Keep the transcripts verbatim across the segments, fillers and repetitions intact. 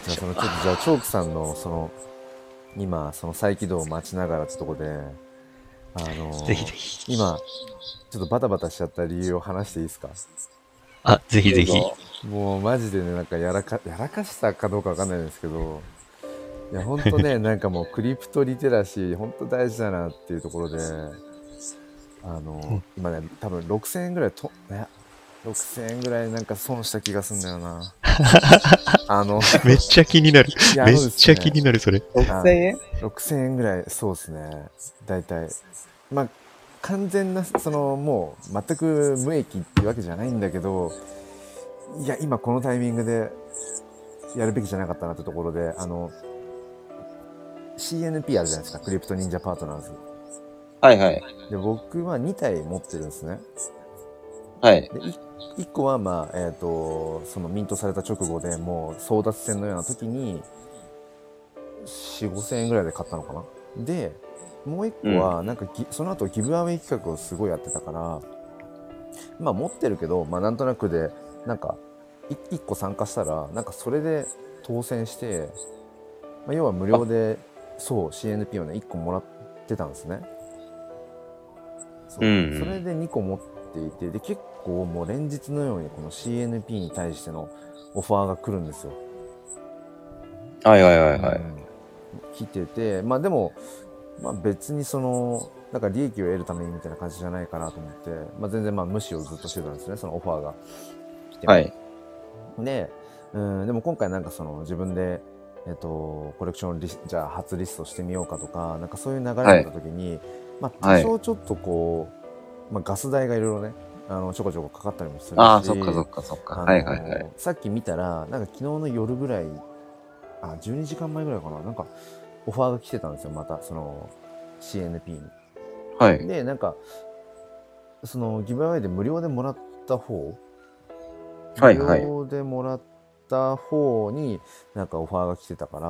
じゃあそのちょっとじゃあチョークさんのその今その再起動を待ちながらってとこで、あぜひのーぜひ。 今ちょっとバタバタしちゃった理由を話していいですか？ あ、ぜひぜひ。 どうぞ。 もうマジでね、なんかやらかやらかしたかどうかわかんないんですけど、いやほんとね、なんかもうクリプトリテラシーほんと大事だなっていうところで、あのー今ね多分ろくせんえんぐらいと、いやろくせんえんぐらいなんか損した気がすんだよな。あのめっちゃ気になる。 いやあめっのですねちゃ気になる、それ。 ろくせんえん？ ろくせんえんぐらい、そうですね、大体。まあ完全なそのもう全く無益っていうわけじゃないんだけど、いや今このタイミングでやるべきじゃなかったなってところで、あの シーエヌピー あるじゃないですか、クリプト忍者パートナーズはいはい。 で、僕はにたい持ってるんですね。 はい。 でいっこはまあえっ、とそのミントされた直後でもう争奪戦のような時によん、ごせんえんぐらいで買ったのかな。でもういっこはなんかぎ、その後ギブアウェイ企画をすごいやってたから、まあ持ってるけど、まあなんとなくでなんかいっこ参加したらなんかそれで当選して、まあ、要は無料でそう シーエヌピー をねいっこもらってたんですね。そう、 うんうんそれでにこ持っていて、で結構もう連日のようにこの シーエヌピー に対してのオファーが来るんですよ。 はいはいはいはい。 うん、来てて、まあでも、まあ、別にそのなんか利益を得るためにみたいな感じじゃないかなと思って、まあ、全然まあ無視をずっとしてたんですね、そのオファーが来ても。 はい。 で、うん、でも今回なんかその自分で、えっと、コレクションリスじゃあ初リストしてみようかとか、なんかそういう流れだった時に、まあ多少ちょっとこう、まあ、ガス代がいろいろね、あのちょこちょこかかったりもするし、 ああ、そっかそっかそっか。 あのはいはいはい。 さっき見たらなんか昨日の夜ぐらい、あじゅうにじかんまえぐらいかな、なんかオファーが来てたんですよ、またその シーエヌピー に。 はい。 でなんかそのギブアウェイで無料でもらった方、 はいはい。 無料でもらった方になんかオファーが来てたから、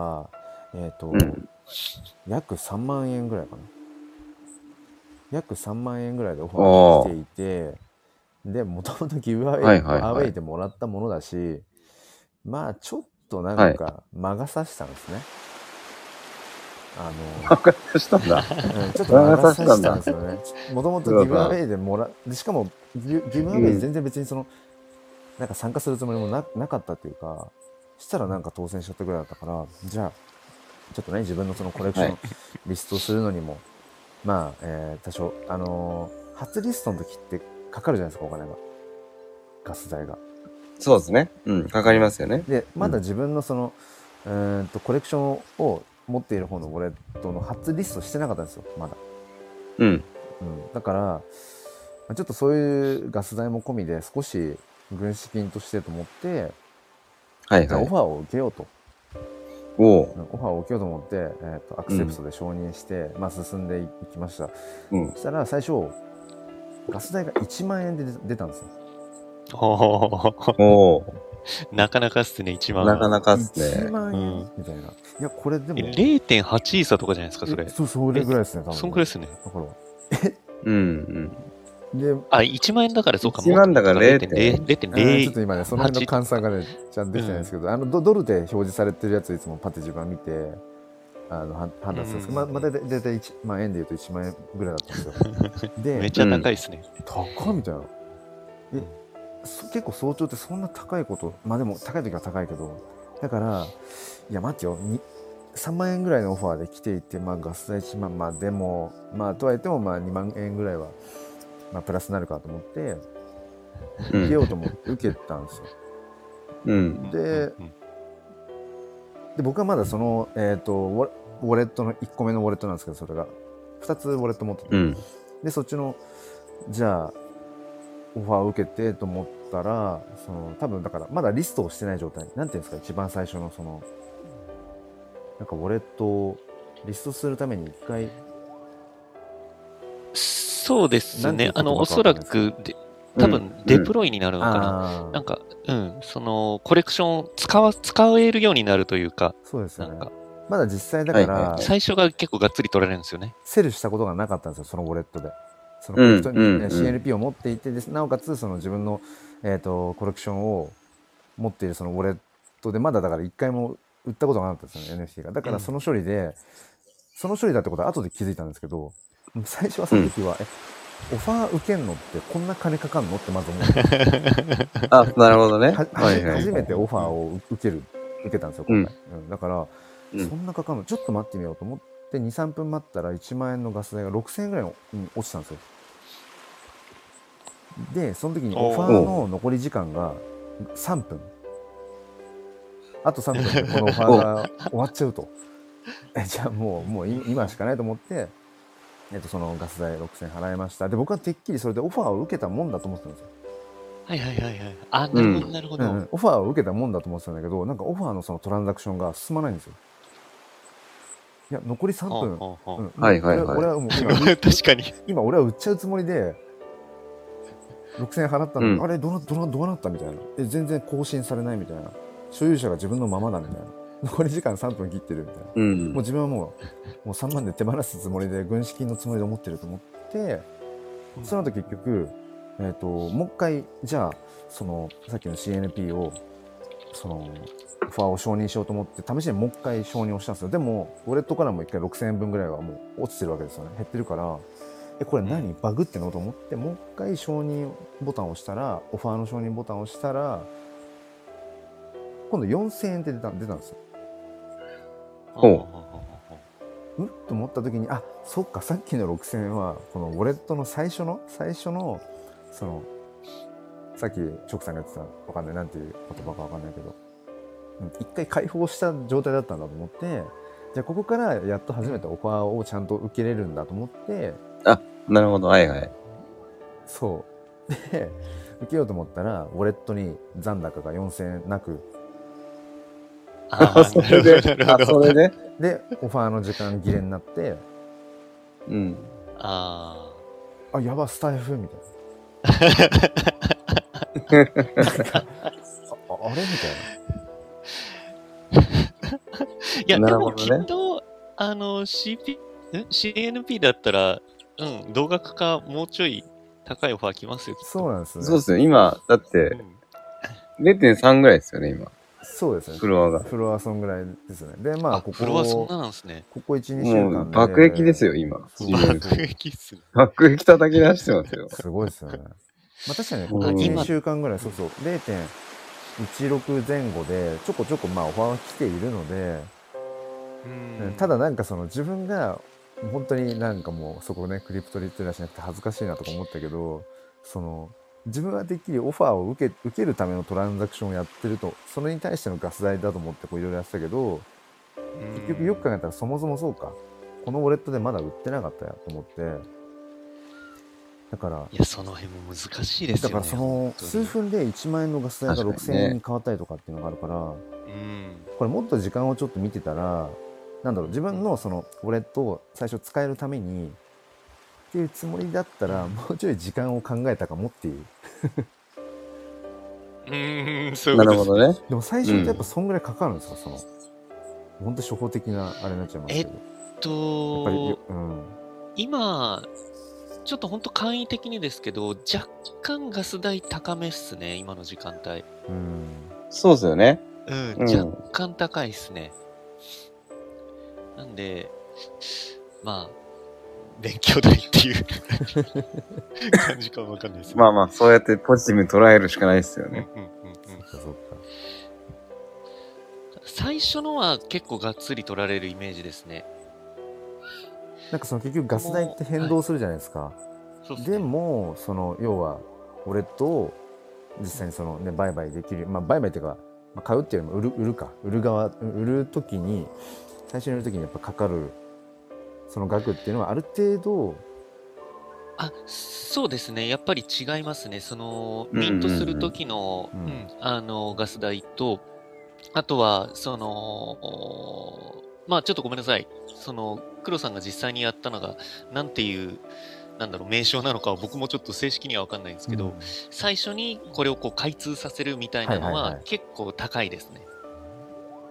えっ、と、 うん約さんまんえんぐらいかな、約さんまんえんぐらいでオファーがおー。 来ていて、でもともとギブアウェイ、 はいはいはいアウェイでもらったものだし、まあちょっとなはい。 んか魔が差したんですね。あ魔が差したんだ。 の、うん、ちょっと魔が差したんですよね。もともとギブアウそうだ。 ェイでもらでしかもギギブアウェイ全然別にそのなんか参加するつもりも な, なかったっていうか、したらなんか当選しちゃったぐらいだったから、じゃあちょっとね自分のそのコレクションはい。 リストするのにも、まあ、えー多少あのー初リストの時ってかかるじゃないですか、お金が、ガス代が。 そうですね。うん。かかりますよね。 でまだうん。 自分のそのうーんとコレクションを持っている方のウォレットの初リストしてなかったんですよ、まだ。 うん。 うん、だからまあちょっとそういうガス代も込みで少し軍資金としてと思って、 はいはい。 じゃあオファーを受けようと、 おー。 オファーを受けようと思って、えー、とアクセプトで承認して、まあ、進んでいきました。 うん。 そしたら最初ガス代がいちまんえんで出たんですよ。 おーおー。 なかなかっすね、いちまんは。 なかなかっす 1 ね。 万円、 うんみたいな。いやこれでもれいてんはち イーサとかじゃないですか、それ。 えそうそれぐらいですね、多分。 そんくらいですね。 だからうんであ、いちまん円だからそうか。 いちまんだかられいてんれい、れいてんれい。 あーちょっと今ねその辺の換算がねちゃんとできてないんですけど、あのドドルで表示されてるやつをいつもパッて自分は見てあの判判断するんですけど、 うんまあ、まあ、大体大体いちまん円でいうといちまん円ぐらいだったんですよ。でめっちゃ高いですね。 高っみたいな。えそ結構早朝ってそんな高いこと、まあでも高い時は高いけど、だからいや待ってよ、にさんまん円ぐらいのオファーで来ていて、まあガス代いちまん、まあでもまあとはいってもまあにまん円ぐらいはまあプラスになるかと思ってうん。 受けようと思って受けたんですよ。 うん。 でうんで僕はまだその、えー、とウォウォレットのいっこめのウォレットなんですけど、それがふたつウォレット持ってて、 うん。 でそっちのじゃあオファーを受けてと思ったら、その多分だからまだリストをしてない状態、なんていうんですか、一番最初のそのなんかウォレットをリストするために一回そうですなんていうね。あの、 言葉かおそらわかんないですけど、 くで、多分デプロイになるのかな。 ああなんか、うん、その、コレクションを使わ、使えるようになるというか、 そうですよね。 なんか、 まだ実際だから、 はいはいはい最初が結構がっつり取られるんですよね。 セルしたことがなかったんですよ、そのウォレットで。そのコレクトに、 うんうんうんシーエヌピー を持っていてです、なおかつその自分の、えー、とコレクションを持っているそのウォレットでまだだから一回も売ったことがなかったですよね エヌエフティー が。だからその処理で、うん、その処理だってことは後で気づいたんですけど、最初はその時は、うん、えオファー受けんのってこんな金かかんのってまず思ってあ、なるほどね。 ははいはい、初めてオファーを受ける受けたんですよ今回、うん、だから、うん、そんなかかんのちょっと待ってみようと思ってに、さんぷん待ったらいちまんえんのガス代がろくせんえんぐらいの、うん、落ちたんですよ。でその時にオファーの残り時間がさんぷん、あとさんぷんでこのオファーが終わっちゃうとえじゃあもうもう今しかないと思って、えっと、そのガス代ろくせんえん払いました。で僕はてっきりそれでオファーを受けたもんだと思ってたんですよ。 はいはいはいはい。あ、なるほどなるほど、うんうん。 オファーを受けたもんだと思ってたんだけど、なんかオファーのそのトランザクションが進まないんですよ。いや残りさんぷん、 はいはいはい。 俺はもう今確かに今俺は売っちゃうつもりでろくせんえん払ったのに、うん、あれどうなどうなどうなったみたいな、え全然更新されないみたいな、所有者が自分のままだみたいな、残り時間さんぷん切ってるみたいな、うん、もう自分はもうもうさんまんで手放すつもりで軍資金のつもりで思ってると思って、その後結局、えー、ともう一回じゃあそのさっきの シーエヌピー をそのオファーを承認しようと思って試しにもう一回承認をしたんですよ。でもウォレットからも一回ろくせんえんぶんぐらいはもう落ちてるわけですよね。減ってるから、えこれ何バグってのと思ってもう一回承認ボタンを押したら、オファーの承認ボタンを押したら今度よんせんえんって出た、出たんですよ。 ほううんと思った時に、あそっかさっきのろくせんえんはこのウォレットの最初の最初のそのさっきチョクさんが言ってたわかんないなんていう言葉かわかんないけど、一回解放した状態だったんだと思って、じゃあここからやっと初めてオファーをちゃんと受けれるんだと思って、 あ、なるほど、はいはい。 そうで受けようと思ったらウォレットに残高がよんせんえんなく、 あそれであそれででオファーの時間切れになって、 うんああやばスタイフみたいなあ, あれみたいないや、ね、でもきっとあの シーピー シーエヌピー だったら、うん、同額かもうちょい高いオファー来ますよ。 そうなんですね。 そうですよ。今だって れいてんさん ぐらいですよね今。 そうですね。 フロアが。 フロアそんぐらいですね。でまあここフロアそんななんですね。 ここいち、にしゅうかんで爆撃ですよ今。 爆撃っすね。 爆撃叩き出してますよ。 すごいですよね。まあ確かにねここいち、にしゅうかんぐらいそうそう れいてんいちろく 前後でちょこちょこまあオファーは来ているので、うんただなんかその自分が本当になんかもうそこねクリプトリテラシーなくて恥ずかしいなとか思ったけど、その自分はてっきりオファーを受け受けるためのトランザクションをやってると、それに対してのガス代だと思ってこういろいろやってたけど、結局よく考えたらそもそもそうか、このウォレットでまだ売ってなかったやと思って、だからいやその辺も難しいですよね。 だからその数分でいちまんえんのガス代がろくせんえんに変わったりとかっていうのがあるから、うん、これもっと時間をちょっと見てたら、なんだろう自分のそのウォレットを最初使えるためにっていうつもりだったら、もうちょい時間を考えたかもっていううーん、そういうことですね。 なるほどね。 でも最初ってやっぱそんぐらいかかるんですか、うん、その本当初歩的なあれになっちゃいますけど。 えっとやっぱり、うん、 今ちょっと本当簡易的にですけど若干ガス代高めっすね今の時間帯。 うん、 そうですよね。 うん、うん、若干高いっすね。なんでまあ勉強代っていう感じかわかんないです、ね、 まあまあそうやってポジティブに捉えるしかないですよね。 うんうんうんうん、そっかそっか。最初のは結構がっつり取られるイメージですね。 なんかその結局ガス代って変動するじゃないですか。はい、で, でもその要はウォレットを実際にその、ね、売買できる、まあ、売買っていうか、まあ、買うっていうよりも売る、売るか売る側売る時に最初に売る時にやっぱかかるその額っていうのはある程度、 あ、そうですね。やっぱり違いますね。そのミントする時の、うんうんうん、あのガス代と、あとはそのまあちょっとごめんなさい。その黒さんが実際にやったのがなんていうなんだろう名称なのかは僕もちょっと正式には分かんないんですけど、うん、最初にこれをこう開通させるみたいなのは結構高いですね。はいはいはい、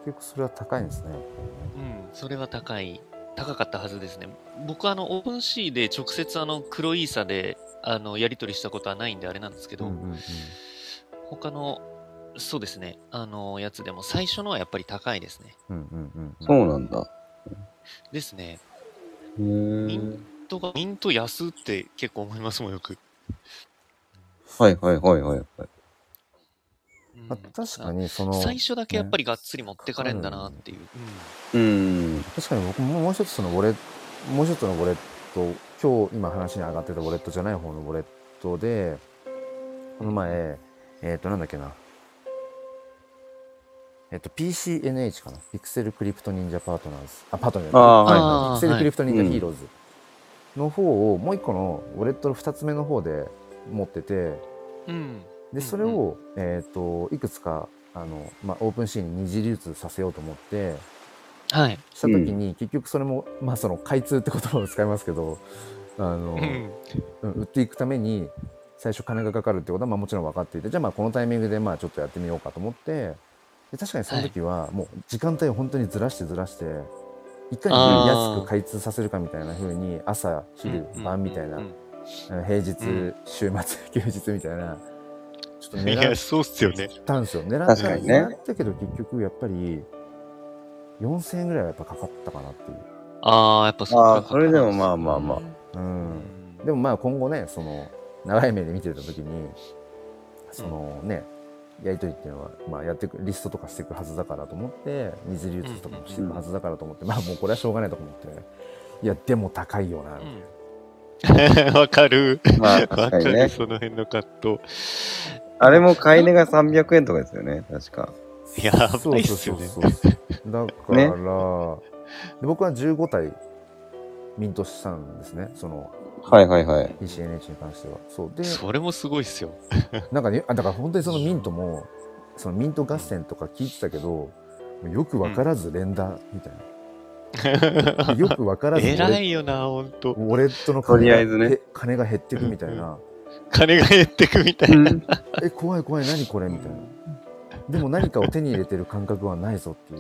結構それは高いんですね。 うん、それは高い。高かったはずですね。僕はあのオープンシーで直接あの黒イーサであのやり取りしたことはないんであれなんですけど、うんうんうん、他のそうですね。あの、やつでも最初のはやっぱり高いですね。 うんうんうんうん。 そうなんだ。 ですね。 へミンー。 トが、ミント安って結構思いますもん、よく。 はいはいはいはいはい。 まあ、 うん。 確かあ、 にその最初だけやっねぱりがっつり持ってかれんだかかるんなっていう。 うーん。 確かに僕ももう一つそのウォレもう一つのウォレット、今日今話に上がってたウォレットじゃない方のウォレットで、この前えっ、となんだっけな、えっ、と ピーシーエヌエイチ かな、ピクセルクリプト忍者パートナーズ、あパートナーああ、 ピはいはああ、 ピクセルはい。 クリプト忍者ヒーローズの方をもう一個のウォレットのふたつめの方で持ってて、 うん。 でそれを、えっ、といくつかあの、まあ、オープンシーンに二次流通させようと思ってはい。 した時に、結局それもまあその開通って言葉を使いますけど、あの、 うん。 うん売っていくために最初金がかかるってことはまあもちろん分かっていて、じゃあまあこのタイミングでまあちょっとやってみようかと思って、で確かにその時はもう時間帯を本当にずらしてずらしていかに安く開通させるかみたいな風に朝昼晩みたいな、平日、週末休日みたいなちょっと狙っそうっすよね。 たんですよ。狙った確かにね狙ったけど結局やっぱりよんせんえんぐらいはやっぱかかったかなっていう。 ああ、やっぱそああ、それでもまあまあまあ。 うん、でもまあ今後ねその長い目で見てた時にそのね、やり取りっていうのは、まあ、やっていくリストとかしていくはずだからと思って水流通とかもしていくはずだからと思って、まあもうこれはしょうがないと思っていやでも高いよなみたいな。 わかる。 まあ確かにね。 その辺の葛藤。 あれも買い値がさんびゃくえんとかですよね、確か。 やばいっすよね。 そうそうそうそうだから、ね、で僕はじゅうごたいミントしたんですね、そのはいはいはい。 ピーシーエヌエイチ に関しては。そうで、 それもすごいっすよ。 なんかね、あだから本当にそのミントもそのミント合戦とか聞いてたけど、よく分からず連打みたいな。よく分からず偉いよな、ほんと。 ウォレットのと金がりあえずね。 金が減ってくみたいな。 金が減ってくみたいな。 え、怖い怖い、何これみたいな。でも何かを手に入れてる感覚はないぞっていう。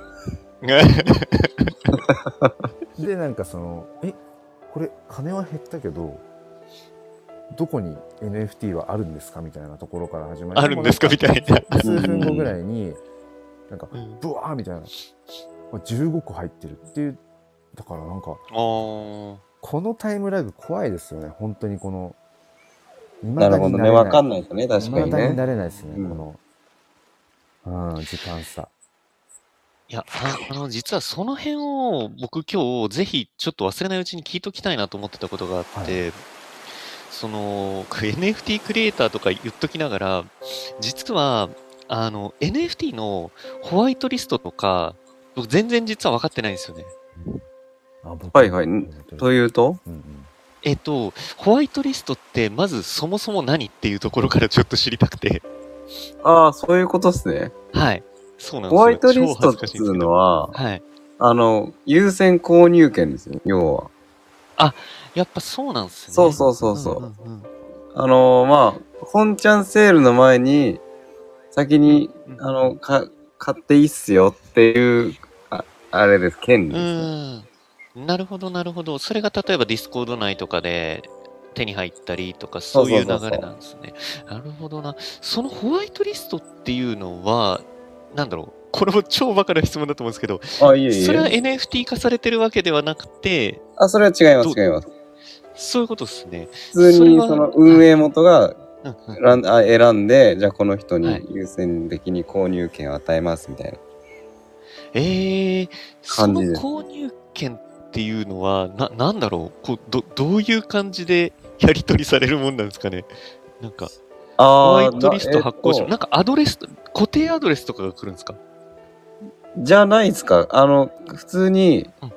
で、なんかその、え、これ金は減ったけど、どこに エヌエフティー はあるんですかみたいなところから始まり、 あるんですかみたいな。 数分後ぐらいに、なんか、ブワーみたいな、じゅうごこ入ってるっていう、だからなんか、このタイムラグ怖いですよね、本当にこの、 なるほどね、わかんないですね、確かにね。 未だになれないですね、うん、この、うん、時間差。 いや、あの、実はその辺を僕今日ぜひちょっと忘れないうちに聞いときたいなと思ってたことがあって、はい、その、エヌエフティー クリエイターとか言っときながら、実は、あの、エヌエフティー のホワイトリストとか、僕全然実は分かってないんですよね。 はいはい。というと、 うんうん、えっと、ホワイトリストってまずそもそも何っていうところからちょっと知りたくて。 ああ、そういうことっすね。 はい。そうなんですよ。 ホワイトリストっていうのは、 はい。 あの、優先購入権ですよ、要は。 あ、やっぱそうなんですね。 そうそうそうそう。うんうんうん、あのー、まあ、本ちゃんセールの前に、先に、うんうん、あの、か、買っていいっすよっていう、あ、あれです、権利ですね。 うん。なるほど、なるほど。それが例えばディスコード内とかで手に入ったりとか、そういう流れなんですね。なるほどな。そのホワイトリストっていうのは、なんだろう。これも超バカな質問だと思うんですけど、 あ、いえいえ。 それは エヌエフティー 化されてるわけではなくて、 あ、それは違います、違います。 そういうことですね。 普通にその運営元が選ん、あ選んで、じゃあこの人に優先的に購入権を与えますみたいな。 ええー、その購入権っていうのは、な、なんだろうこうど、どういう感じでやり取りされるもんなんですかね。なんか、ホワイトリスト発行し、えー、なんかアドレス、固定アドレスとかが来るんですか？ じゃないですか。あの、普通に、うんうん、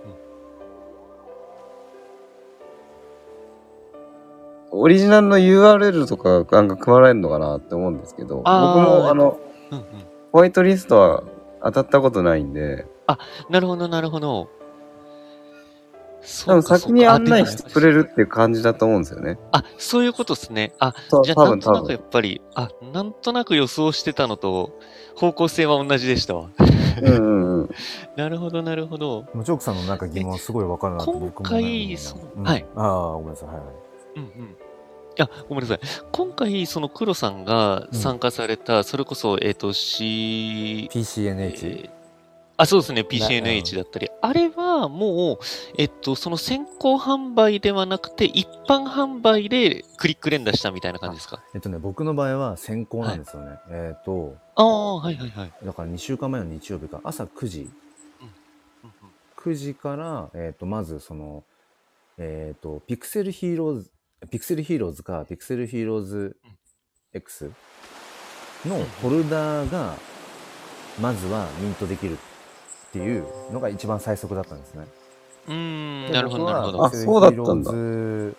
オリジナルの ユーアールエル とかなんか組まれるのかなって思うんですけど、僕もあの、うんうん、ホワイトリストは当たったことないんで。 あ、なるほど、なるほど。 多分先に案内してくれるっていう感じだと思うんですよね。 あ、そういうことですね。あ、じゃあなんとなくやっぱり、あ、なんとなく予想してたのと方向性は同じでしたわ。 うんうんうん。 なるほど、なるほど。 ジョークさんのなんか疑問すごいわかるなと僕も今回、その、うん、はい。 ああ、ごめんなさい。はいはい。 うんうん。 あ、ごめんなさい。今回、その黒さんがうん。 参加された、それこそ、えっと、C、 ピーシーエヌエイチ？ えーあ、そうですね、 な、うピーシーエヌエイチん。 だったり。あれはもう、えっと、その先行販売ではなくて、一般販売でクリック連打したみたいな感じあ、 ですか？ えっとね、僕の場合は先行なはい。 んですよね。えっと、 ああ、はいはいはい。 だからにしゅうかんまえの日曜日か、朝くじ、 うん。うんうん。 くじから、えっと、まずその、えっと、ピクセルヒーローズ、ピクセルヒーローズか、ピクセルヒーローズうん。 X うんうんのフォルダーが、まずはミントできるっていうのが一番最速だったんですね。 うーん、 で、 なるほ僕どなるほど。 はピクあ、 セルヒそうだっーローたんだ。 ズ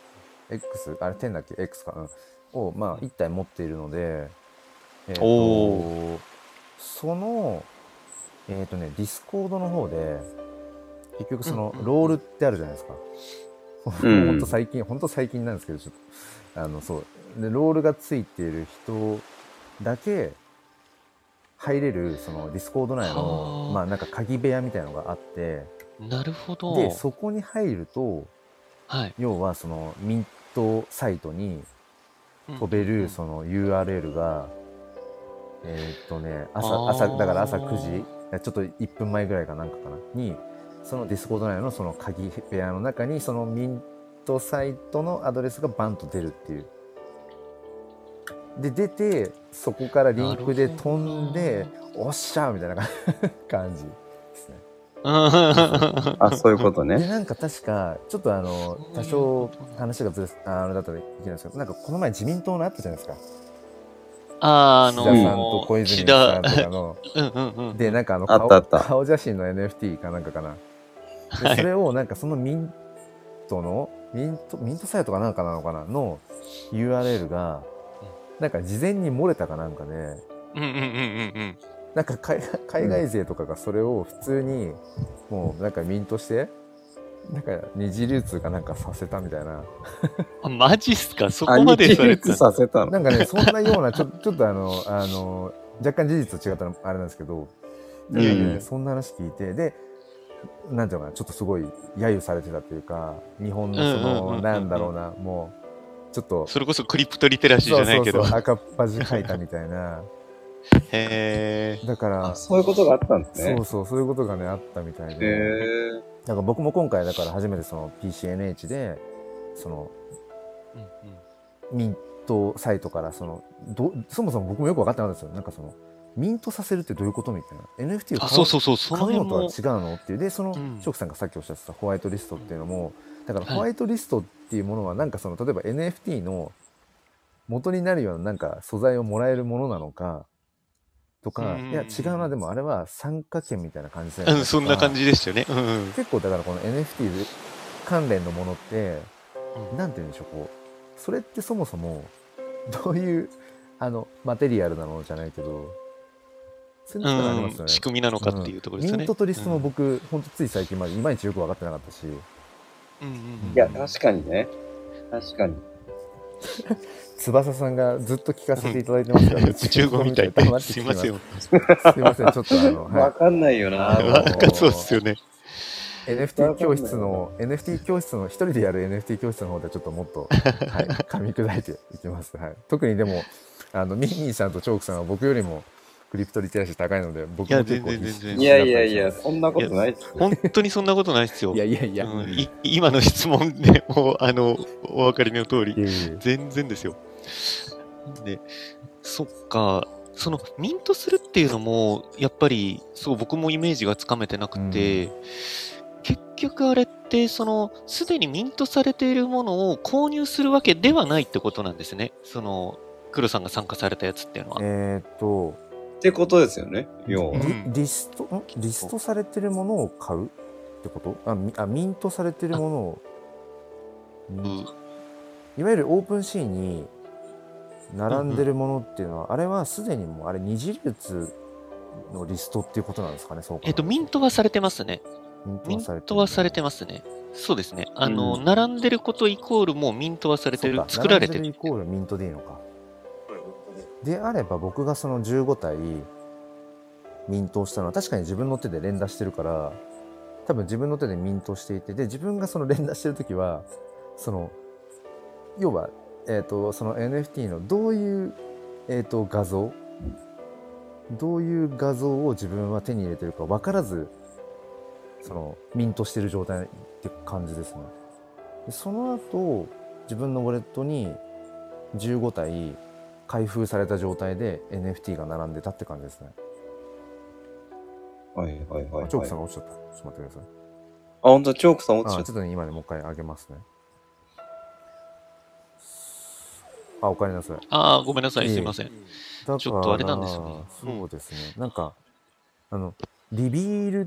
X、あれじゅうだっけ ?X かなを、まあ、 うん。 いち体持っているので、えっおー。 と、その、えっとね、ディスコードの方で、結局うんその、 うんうん。 ロールってあるじゃないですか。 うもうほんとん。 最近、ほんと最近なんですけど、ちょっと、あの、そう。で、ロールがついている人だけ入れる、そのディスコード内の、まはあなんか鍵部屋みたいなのがあって、 あ、なるほで、 ど。 そこに入ると、 はい。 要はそのミントサイトにうん飛べるうんうん。 その ユーアールエル が、えーっとね、 あ朝、朝、だから朝くじ、 あ。 いやちょっといっぷんまえぐらいかなんかかな、に、そのディスコード内のその鍵部屋の中に、そのミントサイトのアドレスがバンと出るっていう。で、出て、そこからリンなるクで飛ほどんで、 な。 おっしゃーみたいな感じですね。 うそうそう。 あ、そういうーん。 ことで、 ね。 なんか確か、ちょっとあの、多そういうこ少となんだ。 話がずれ、あれだったらいけないんですけど、なんかこの前自民党のあったじゃないですか。 あー、あ岸田さんとのー、 小岸田、 泉さんとかの。 うんうんうんうで、なん。 んかあのあったあ顔、 った。 顔写真の エヌエフティー かなんかかな。で、 はい。 それをなんかそのミントの、ミント、ミントサイトかなんかなのかなの ユーアールエル が、 うん。 なんか事前に漏れたかなんかで、 うんうんうんうんうん。 なんか海海うん。 外勢とかがそれを普通に、もうなんかミントして、なんか二次流通かなんかさせたみたいな。 あ、マジっすか？そあ、 こま二次流通でされてたんさせたの。 なんかね、そんなような、ちょちょっとあの、あの、若干事実と違ったのあれなんですけど、 うなんかね、 ん。 そんな話聞いて、で、なんていうのかな、ちょっとすごい揶揄されてたというか、日本うんのその、 うんうんなんうんうん。 だろうな、もう、ちょっと、 それこそクリプトリテラシーじゃないけど。 そうそうそう、赤っ端書いたみたいな。 へえ。 あ、 だから、 そういうことがあったんですね。 そうそう、そういうことがね、あったみたいへで、 え。 なんか僕も今回だから初めてその ピーシーエヌエイチ で、その、 うんうん。 ミントサイトからそのどそもそも僕もよく分かってなかったんですよ。なんかそのミントさせるってどういうことみたいな。 エヌエフティー をあ、 買うそうそうそう、その買うのとは辺も。 違うのっていう。でそのうん。 ショクさんがさっきおっしゃってたホワイトリストっうん。 ていうのも、だからホはい。 ワイトリストっていうものはなんかその例えば エヌエフティー の元になるようななんか素材をもらえるものなのかとうんうんか、いや違うな、でもあれは参加券みたいな感じだうんうん。うん、 よねとそんな感か、 じでしたよね。うんうん。 結構だからこの エヌエフティー 関連のものってうん。 なんて言うんでしょう、こうそれってそもそもどういうあのマテリアルなのじゃないけど、そういううのってありまん、 すよね。 仕組みなのかってうん、 いうところですよね。 ミントとリストもうん。 僕ほんとつい最近までいまいちよく分かってなかったし、 うんうんうういや、 ん確かにね。確かに。 翼さんがずっと聞かせうん。 ていただいてますから、 宇宙語みたいで、 黙って聞きます。 すいません。 すいません、ちょっとあの、はい。 わかんないよな、 あのなんかそうっすよね。 エヌエフティー 教室の エヌエフティー 教室の一人でやる エヌエフティー 教室の方でちょっともっと、はい、噛み砕いていきます。はい。特にでもあのミッニーさんとチョークさんは僕よりもクリプトリテラシー高いので、僕いや、 も結構全然全然。 いや必死だったいやいや、 りします。 そんなことないっすよ。 本当にそんなことないっすよ。 いやいやいや。 うん、い今の質問でもう、あの、お分かりの通り、 いやいや全然ですよ。で、そっか、そのミントするっていうのも、やっぱり、そう、僕もイメージがつかめてなくて、 うん、 結局あれって、その、すでにミントされているものを購入するわけではないってことなんですね。その、黒さんが参加されたやつっていうのは。 えー、っとってことですよね、要は。 リリストんリストされてるものを買うってこと？あ、ミあミントされてるものを、 うん、 いわゆるオープンシーンに並んでるものっていうのは、うんうん、あれはすでにもうあれ二次流通のリストっていうことなんですかね。そうかな。 えっと、ミントはされてますね。 ミントはされてる。 ミントはされてますね。そうですね。あの、 うん、 並んでることイコールもうミントはされてる、作られてる。 並んでるイコールミントでいいのか。であれば僕がそのじゅうご体ミントをしたのは確かに自分の手で連打してるから、多分自分の手でミントしていて、で自分がその連打してる時はその要はえー、とその エヌエフティー のどういう、えー、と画像どういう画像を自分は手に入れてるか分からずそのミントしてる状態って感じですね。でその後自分のウォレットにじゅうごたい開封された状態で エヌエフティー が並んでたって感じですね。 はいはいはい、はい。 あ、チョークさんが落ちちゃった。ちょっと待ってください。 あ、本当チョークさん落ちちゃった。 あ、ちょっとね、今ね、もう一回上げますね。あ、おかえりなさい。 ああ、ごめんなさい、すいません。 だちょっとあれなんですよね。 そうですね。うん、なんか、あの、リビールって、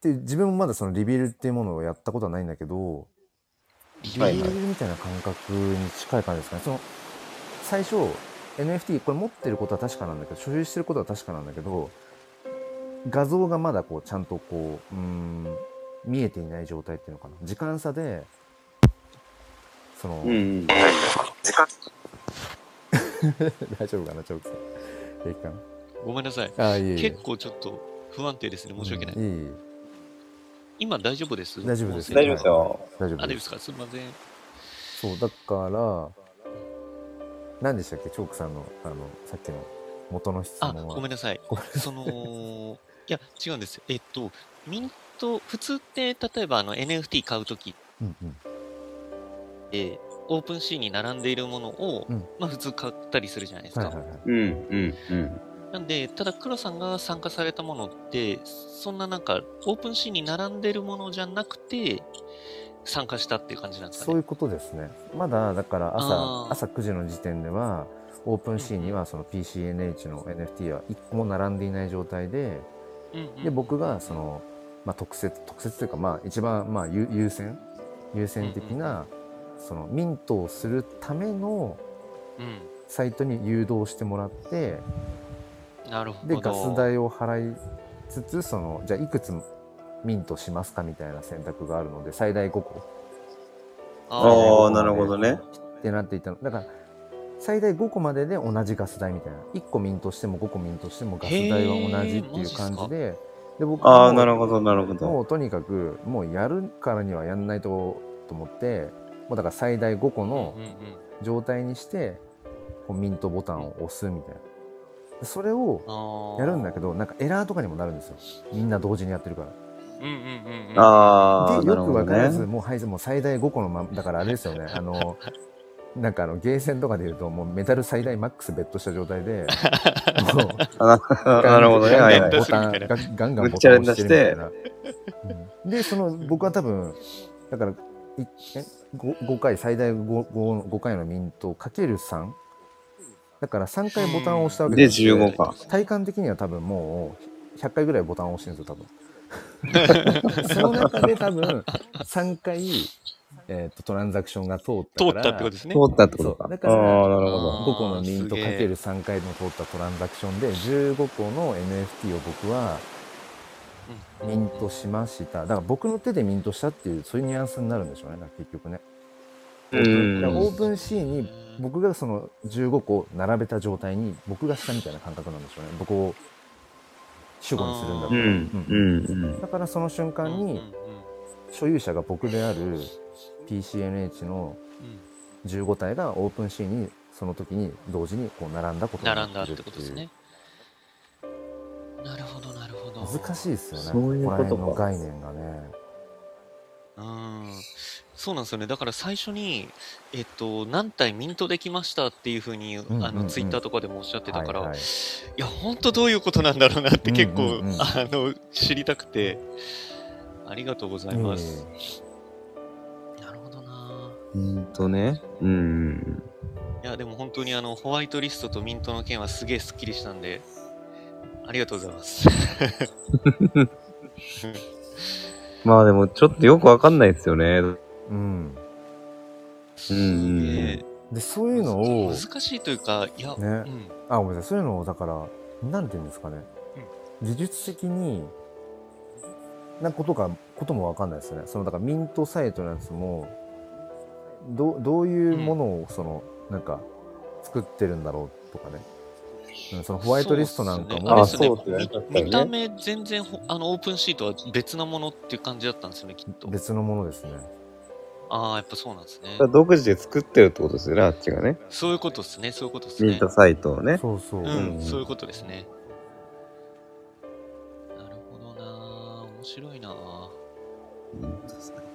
自分もまだそのリビールっていうものをやったことはないんだけど、リビールみたいな感覚に近い感じですかね。その、最初、エヌエフティー、これ持ってることは確かなんだけど、所有してることは確かなんだけど、画像がまだこう、ちゃんとこう、うーん、見えていない状態っていうのかな。時間差で、その、うんうん、時間大丈夫かな、チョークさん。平気かな。 ごめんなさい。 あ、いえいえ。 結構ちょっと不安定ですね。申し訳ない。うん、いい今大丈夫です？ 大丈夫です。 大丈夫ですよ。 大丈夫です。 あ、大丈夫ですか。すみません。 そう、だから、何でしたっけ、チョークさんの、あの、さっきの元の質問は。 あ、ごめんなさい。その、いや、違うんですよ。えっと、ミント、普通って、例えばあの エヌエフティー 買うとき、うんうん、で、オープンシーに並んでいるものを、うん、まあ普通買ったりするじゃないですか。はいはいはい、うんうんうん。なんで、ただ黒さんが参加されたものって、そんななんか、オープンシーに並んでるものじゃなくて、参加したっていう感じなんですかね。 そういうことですね。まだ、だから朝、朝くじの時点では、オープンシーにはその ピーシーエヌエイチ の エヌエフティー はいっこも並んでいない状態で、うんうん、で、僕がその、まあ、特設、特設というか、まあ、一番、まあ、優先、優先的な、そのミントをするためのサイトに誘導してもらって、 うん、なるほど。で、ガス代を払いつつ、その、じゃあいくつミントしますかみたいな選択があるので、最大ごこ。 ああ、なるほどね。 ってなっていたの。だから、最大ごこまでで同じガス代みたいな。いっこミントしてもごこミントしてもガス代は同じっていう感じで、で、僕はああ、なるほど、なるほど。 もうとにかく、もうやるからにはやんないとと思って、もうだから最大ごこの状態にして、こうミントボタンを押すみたいな。それをやるんだけど、なんかエラーとかにもなるんですよ。みんな同時にやってるから。 うんうんうんうん、 あで、よく分からず、ね、もう、はい、もう最大ごこのま、だからあれですよね。あの、なんかあの、ゲーセンとかで言うと、もうメダル最大マックスベットした状態で、もう、 なるほどね。 ガンガンボタン、ガンガンボタンを押してるみたいな。うん、で、その、僕は多分、だから、ご, ごかい、最大 5, 5, 5回のミントかけるさん。だからさんかいボタンを押したわけで、じゅうごか。 体感的には多分もう、ひゃっかいぐらいボタンを押してるんですよ、多分。その中で多分、さんかい、えー、とトランザクションが通ったから。 通ったってことですね。 通ったってことか。 だから、ごこのミントかけるさんかいの通ったトランザクションで、じゅうごこの エヌエフティー を僕は、ミントしました。だから僕の手でミントしたっていう、そういうニュアンスになるんでしょうね、結局ね。オープンシーに僕がそのじゅうごこ並べた状態に僕がしたみたいな感覚なんでしょうね。僕を主語にするんだったら、うんうん、だからその瞬間に所有者が僕である ピーシーエヌエイチ のじゅうごたいがオープンシーにその時に同時にこう並んだことになってるっていう。並んだってことですね。 なるほどなるほど。 難しいですよね。 そういうことか。 ここら辺の概念がね。 うん、そうなんですよね。だから最初に、えっと、何体ミントできましたっていうふうに、うんうんうん、あの、ツイッターとかでもおっしゃってたから、はいはい、いや、本当どういうことなんだろうなって結構、うんうんうん、あの、知りたくて、ありがとうございます。えー、なるほどなミントね。うん。 いや、でも本当にあの、ホワイトリストとミントの件はすげえスッキリしたんで、ありがとうございます。 まあでもちょっとよくわかんないですよね。うん。 うん。で、そういうのを。 難しいというか、いや、 ね。うん、あ、ごめんなさい。そういうのを、だから、なんて言うんですかね。うん、技術的に、なことか、こともわかんないですよね。その、だからミントサイトのやつも、ど, どういうものを、その、うん、なんか、作ってるんだろうとかね。うん、そのホワイトリストなんかも、 あ、そうですね。見た目全然あのオープンシートは別なものっていう感じだったんですよね、きっと。 別のものですね。 ああ、やっぱそうなんですね。 独自で作ってるってことですよね、あっちがね。 そういうことですね、そういうことですね。 ミントサイトをね。 そうそう、 うん、 うんそういうことですね。なるほどなぁ。面白いなぁ。 ミントサイ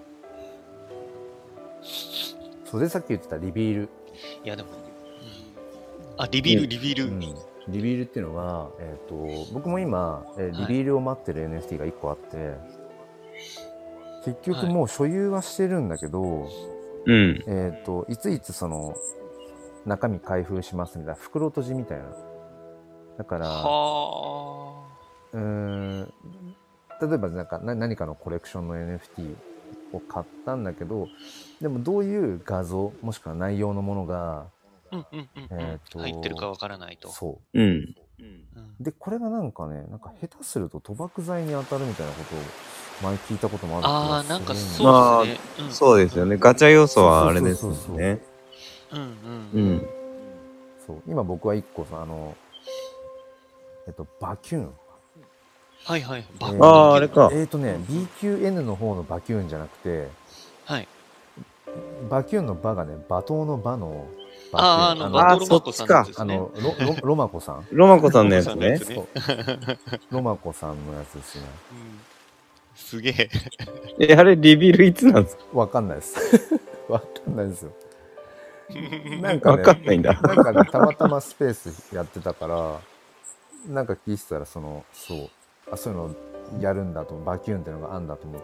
それでさっき言ってたリビール、 いや、でも、うん、あ、リビール、リビール。 うん、リビールっていうのは、えー、と僕も今、えーリビールを待ってる エヌエフティー がいっこあって、結局もう所有はしてるんだけど、 ト。うん。 えー、といついつその中身開封しますみたいな袋閉じみたいな。だからはうーん例えばなんかな何かのコレクションの エヌエフティー を買ったんだけど、でもどういう画像もしくは内容のものが、 あ。うんうんうんうん。 えー、と入ってるかわからないと。 そううん。 うん。 でこれがなんかね、なんか下手すると賭博罪に当たるみたいなことを前聞いたこともある気ああ、 がするなんかだそうですね。うんそうですよね。ガチャ要素はあれですそうそうそうそうもんね。 うんうんううん。 ん。 そう今僕はいっこさあのえっとバキューンはいはい。バえーッああ、あれか。 えーとね ビーキューエヌ の方のバキューンじゃなくて、 はい。 バキューンのバがね馬頭の馬のバキューン、 ああ、あの、 あのバトロマコさんのやつですね。 あのロロロマコさんロマコさんのやつロマコさんのやね。 つね。 ロマコさんのやつですね。 うんすげえ。 え、あれリビールいつなんですか？ わかんないですわかんないですよ。なんかわねかんないんだ。 なんかねたまたまスペースやってたからなんか聞いてたらそのそうあそういうのやるんだとバキューンっていうのがあんだと思って、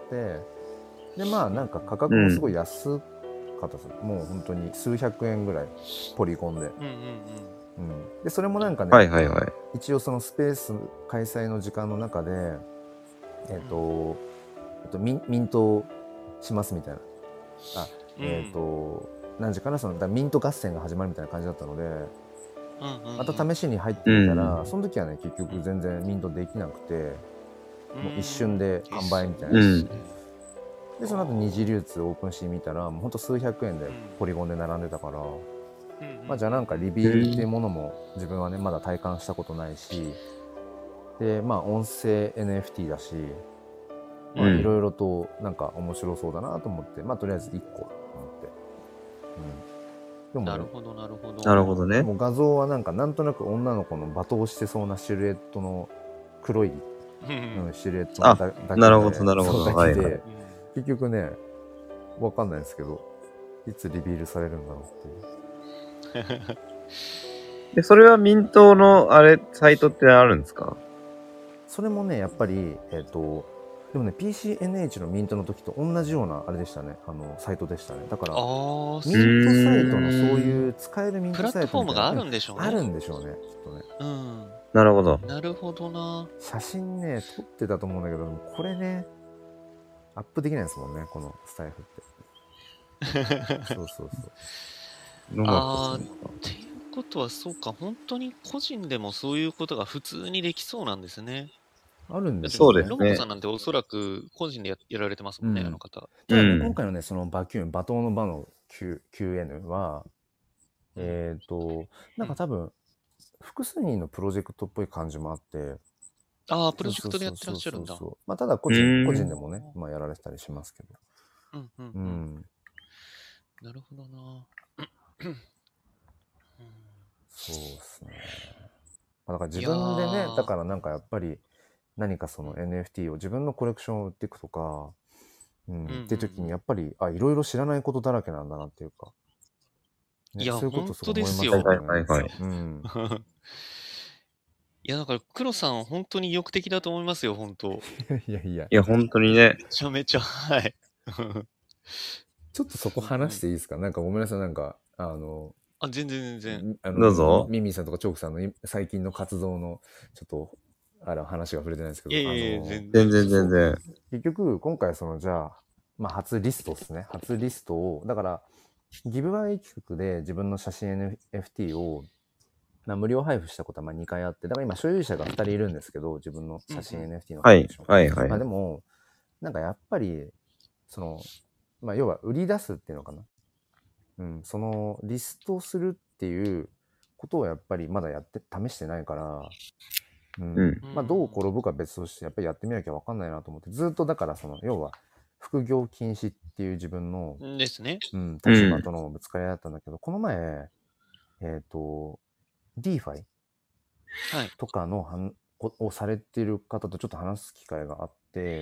でまあなんか価格もすごい安かったです、うん、もう本当に数百円ぐらいポリゴンで、 うんうんうん。 うん、でそれもなんかね、 はいはいはい。 一応そのスペース開催の時間の中でえっ、ー、と、えっとミン、ミントしますみたいなあえっ、ー、と、うん、何時かなそのだミント合戦が始まるみたいな感じだったので、うんうんうん、また試しに入ってみたら、うん、その時はね結局全然ミントできなくて、うん、もう一瞬で完売みたいな、うん、でその後二次流通オープンしてみたらもうほんと数百円でポリゴンで並んでたから、うん、まあじゃあなんかリビールっていうものも自分はねまだ体感したことないし、でまあ音声 エヌエフティー だし、まあいろいろとなんか面白そうだなと思って、まあとりあえずいっこ思って、 うん、でもなるほどなるほどなるほどね。 もう画像はなんかなんとなく女の子の罵倒してそうなシルエットの黒い、うん、シルエットのだだけで、なるほどなるほど、 だけで、はいはい、結局ねわかんないですけどいつリビールされるんだろうっていうでそれはミントのあれサイトってあるんですか？ それもねやっぱりえっとでもね ピーシーエヌエイチ のミントの時と同じようなあれでしたね、あのサイトでしたね。だからミントサイトのそういう使えるミントサイトみたいなプラットフォームがあるんでしょうね。 あるんでしょうねきっとね。 うん。 なるほど。 なるほどな。 写真ね撮ってたと思うんだけどこれねアップできないですもんねこのスタイフってそうそうそうああっていうことはそうか、本当に個人でもそういうことが普通にできそうなんですね。 あるんですよね。 ロマコさんなんておそらく個人で や, やられてますもんね、うん、あの方。 ただね、うん、今回のねそのバキューン罵倒の場の Q キューエヌ は、うん、えっ、ー、となんか多分複数人のプロジェクトっぽい感じもあって、 ああプロジェクトでやってらっしゃるんだ。 まあただ個人個人でもねまあやられてたりしますけど。 うんうんうん。うん、なるほどな。 そうですね。だから自分でねだからなんかやっぱり何かその エヌエフティー を自分のコレクションを売っていくとか、うん、っていう時にやっぱりあいろいろ知らないことだらけなんだなっていうか、 ね、いやそういうことすごい思いますよね。 はいはいはい。 うんいやだから黒さん本当に意欲的だと思いますよ本当。 いやいやいや本当にね。 めちゃめちゃはいちょっとそこ話していいですか？なんかごめんなさいなんかあのあ全然全然あのどうぞ。 ミミィさんとかチョークさんの最近の活動のちょっとあれ話が触れてないですけど、 いやいやあの全然全然結局今回そのじゃあまあ初リストですね初リストをだからギブアウェイ企画で自分の写真 エヌエフティー をまあ、無料配布したことはまあにかいあって、だから今所有者がふたりいるんですけど、自分の写真 エヌエフティー のコレクション。 はいはいはい。 まあでも、なんかやっぱり、その、まあ要は売り出すっていうのかな。うん、そのリストするっていうことをやっぱりまだやって、試してないから、うん。うん、まあどう転ぶか別として、やっぱりやってみなきゃわかんないなと思って、ずっとだからその、要は、 副業禁止っていう自分の、 ですね。 うん、立場とのぶつかり合いだったんだけど、この前、えっ、と、DeFi はい。 とかのはんこをされている方とちょっと話す機会があって、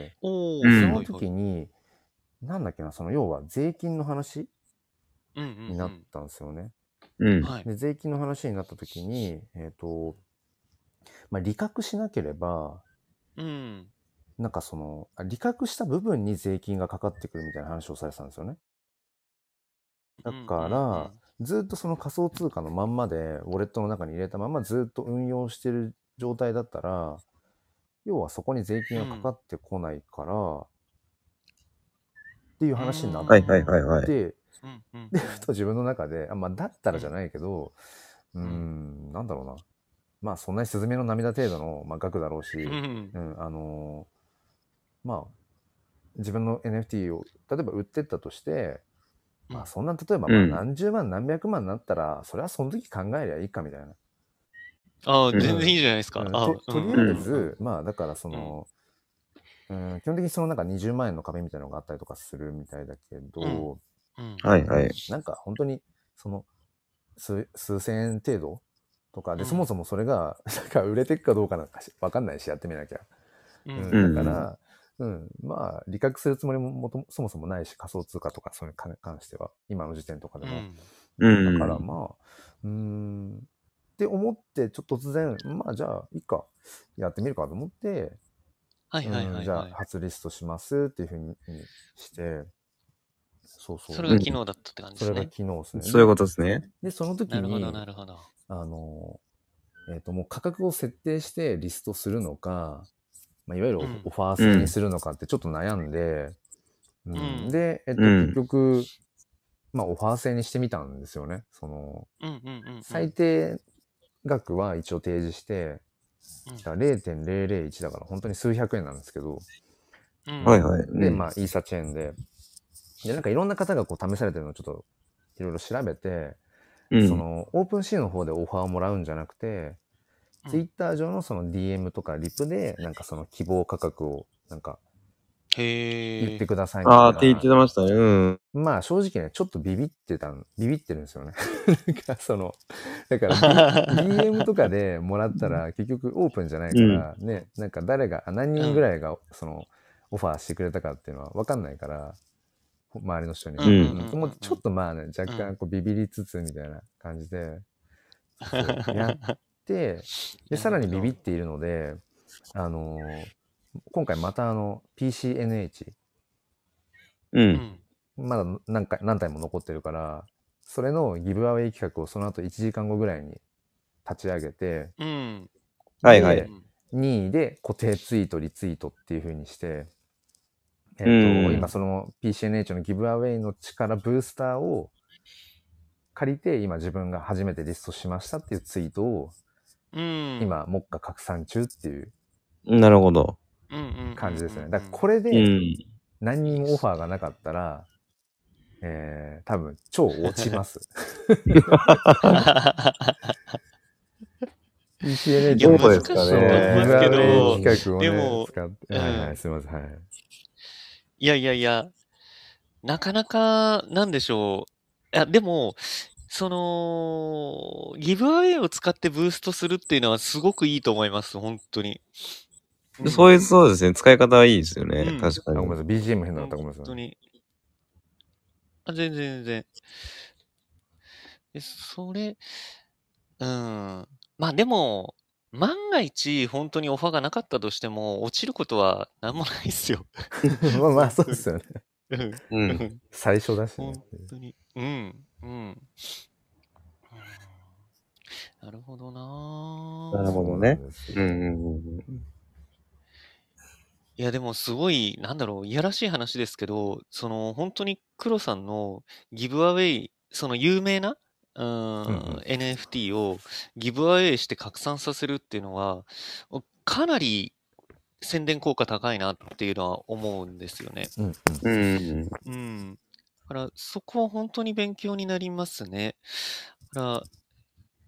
おー、 うんそのはいはいはい。 時に、なんだっけな、その要は税金の話うんうんになっうん。 たんですよね。 うん。 はい。 で、税金の話になった時に、えっ、と、まあ、利確しなければ、 うん。 なんかその、あ利確した部分に税金がかかってくるみたいな話をされてたんですよね。だうんかうんら、ずっとその仮想通貨のまんまで、ウォレットの中に入れたままずっと運用してる状態だったら、要はそこに税金がかかってこないから、っていう話になっはいはいはいはい。 て、 うんうんで、ふと自分の中で、あ、まあ、だったらじゃないけど、うーんん、なんだろうな。まあ、そんなにスズメの涙程度の、まあ、額だろうし、 うんうんうん、あのーまあ、自分の エヌエフティー を、例えば売ってったとして、まあ、そんな、例えば、まあ、 うん何十万、何百万になったら、それはその時考えりゃいいかみたいな。 ああ、 うん全然いいじゃないですか。 うん、 ああ、 と、とりあうんうんうんえず、まあ、だからその、うん、基本的にそのなんかにじゅうまん円の壁みたいなのがあったりとかするみたいだけど、 うんはいはい。 なんか本当に、その、数、数千円程度とかで、 うんそもそもそれが、なんか売れていくかどうかなんかしわかんないし、やってみなきゃ。 ううん、 うんだから、うん、まあ、利確するつもりももとそもそもないし、仮想通貨とか、それに関しては、今の時点とかでも。 うん。 だからまあ、うーん、って思って、ちょっと突然、まあじゃあ、いいか、やってみるかと思って、 はいはいうん、 はいはい。 じゃあ、初リストしますっていうふうにして、そうそう。 それが昨日だったって感じでそれがすね。 昨日ですね。 そういうことですね。 で、その時なるほどに、 なるほど。 あの、えっ、と、もう価格を設定してリストするのか、まあ、いわゆるオフうんオファー制にするのかってちょっと悩んで、うんうんで、えっ、と、 うん結局、まあ、オファー制にしてみたんですよね。その、 うんうんうんうん。 最低額は一応提示して、だから れいてんぜろぜろいち だから本当に数百円なんですけど、 うんはいはい。 で、 うんまあ、イーサチェーンで、で、なんかいろんな方がこう試されてるのをちょっといろいろ調べて、 うんその、オープンシーの方でオファーをもらうんじゃなくて、 うんツイッター上のその ディーエム とかリプで、なんかその希望価格を、なんかへえ。 言ってくださいみたいな。 ああ、って言ってましたね。うん。 まあ正直ね、ちょっとビビってたん、ビビってるんですよね。なんかその、だから、D、ディーエム とかでもらったら結局オープンじゃないから、ね、なんか誰が、あ何人ぐらいがそのオファーしてくれたかっていうのは分かんないから、周りの人にも。 うんうんうんと思ってちょっとまあね、若干こうビビりつつみたいな感じで、そうそうやってでさらにビビっているので、あのー今回またあの ピーシーエヌエイチう。 うんん。 まだ何回何体も残ってるから、それのギブアウェイ企画をその後いちじかんごぐらいに立ち上げて、 うん。 はいはいでにいで固定ツイートリツイートっていう風にして、えっ、と、 うん今その ピーシーエヌエイチ のギブアウェイの力ブースターを借りて、今自分が初めてリストしましたっていうツイートを、 うん。 今、目下拡散中っていうなるほど。 うんうんうん感じですね。だからこれうでん。 何にもオファーがなかったら、えー、多分超落ちます。ピーシーエヌエイチいや、 のそう難しいとですかね思いますけギブアウェどイ、企画をね、 でも、 使って、 うんはいはい、すみません、はい。 いやいやいや、なかなか、なんでしょう。いや、でも、その、ギブアウェイを使ってブーストするっていうのはすごくいいと思います、本当に。うんそういう、そうですね。使い方はいいですよね。 うん確かあ、ごめんなに。 さい、ビージーエム 変だった、 本ごめんなさい。 当に。あ、全然全然。で、それ、うん。まあでも、万が一、本当にオファーがなかったとしても、落ちることはなんもないっすよ。 まあまあ、 本当にそうですよね。 うん。 う。 うんん。 最初だしね本。当に。うん。うん。うんなるほどななるぁ。 そうほどね。 なんですよ。 うんうんうん。 いや、でもすごい、なんだろう、いやらしい話ですけど、その、本当に黒さんのギブアウェイ、その有名な、ううんーうんん、エヌエフティー をギブアウェイして拡散させるっていうのは、かなり宣伝効果高いなっていうのは思うんですよね。 うんうん。 うん。だから、そこは本当に勉強になりますね。だから、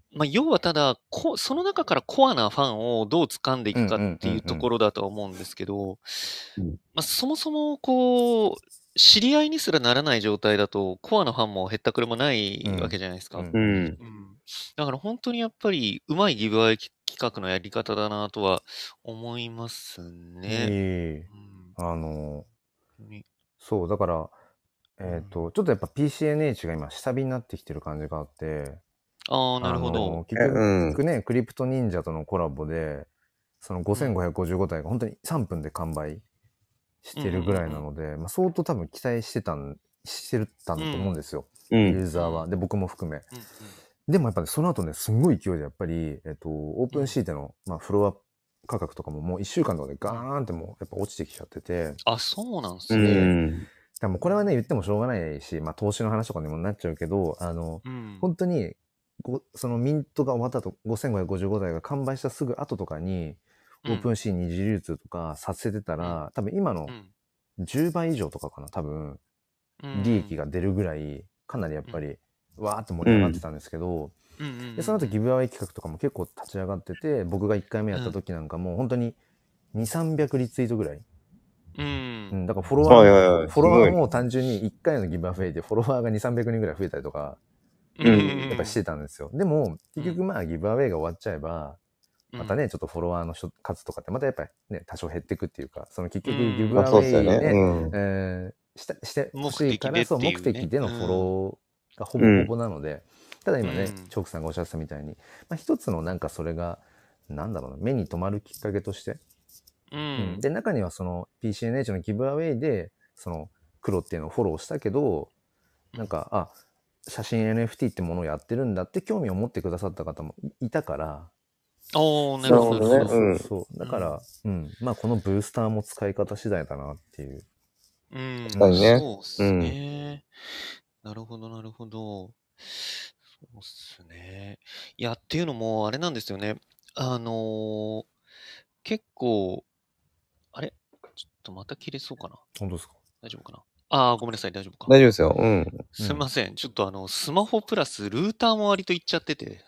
まあ、要はただ、こその中からコアなファンをどう掴んでいくかっていうところだとは思うんですけど、 うんまあ、そもそもこう、知り合いにすらならない状態だと、コアなファンも減ったくれもないわけじゃないですか。 うんうん。 うんだから本当にやっぱり、うまいギブアウェイ企画のやり方だなとは思いますね。 いいうんあの本当にそうだからえっ、とちょっとやっぱ ピーシーエヌエイチ が今下火になってきてる感じがあってああ、なるほあど。 の結局ね、クリプト忍者とのコラボでそのごせんごひゃくごじゅうご体が本当にさんぷんで完売してるぐらいなので、まあ、相当多分期待してたんしてたんだと思うんですよ、 うんユーザーは。で僕も含め。 うんうんでもやっぱり、ね、その後ねすんごい勢いでやっぱり、えっと、オープンシーでの、まあ、フロア価格とかももういっしゅうかんとかでガーンってもうやっぱ落ちてきちゃってて。 あ、そうなんすうね。 ん。 でもこれはね言ってもしょうがないし、まあ、投資の話とかにもなっちゃうけどあの、 うん本当にごそのミントが終わった後ごせんごひゃくごじゅうご台が完売したすぐ後とかに、オープンシー二次流通とかさせてたら、多分今のじゅうばい以上とかかな多分利益が出るぐらいかなりやっぱりわーって盛り上がってたんですけど、でその後ギブアウェイ企画とかも結構立ち上がってて、僕がいっかいめやった時なんかもう本当ににせんさんびゃくリツイートぐらい、 うんうん、だからフォロワー、 はいはいはいフォロワーも単純にいっかいのギブアウェイでフォロワーがにせんさんびゃくにんぐらい増えたりとか、 うんやっぱしてたんですよ。でも結局まあギブアウェイが終わっちゃえば、またねちょっとフォロワーの数とかってまたやっぱりね多少減っていくっていうか、その結局ギブアウェイね、ねえー、したしてほしいからそう目的でのフォローがほぼほぼなので、ただ今ね、チョークさんがおっしゃってたみたいに、まあ、一つのなんかそれがなんだろうな、目に留まるきっかけとして、 うんうん、で中にはその ピーシーエヌエイチ のギブアウェイでその黒っていうのをフォローしたけど、なんかあ写真 エヌエフティー ってものをやってるんだって興味を持ってくださった方もいたから、 おー、なるほどね。 そうそうだから、うん、まあこのブースターも使い方次第だなっていう。 うん、 ね、 そうっすね、うん。なるほど、なるほど。そうっすね。いや、っていうのも、あれなんですよね。あのー、結構、あれちょっとまた切れそうかな。 本当ですか？ 大丈夫かな。ああ、ごめんなさい、大丈夫か。 大丈夫ですよ。うん。 すいません。ちょっとあの、スマホプラスルーターも割といっちゃってて。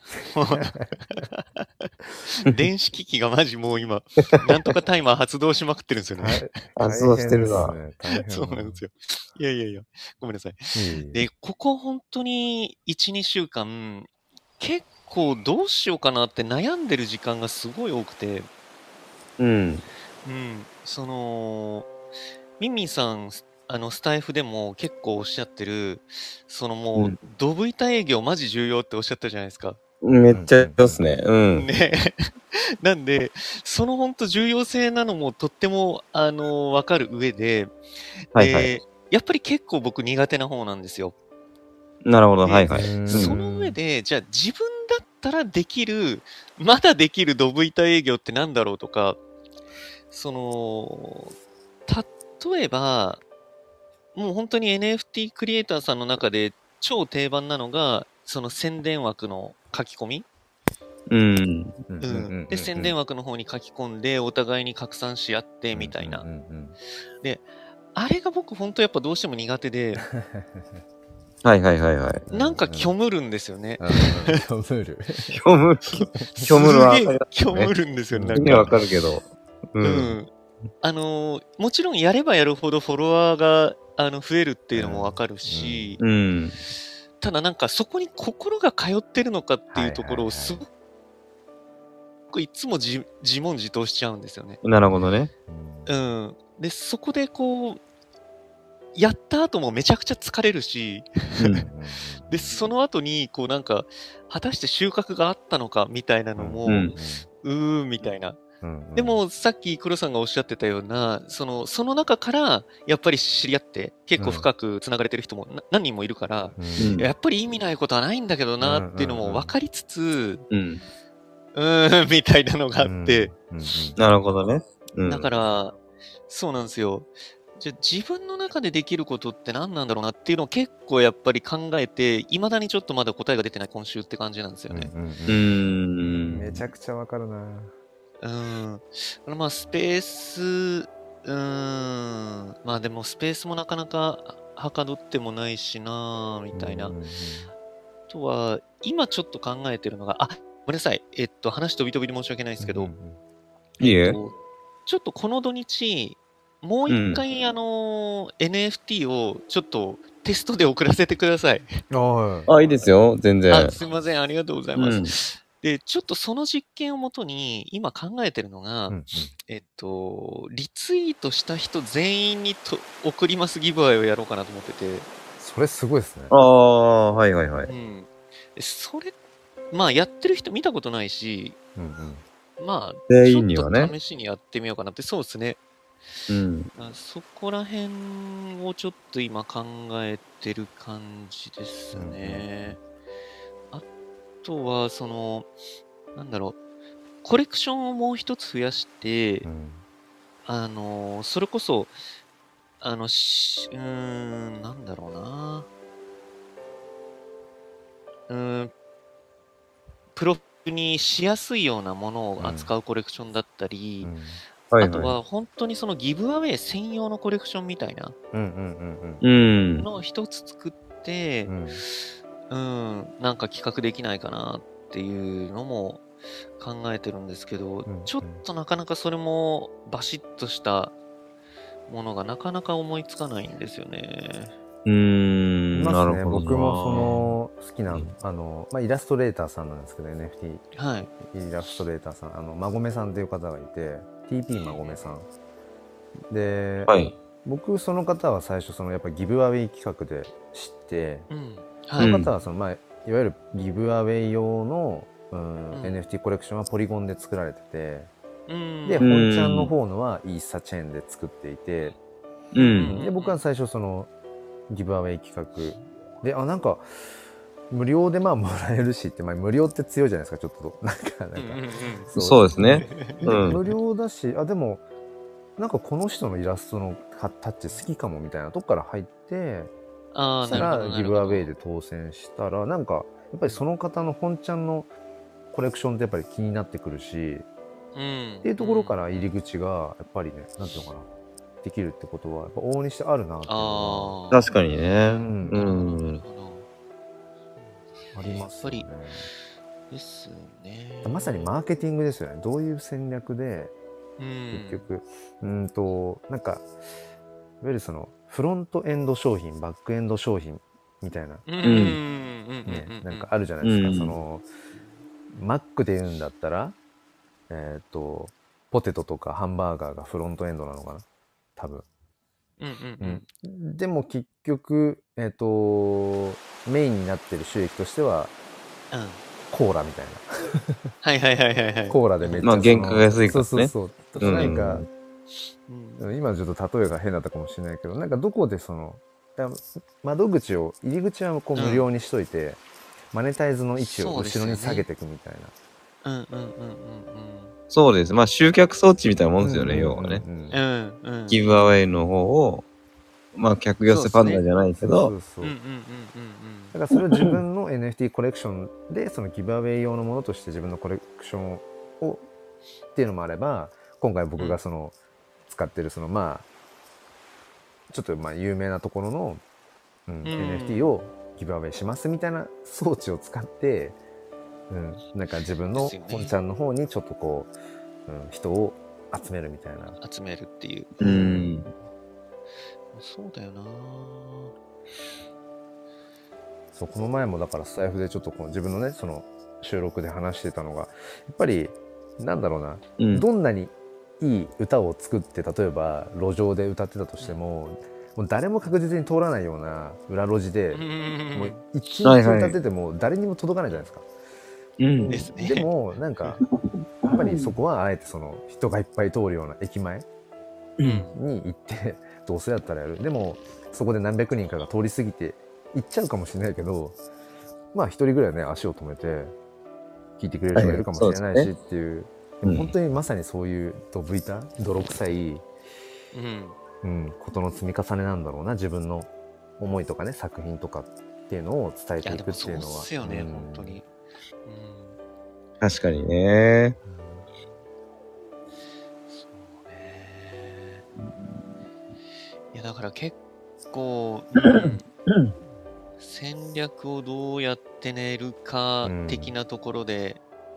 電子機器がマジもう今、なんとかタイマー発動しまくってるんですよね。 発動してるな。 そうなんですよ。いやいやいや、ごめんなさい。で、ここ本当にいち、にしゅうかん、結構どうしようかなって悩んでる時間がすごい多くて。 うん。 うん。その、ミンミンさん、あの、スタイフでも結構おっしゃってる、そのもう、うん、ドブ板営業マジ重要っておっしゃったじゃないですか。 めっちゃ重要っすね。うん。 ね。なんで、その本当重要性なのもとっても、あの、わかる上で、 はいはい、 やっぱり結構僕苦手な方なんですよ。 なるほど、はいはい。 その上で、じゃあ自分だったらできる、まだできるドブ板営業ってなんだろうとか、その、例えば、もう本当に エヌエフティー クリエイターさんの中で超定番なのが、その宣伝枠の書き込み。 うん。 うん。で、宣伝枠の方に書き込んで、お互いに拡散し合ってみたいな。で、あれが僕本当やっぱどうしても苦手で。 はいはいはいはい。 なんか虚無るんですよね。 虚無る。 虚無、虚無るは。 虚無るんですよね。 なんか。わかるけど。 うん。うんあのー、もちろんやればやるほどフォロワーがあの増えるっていうのもわかるし、 うんうん、 ただなんかそこに心が通ってるのかっていうところをすごくいつも自問自答しちゃうんですよね。 なるほどね。 うん。で、そこでこう、やった後もめちゃくちゃ疲れるし、うん、で、その後にこうなんか、果たして収穫があったのかみたいなのも、うん、うーんみたいな。うんうん、でもさっき黒さんがおっしゃってたようなそのその中からやっぱり知り合って結構深くつながれてる人も、うん、何人もいるから、うん、やっぱり意味ないことはないんだけどなっていうのも分かりつつ、うん、うーんみたいなのがあって、 うんうん、なるほどね、 うん、だからそうなんですよ。じゃあ自分の中でできることって何なんだろうなっていうのを結構やっぱり考えていまだにちょっとまだ答えが出てない今週って感じなんですよね。 うん、うん、 めちゃくちゃわかるな。 うん。まあ、スペース、うーん。まあでも、スペースもなかなかはかどってもないしなみたいな。あとは、 今ちょっと考えてるのが、あ、ごめんなさい。えっと、話飛び飛びで申し訳ないですけど、 うんうんいいえ。 えっと、ちょっとこの土日、もう一回、あのー エヌエフティー をちょっとテストで送らせてください。 うん。はい。 あ、いいですよ、全然あ、。すいません。ありがとうございます。 うん。 で、ちょっとその実験をもとに、今考えてるのが、 うんうん。 えっと、リツイートした人全員にと送りますギブアウェイをやろうかなと思ってて、 それすごいですね。 ああ、はいはいはうい。 ん。でそれ、まあ、やってる人見たことないし、 うんうん。 まあ、 全ちょっ員にはねと試しにやってみようかなって、そうですね。 うん。 あそこら辺をちょっと今考えてる感じですね。あとは、その、なんだろう、コレクションをもう一つ増やしてう、んあの、それこそ、あの、し、うーん、なんだろうな。うーん、プロフィールにしやすいようなものを扱うコレクションだったり、 うんはいはい。 あとは本当にそのギブアウェイ専用のコレクションみたいなうんうんうんうん。 のを一つ作ってう、んうん、なんか企画できないかなっていうのも考えてるんですけど、 うんちょっとなかなかそれもバシッとしたものがなかなか思いつかないんですよね。 うーん。 いますね。 なるほどな。 僕もその好きな、 うんあの、まあ、イラストレーターさんなんですけど エヌエフティーはい。 イラストレーターさん、あのまごめさんという方がいて ティーピー まごめさんで、 はい。 僕その方は最初そのやっぱギブアウェイ企画で知ってうん。 そはい。 の方はその、まあ、いわゆるギブアウェイ用の、うんうんエヌエフティー コレクションはポリゴンで作られててうん。 でうん本ちゃんの方のはイーサチェーンで作っていてううんん。 で僕は最初そのギブアウェイ企画であなんか無料でまあもらえるしって、まあ、無料って強いじゃないですかちょっとなんかなんか、 うんうんうんそうそうですね。 でうん無料だしあでもなんかこの人のイラストのタッチ好きかもみたいなとこから入ってああ、 そしたなるほど、 らギブアなるほど。 ウェイで当選したらなんかやっぱりその方の本ちゃんのコレクションってやっぱり気になってくるしうん。 っていうところから入り口がやっぱりねなんていうのかなできるってことはやっぱ往々にしてあるなっていうのああ。 確かにね。 うんなるほど、なるうん。 ほど。 はありますよねやっぱですね。 まさにマーケティングですよねどういう戦略でうん。 結局うんとなんかいわゆるそのフロントエンド商品バックエンド商品みたいなうん。うん。うん。 ねうん。 なんかあるじゃないですか、 うんそのマックで言うんだったらえっ、とポテトとかハンバーガーがフロントエンドなのかな多分、 うん。うん。 うん、でも結局えっ、とメインになってる収益としてはうん。 コーラみたいはいはいはいはいは。 ないコーラでめっちゃまあ原価が安いからねそうそうそううんなんか、 うん。 今ちょっと例えが変だったかもしれないけどなんかどこでそのだ窓口を入り口はこう無料にしといて、マネタイズの位置を後ろに下げていくみたいな、 うん。うん。うん。うん。 そうです。まあ集客装置みたいなもんですよね、 うん要はね。 うんうんうん。うん。 ギブアウェイの方を、まあ客寄せパンダじゃないけそうど、 そうそううん。うん。 だからそれを自分の エヌエフティー コレクションでそのギブアウェイ用のものとして自分のコレクションをっていうのもあれば今回僕がその使ってるそのまあちょっとまあ有名なところの、うんうんエヌエフティー をギブアウェイしますみたいな装置を使って、うん、なんか自分のですよね本ちゃんの方にちょっとこう、うん、人を集めるみたいな。 集めるっていう。 うん。 そうだよな。 そうこの前もだからスタイフでちょっとこう自分のねその収録で話してたのがやっぱりなんだろうな、 うん。 どんなにいい歌を作って例えば路上で歌ってたとしても、もう誰も確実に通らないような裏路地で、もう一日歌ってても誰にも届かないじゃないですか。 うん。 ですねでもなんかやっぱりそこはあえてその人がいっぱい通るような駅前うん。 に行ってどうせやったらやる。でもそこで何百人かが通り過ぎて行っちゃうかもしれないけど、まあ一人ぐらいね足を止めて聞いてくれる人がいるかもしれないしっていう、でも本当にまさにそういうどぶいた泥臭い、 うん。 うん、ことの積み重ねなんだろうな自分の思いとかね作品とかっていうのを伝えいや、 ていでもそうっくっていうのはすよね、 うん本当に。うん。 確かにね。 そうね。いや、だから結構、うん、 戦略をどうやって練るかうん的なところで、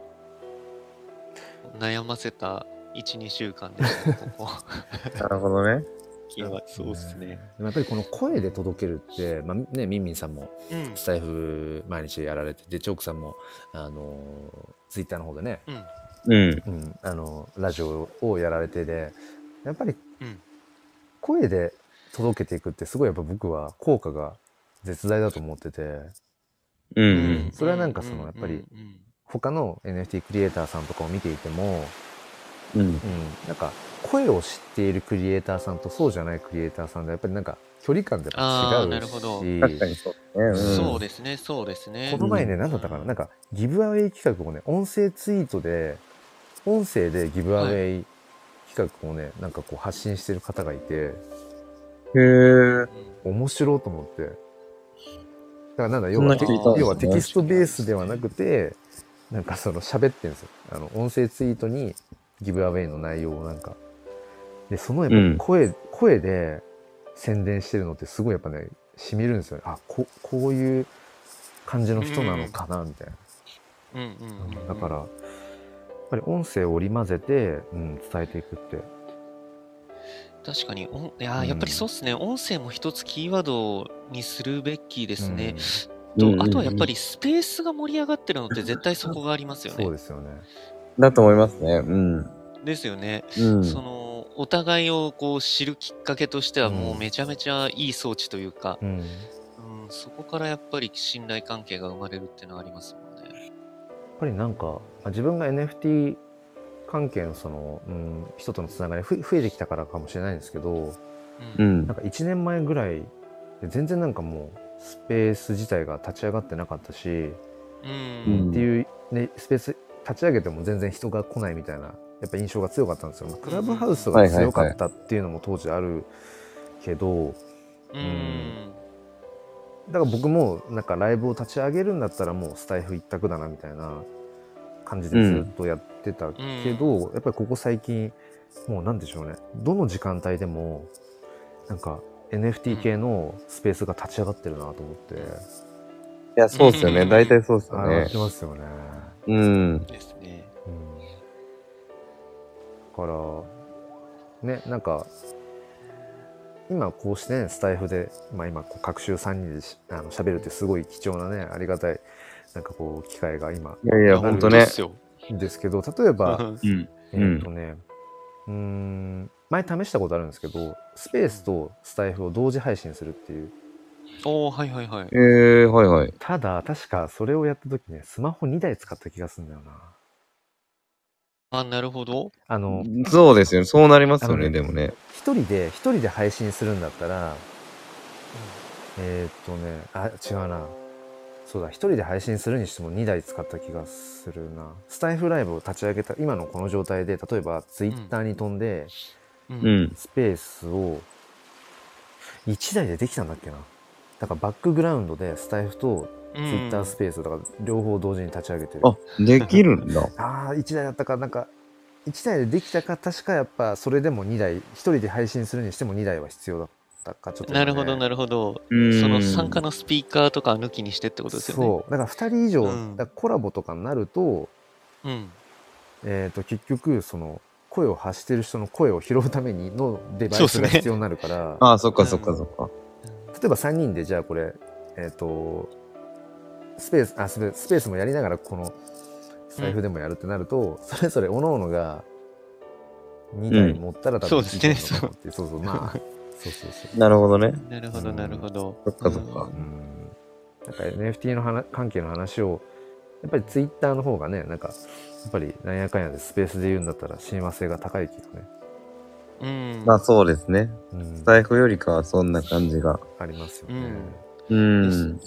悩ませたいち、にしゅうかんでしたね、ここ。 なるほどね。 いや、そうっすね。 でもやっぱりこの声で届けるって、まあね、ミンミンさんもうん。 スタイフ毎日やられてて、チョークさんも、あのツイッターの方でね、 うん。 うん。 うん、あのラジオをやられてで、やっぱりうん。 声で届けていくってすごいやっぱ僕は効果が絶大だと思ってて、 うんううん。 それはなんかそのやっぱりうん他の エヌエフティー クリエイターさんとかを見ていても、 うん。 うん、なんか声を知っているクリエイターさんとそうじゃないクリエイターさんでやっぱりなんか距離感ってやっぱ違うあーなるほどし、 確かにそうですね。 そうですね、そうですね。 この前ね、 うん何だったかな、なんかギブアウェイ企画をね、音声ツイートで音声でギブアウェイ企画をね、なんかこう発信してる方がいて、 うん。へえ。 面白いと思って。だからなんだ、要そんはな人いたんですね要はテキストベースではなくて、なんかその喋ってるんですよ。あの音声ツイートにギブアウェイの内容をなんか。で、そのやっぱり声、うん、声で宣伝してるのってすごいやっぱね、染みるんですよね。あ、ここういう感じの人なのかな、みたいな。 うんうんうんうん、 だから、やっぱり音声を織り交ぜて、うん、伝えていくって。 確かに、おいや、うん、やっぱりそうっすね。音声も一つキーワードにするべきですね。うん、と、あとはやっぱりスペースが盛り上がってるのって絶対そこがありますよね。 そうですよね。 だと思いますね。うん。 ですよね。 うん、 その、お互いをこう知るきっかけとしてはもうめちゃめちゃいい装置というか、うん、うん、そこからやっぱり信頼関係が生まれるっていうのはありますもんね。 やっぱりなんか、自分が エヌエフティー 関係のその、うん、人とのつながり増えてきたからかもしれないんですけど、うん、なんかいちねんまえぐらいで全然なんかもうスペース自体が立ち上がってなかったし、うん、っていう、ね、スペース立ち上げても全然人が来ないみたいなやっぱ印象が強かったんですよ。クラブハウスが強かったっていうのも当時あるけど、うん、だから僕もなんかライブを立ち上げるんだったらもうスタイフ一択だなみたいな感じでずっとやってたけど、うん、やっぱりここ最近もうなんでしょうね、どの時間帯でもなんか エヌエフティー 系のスペースが立ち上がってるなと思って、うん、いやそうですよね、大体そうですよね。 上がってますよね。 うんですね、 うん、だからね、なんか今こうしてねスタイフで、まあ、今こう各週さんにんでしあの喋るってすごい貴重なねありがたいなんかこう機会が今いやいや本当ねですけど、例えば、 うん、 えー、っとねうーん前試したことあるんですけど、スペースとスタイフを同時配信するっていう。 おーはいはいはい。 えー、はいはい。 ただ確かそれをやった時ねスマホにだい使った気がするんだよな。 あ、なるほど。 あのそうですよね、そうなりますよね。でもね一人で一人で配信するんだったら、うん、えー、っとねあ違うなそうだ一人で配信するにしてもにだい使った気がするな。スタイフライブを立ち上げた今のこの状態で例えばツイッターに飛んで、 うんうん、 スペースをいちだいでできたんだっけな。だからバックグラウンドでスタイフとツイッタースペースだから両方同時に立ち上げてる。 あ、できるんだ。 ああいちだいだったかなんかいちだいでできたか確かやっぱそれでもにだいひとりで配信するにしてもにだいは必要だったかちょっと、ね、 なるほどなるほど。その参加のスピーカーとか抜きにしてってことですよね。 そうだからふたり以上、うん、だコラボとかになると、 うん、 えーと結局その声を発してる人の声を拾うためにのデバイスが必要になるから、 ね、ああそっかそっかそっか、 うん、例えばさんにんでじゃあこれえっ、ー、とスペースあスペースもやりながらこの財布でもやるってなると、うん、それぞれ各々がにだい持ったら多分いいと思うって、そうそうそうまあそうそうそうなるほどね。 なるほどなるほど、 うん、そっかそっか、 うん、なんか エヌエフティー の話関係の話をやっぱりツイッターの方がねなんかやっぱりなんやかんやでスペースで言うんだったら親和性が高い気がね。 うん。 まあそうですね。うん、財布よりかはそんな感じがありますよね。 うん。うんですね。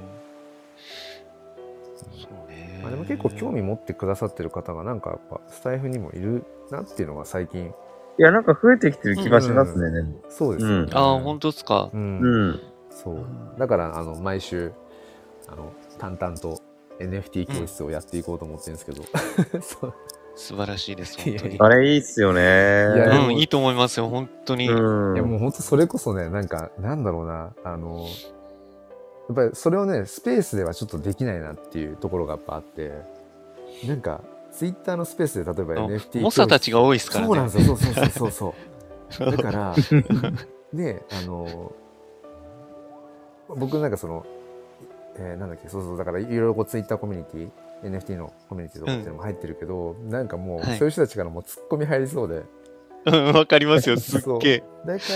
そうね。まあでも結構興味持ってくださってる方がなんかやっぱスタイフにもいるなっていうのが最近。 いやなんか増えてきてる気がしますね。うん、 そうですよね。 うん、ああ本当ですか。 うん。うん、そうだからあの毎週あの淡々と。エヌエフティー 教室をやっていこうと思ってるんですけど、うん、そう素晴らしいです本当に。 あれいいっすよね。いや、うん、いいと思いますよ本当に。 うん、いやもう本当それこそねなんかなんだろうなあのっぱりそれをねスペースではちょっとできないなっていうところがやっぱあって、なんかツイッターのスペースで例えば エヌエフティー猛者たちが多いですからね。 そうなんですよ。そうそうそうそうそうだからであの僕なんかその、えー、なんだっけ、そうそう、だからいろいろこうツイッターコミュニティ エヌエフティー のコミュニティとかっていうのも入ってるけど、うん、なんかもう、はい、そういう人たちからもうツッコミ入りそうでわかりますよ、すっげえ。 だから、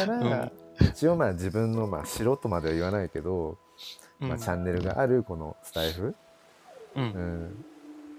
うん、一応まあ自分のまあ素人までは言わないけど、まあ、チャンネルがあるこのスタイフ、うんうん、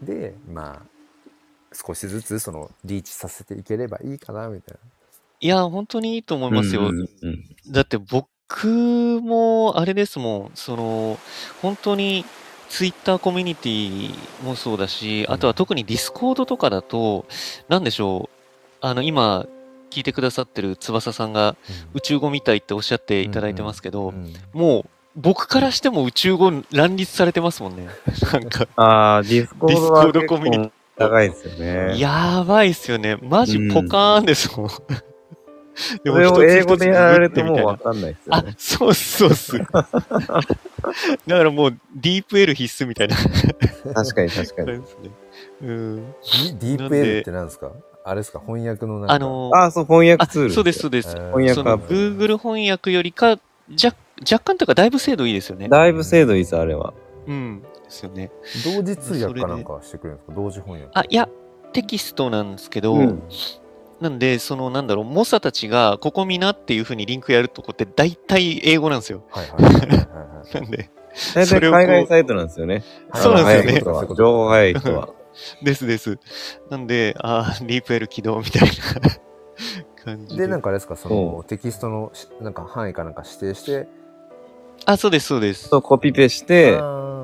でまあ少しずつそのリーチさせていければいいかなみたいな。 いや本当にいいと思いますよ、うんうんうん、だって僕もあれですもん、その本当にツイッターコミュニティもそうだし、あとは特にディスコードとかだと、なんでしょう、あの今聞いてくださってる翼さんが宇宙語みたいっておっしゃっていただいてますけど、うんうんうん、もう僕からしても宇宙語乱立されてますもんね。なんかあー、ディスコードは結構高いですよね。 やばいっすよね。マジポカーンですもん。 でもそれを英語でやられてもわかんないですよね。 あ、そうそうっす。だからもうディープ L 必須みたいな。 確かに確かに。 うん、 ディープ L って何ですか？あれですか、翻訳のなんか。 あのー、 あ、そう、翻訳ツール。 そうです、そうです。翻訳アプリ。Google 翻訳よりか、若若干というかだいぶ精度いいですよね。 だいぶ精度いいです、あれは。 うん。ですよね。 同時通訳かなんかしてくれるんですか？同時翻訳。 あ、いや、テキストなんですけど、うん、なんで、その、なんだろう、猛者たちが、ここ見なっていうふうにリンクやるとこって、大体英語なんですよ。 はいはいはいはい、はい。 なんで、 大体海外サイトなんですよね。 そうなんですよね。 情報早い人は。 ですです。なんで、ああ、ディープ L 起動みたいな感じで。 で、なんかあれですか、その、テキストのなんか範囲かなんか指定して。 あ、そうです、そうです。 そう、コピペして、 はい。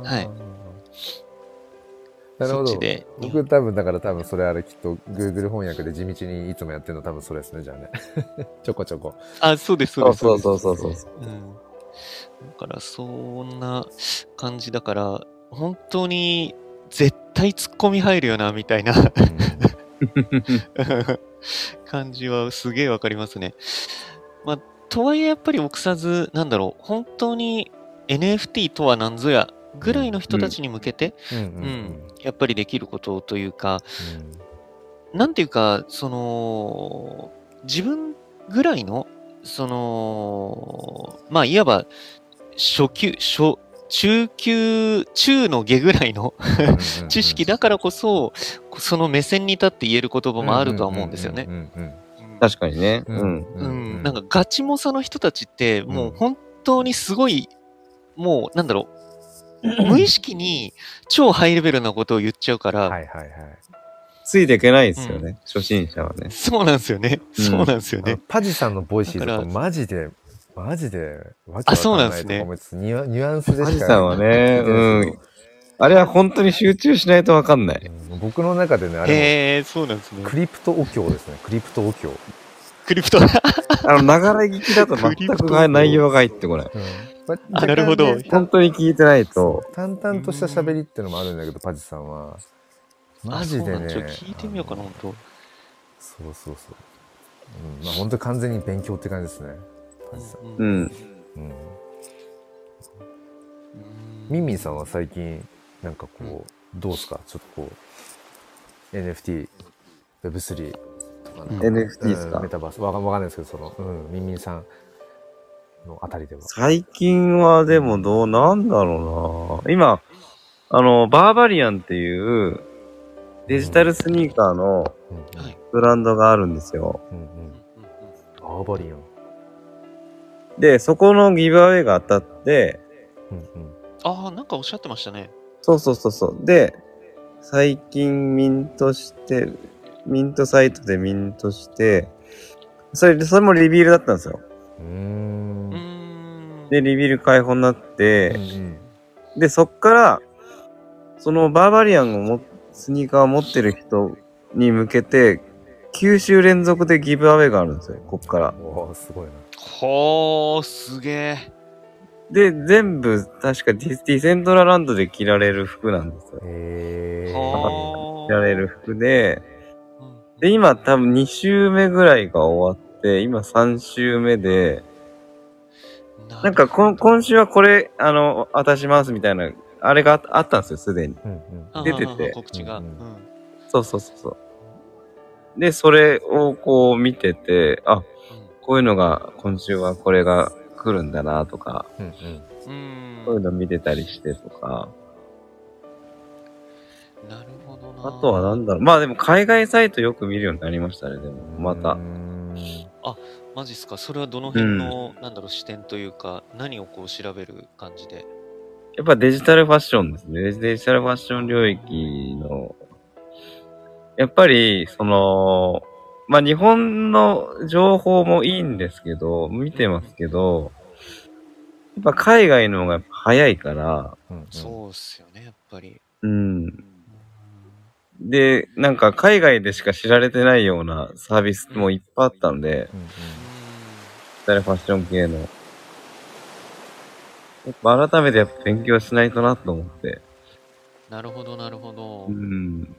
なるほど。僕多分だから多分それあれきっと Google 翻訳で地道にいつもやってるの多分それですね、じゃあね。ちょこちょこ。 あ、そうです、そうです。 そうそうそうそうそう。 うん。だからそんな感じだから、本当に絶対突っ込み入るよな、みたいな感じはすげえわかりますね。まあ、とはいえやっぱり臆さず、なんだろう、本当に エヌエフティー とは何ぞや、ぐらいの人たちに向けて、うん、うん、やっぱりできることというか、うん、なんていうか、その、自分ぐらいの、その、まあ、いわば、初級、初、中級、中の下ぐらいの知識だからこそ、その目線に立って言える言葉もあるとは思うんですよね。 確かにね。 うん。うん。なんかガチモサの人たちって、もう本当にすごい、もうなんだろう、無意識に超ハイレベルなことを言っちゃうから、 はいはいはい。 ついていけないですよね、うん、初心者はね。 そうなんですよね。うん、そうなんですよね。 パジさんのボイシーとかマジで、マジで、わけわかんないとか思いつつ、ニュアンスでしか。 パジさんはね、うん。あれは本当に集中しないとわかんない。 うん、僕の中でね、あれも、 へー、そうなんですね。 クリプトお経ですね、クリプトお経。 クリプトあの、ながら聞きだと全く内容が入ってこない。 うん、あ、なるほど。 本当に聞いてないと。 淡々とした喋りってのもあるんだけど、パジさんは。マジでね。 聞いてみようかな、本当。 そうそうそう。うん、まあ本当に完全に勉強って感じですね、パジさん。 うん。うん。 ミンミンさんは最近、なんかこう、どうですか？ちょっとこう、エヌエフティー、ウェブスリー とかなんか、 エヌエフティー ですか？ メタバース。わかんないですけど、その、うん、ミンミンさんのあたりでは。 最近はでもどう、なんだろうな。今、あの、バーバリアンっていうデジタルスニーカーのブランドがあるんですよ。 うんうん、バーバリアン。 で、そこのギブアウェイが当たって、 うんうん、ああ、なんかおっしゃってましたね。 そうそうそうそう。で、最近ミントして、ミントサイトでミントして、それで、それもリビールだったんですよ。 うーん。 で、リビール開放になって、うんうん、で、そっから、そのバーバリアンをも、スニーカーを持ってる人に向けて、きゅう週連続でギブアウェイがあるんですよ、こっから。 おー、すごいな。 ほー、すげえ。 で、全部、確かディ、ディセントラランドで着られる服なんですよ。 へー。着られる服で、で、今多分に週目ぐらいが終わって、今さん週目で、 ななんかこん今週はこれ、あの、渡しますみたいな、あれがああったんですよ、すでに。 うんうん出ててああああ告知が。 ううんん。 そうそうそうそう。で、それをこう見てて、あ、 うんこういうのが、今週はこれが来るんだなとか、 うんうんうーん。 そういうの見てたりしてとか、 なるほどな。 あとはなんだろう。まあでも海外サイトよく見るようになりましたね、でも。まうーた。 んマジっすか。それはどの辺の、なんだろう、視点というか、何をこう調べる感じで。 やっぱデジタルファッションですね。デジタルファッション領域の、やっぱり、その、まあ日本の情報もいいんですけど、見てますけど、やっぱ海外の方がやっぱ早いから、 うんうんそうっすよね、やっぱり。 うん。 うんで、なんか海外でしか知られてないようなサービスもいっぱいあったんで、 うんうんデジタルファッション系の。やっぱ改めてやっぱ勉強しないとなと思って。 なるほど、なるほど。 うん。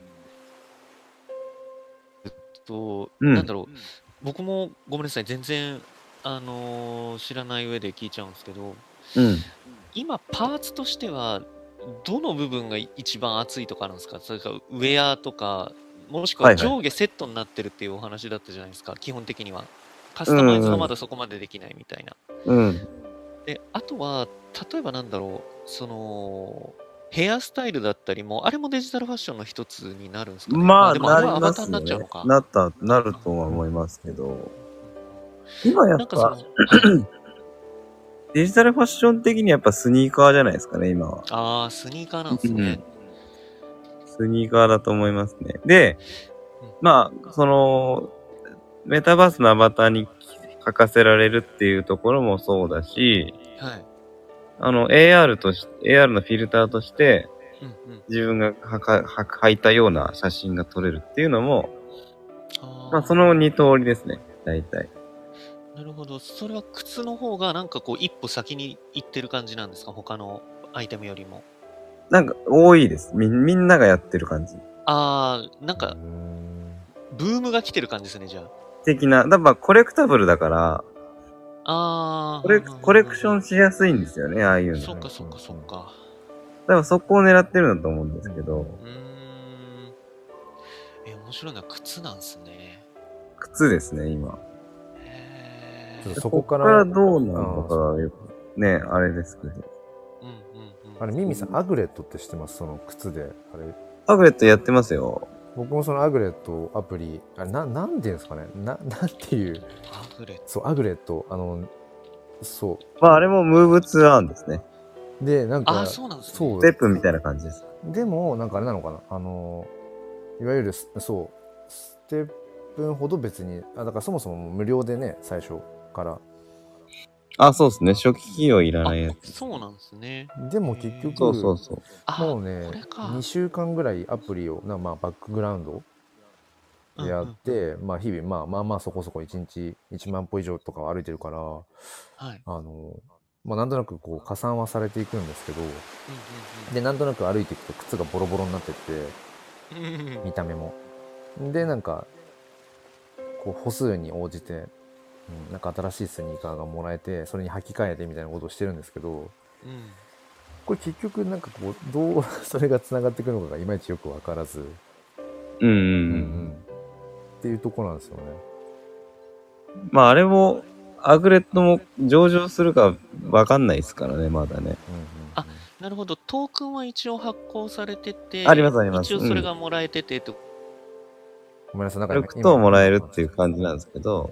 えっと、 うんなんだろう、僕もごめんなさい、全然、あのー知らない上で聞いちゃうんですけど、 うん。 今、パーツとしては、どの部分が一番熱いとかあるんですか？それからウェアとか、もしくははいはい上下セットになってるっていうお話だったじゃないですか、基本的には。カスタマイズはまだそこまでできないみたいな。 うん。 で、あとは、例えばなんだろう、その、ヘアスタイルだったりも、あれもデジタルファッションの一つになるんですかね。 まあ、 でもあれなりはアバターになますよねっちゃうのか。。 なった、なるとは思いますけど。今やっなんかその、 ぱ、 はい、 デジタルファッション的にやっぱスニーカーじゃないですかね、今は。 ああ、スニーカーなんですね。 スニーカーだと思いますね。で、まあ、その、メタバースのアバターに書かせられるっていうところもそうだし、 はい。 あの、エーアール とし、エーアール のフィルターとして、 うんうん。 自分がはか、は履いたような写真が撮れるっていうのも、 あまあ、その二通りですね、大体。 なるほど。それは靴の方がなんかこう一歩先に行ってる感じなんですか？他のアイテムよりも。 なんか、多いです。み、みんながやってる感じ。 ああ、なんかうーんブームが来てる感じですね、じゃ的な、だからコレクタブルだから、 あ。ああ。 コレク、コレクションしやすいんですよね、ああいうの。だかそっかそっかそっか。 らそこを狙ってるんだと思うんですけど、 うーん。え、面白いのは靴なんすね。 靴ですね、今。 へえ。 ちょっとそこかこかららどうなのかうんがよく、ね、あれですけど。 うんうんうん。 あれミミさんアグレットって知ってます？その靴であれタブレットやってますよ。 僕もそのアグレットアプリあれななんていうんですかねななんていうアグレット。 そうアグレットあのそまあ、あれもムーブツアーンですね。 うでなんかあ、そうなんですね。 そうステップみたいな感じです。 でもなんかあれなのかなあのいわゆるスそうステップほど別にあだからそもそも無料でね最初からあ、そうですね。初期費用いらないやあ、 つ。 そうなんですね。 でも結局そうそうそう。 あ、 もうねこれか。 にしゅうかんぐらいアプリをな、まあ、バックグラウンドでやって、まあ日々、まあ、まあまあそこそこいちにちいちまん歩以上とかは歩いてるからはい。 あの、まあ、なんとなくこう加算はされていくんですけどうんでなんとなく歩いていくと靴がボロボロになってってうんうん。うんうん見た目もでなんかこう歩数に応じて、うん、なんか新しいスニーカーがもらえてそれに履き替えてみたいなことをしてるんですけどうん。 これ結局なんかこうどうそれがつながっていくのかがいまいちよく分からず、 うんうんう。 うんうんん、っていうところなんですよね。 まあ、あれも、アグレットも上場するかわかんないですからね、まだね。 うんうんうんあなるほど。トークンは一応発行されてて、 ありますあります一応それがもらえてて、とごめんなさいなんか歩くともらえるっていう感じなんですけど、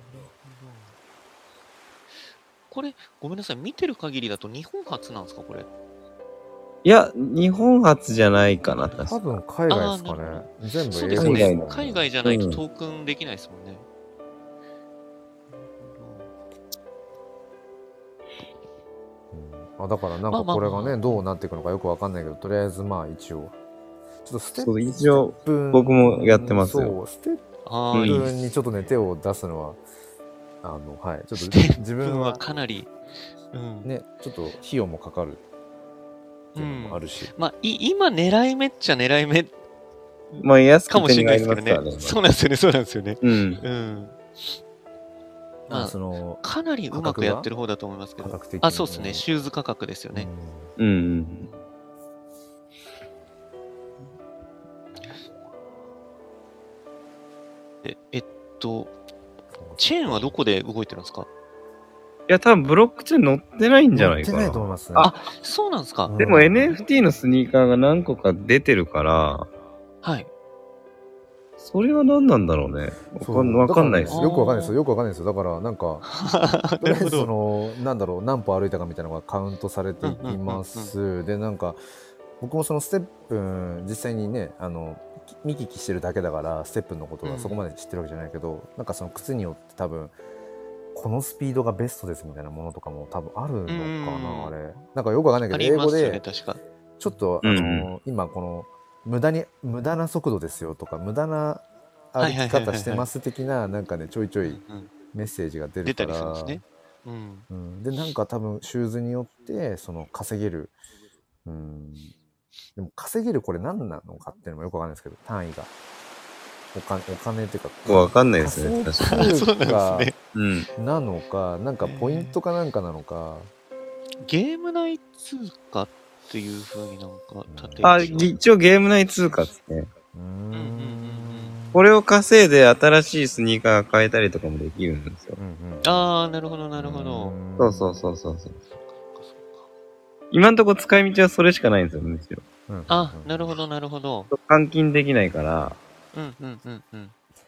これ、ごめんなさい。見てる限りだと日本初なんですか、これ。 いや、日本初じゃないかな、確か。 多分海外ですかあーなるね全部そうですよ英語ですもん。 ね海外じゃないとうんトークンできないですもんね。 うんあだからなんかこれがねどうなっていくのかよくわかんないけどとりあえずまあ一応ちょっとステッそう、一応、 プ僕もやってますよそうステッああ、 うんいいプですにちょっとね手を出すのはあのはいちょっとステップ自分ははかなり、うん。 ねちょっと費用もかかるっていうのもあるし、 まあ、い今狙い目っちゃ狙い目まあ、安かもしれく手にないですけどね。 入りますからね。 そうなんですよね、そうなんですよね。 うん。 うん。 まあ、 そのかなりうまくやってる方だと思いますけど。あ、そうですね。シューズ価格ですよね。 うん。うん。 え、えっと、チェーンはどこで動いてるんですか？ いや、多分ブロックチェーン載ってないんじゃないかな。 載ってないと思いますね。 あ、そうなんですか。 でも エヌエフティー のスニーカーが何個か出てるから、 はい。 それは何なんだろうね。わかんわかんないです。 よくわかんないですよ。よくわかんないですよ。だからなんか、とりあえずその、なんだろう、何歩歩いたかみたいなのがカウントされていきます。で、なんか、僕もそのステップ、実際にね、あの、見聞きしてるだけだから、ステップのことがそこまで知ってるわけじゃないけど、なんかその靴によって多分、このスピードがベストですみたいなものとかも多分あるのかな、あれ。なんかよくわかんないけど、英語で、ちょっと、あの、今この、無駄に、無駄な速度ですよとか、無駄な歩き方してます的な、なんかね、ちょいちょいメッセージが出るから、で、なんか多分、シューズによって、その、稼げる、うん、でも稼げるこれ何なのかっていうのもよくわかんないですけど、単位が。お金、お金っていうか、 わかんないですね。 仮想通貨なのか、なんかポイントかなんかなのか。 ゲーム内通貨っていうふうになんか立てあ、一応ゲーム内通貨ですね。 うーん。 これを稼いで新しいスニーカー買えたりとかもできるんですよ。 ああ、なるほど、なるほど。 そうそうそうそうそう。今んとこ使い道はそれしかないんですよ、むしろ。 あ、なるほど、なるほど。 換金できないから。 うんうんうんうん。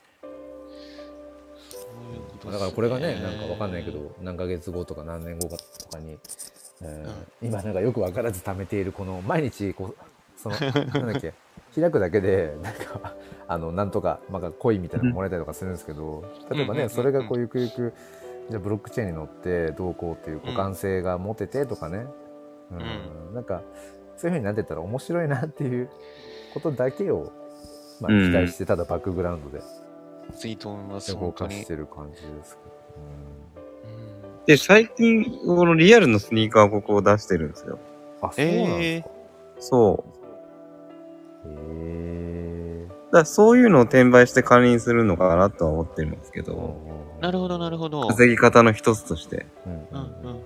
だからこれがね、なんかわかんないけど、何ヶ月後とか何年後かとかに、えー、今なんかよくわからず貯めているこの毎日こうそのなんだっけ開くだけでなんかあのなんとかまあコインみたいなのもらえたりとかするんですけど、例えばねそれがこうゆくゆくじゃあブロックチェーンに乗ってどうこうっていう互換性が持ててとかね、うん、なんかそういう風になってたら面白いなっていうことだけをまあ期待して、ただバックグラウンドで動かしてる感じですけど。 で、最近、このリアルのスニーカーをここを出してるんですよ。 あ、そうなんですか。 そう。 へえ。 だからそういうのを転売して管理するのかなとは思ってるんですけど。 なるほど、なるほど。 稼ぎ方の一つとして。 うんうんうんうんうん。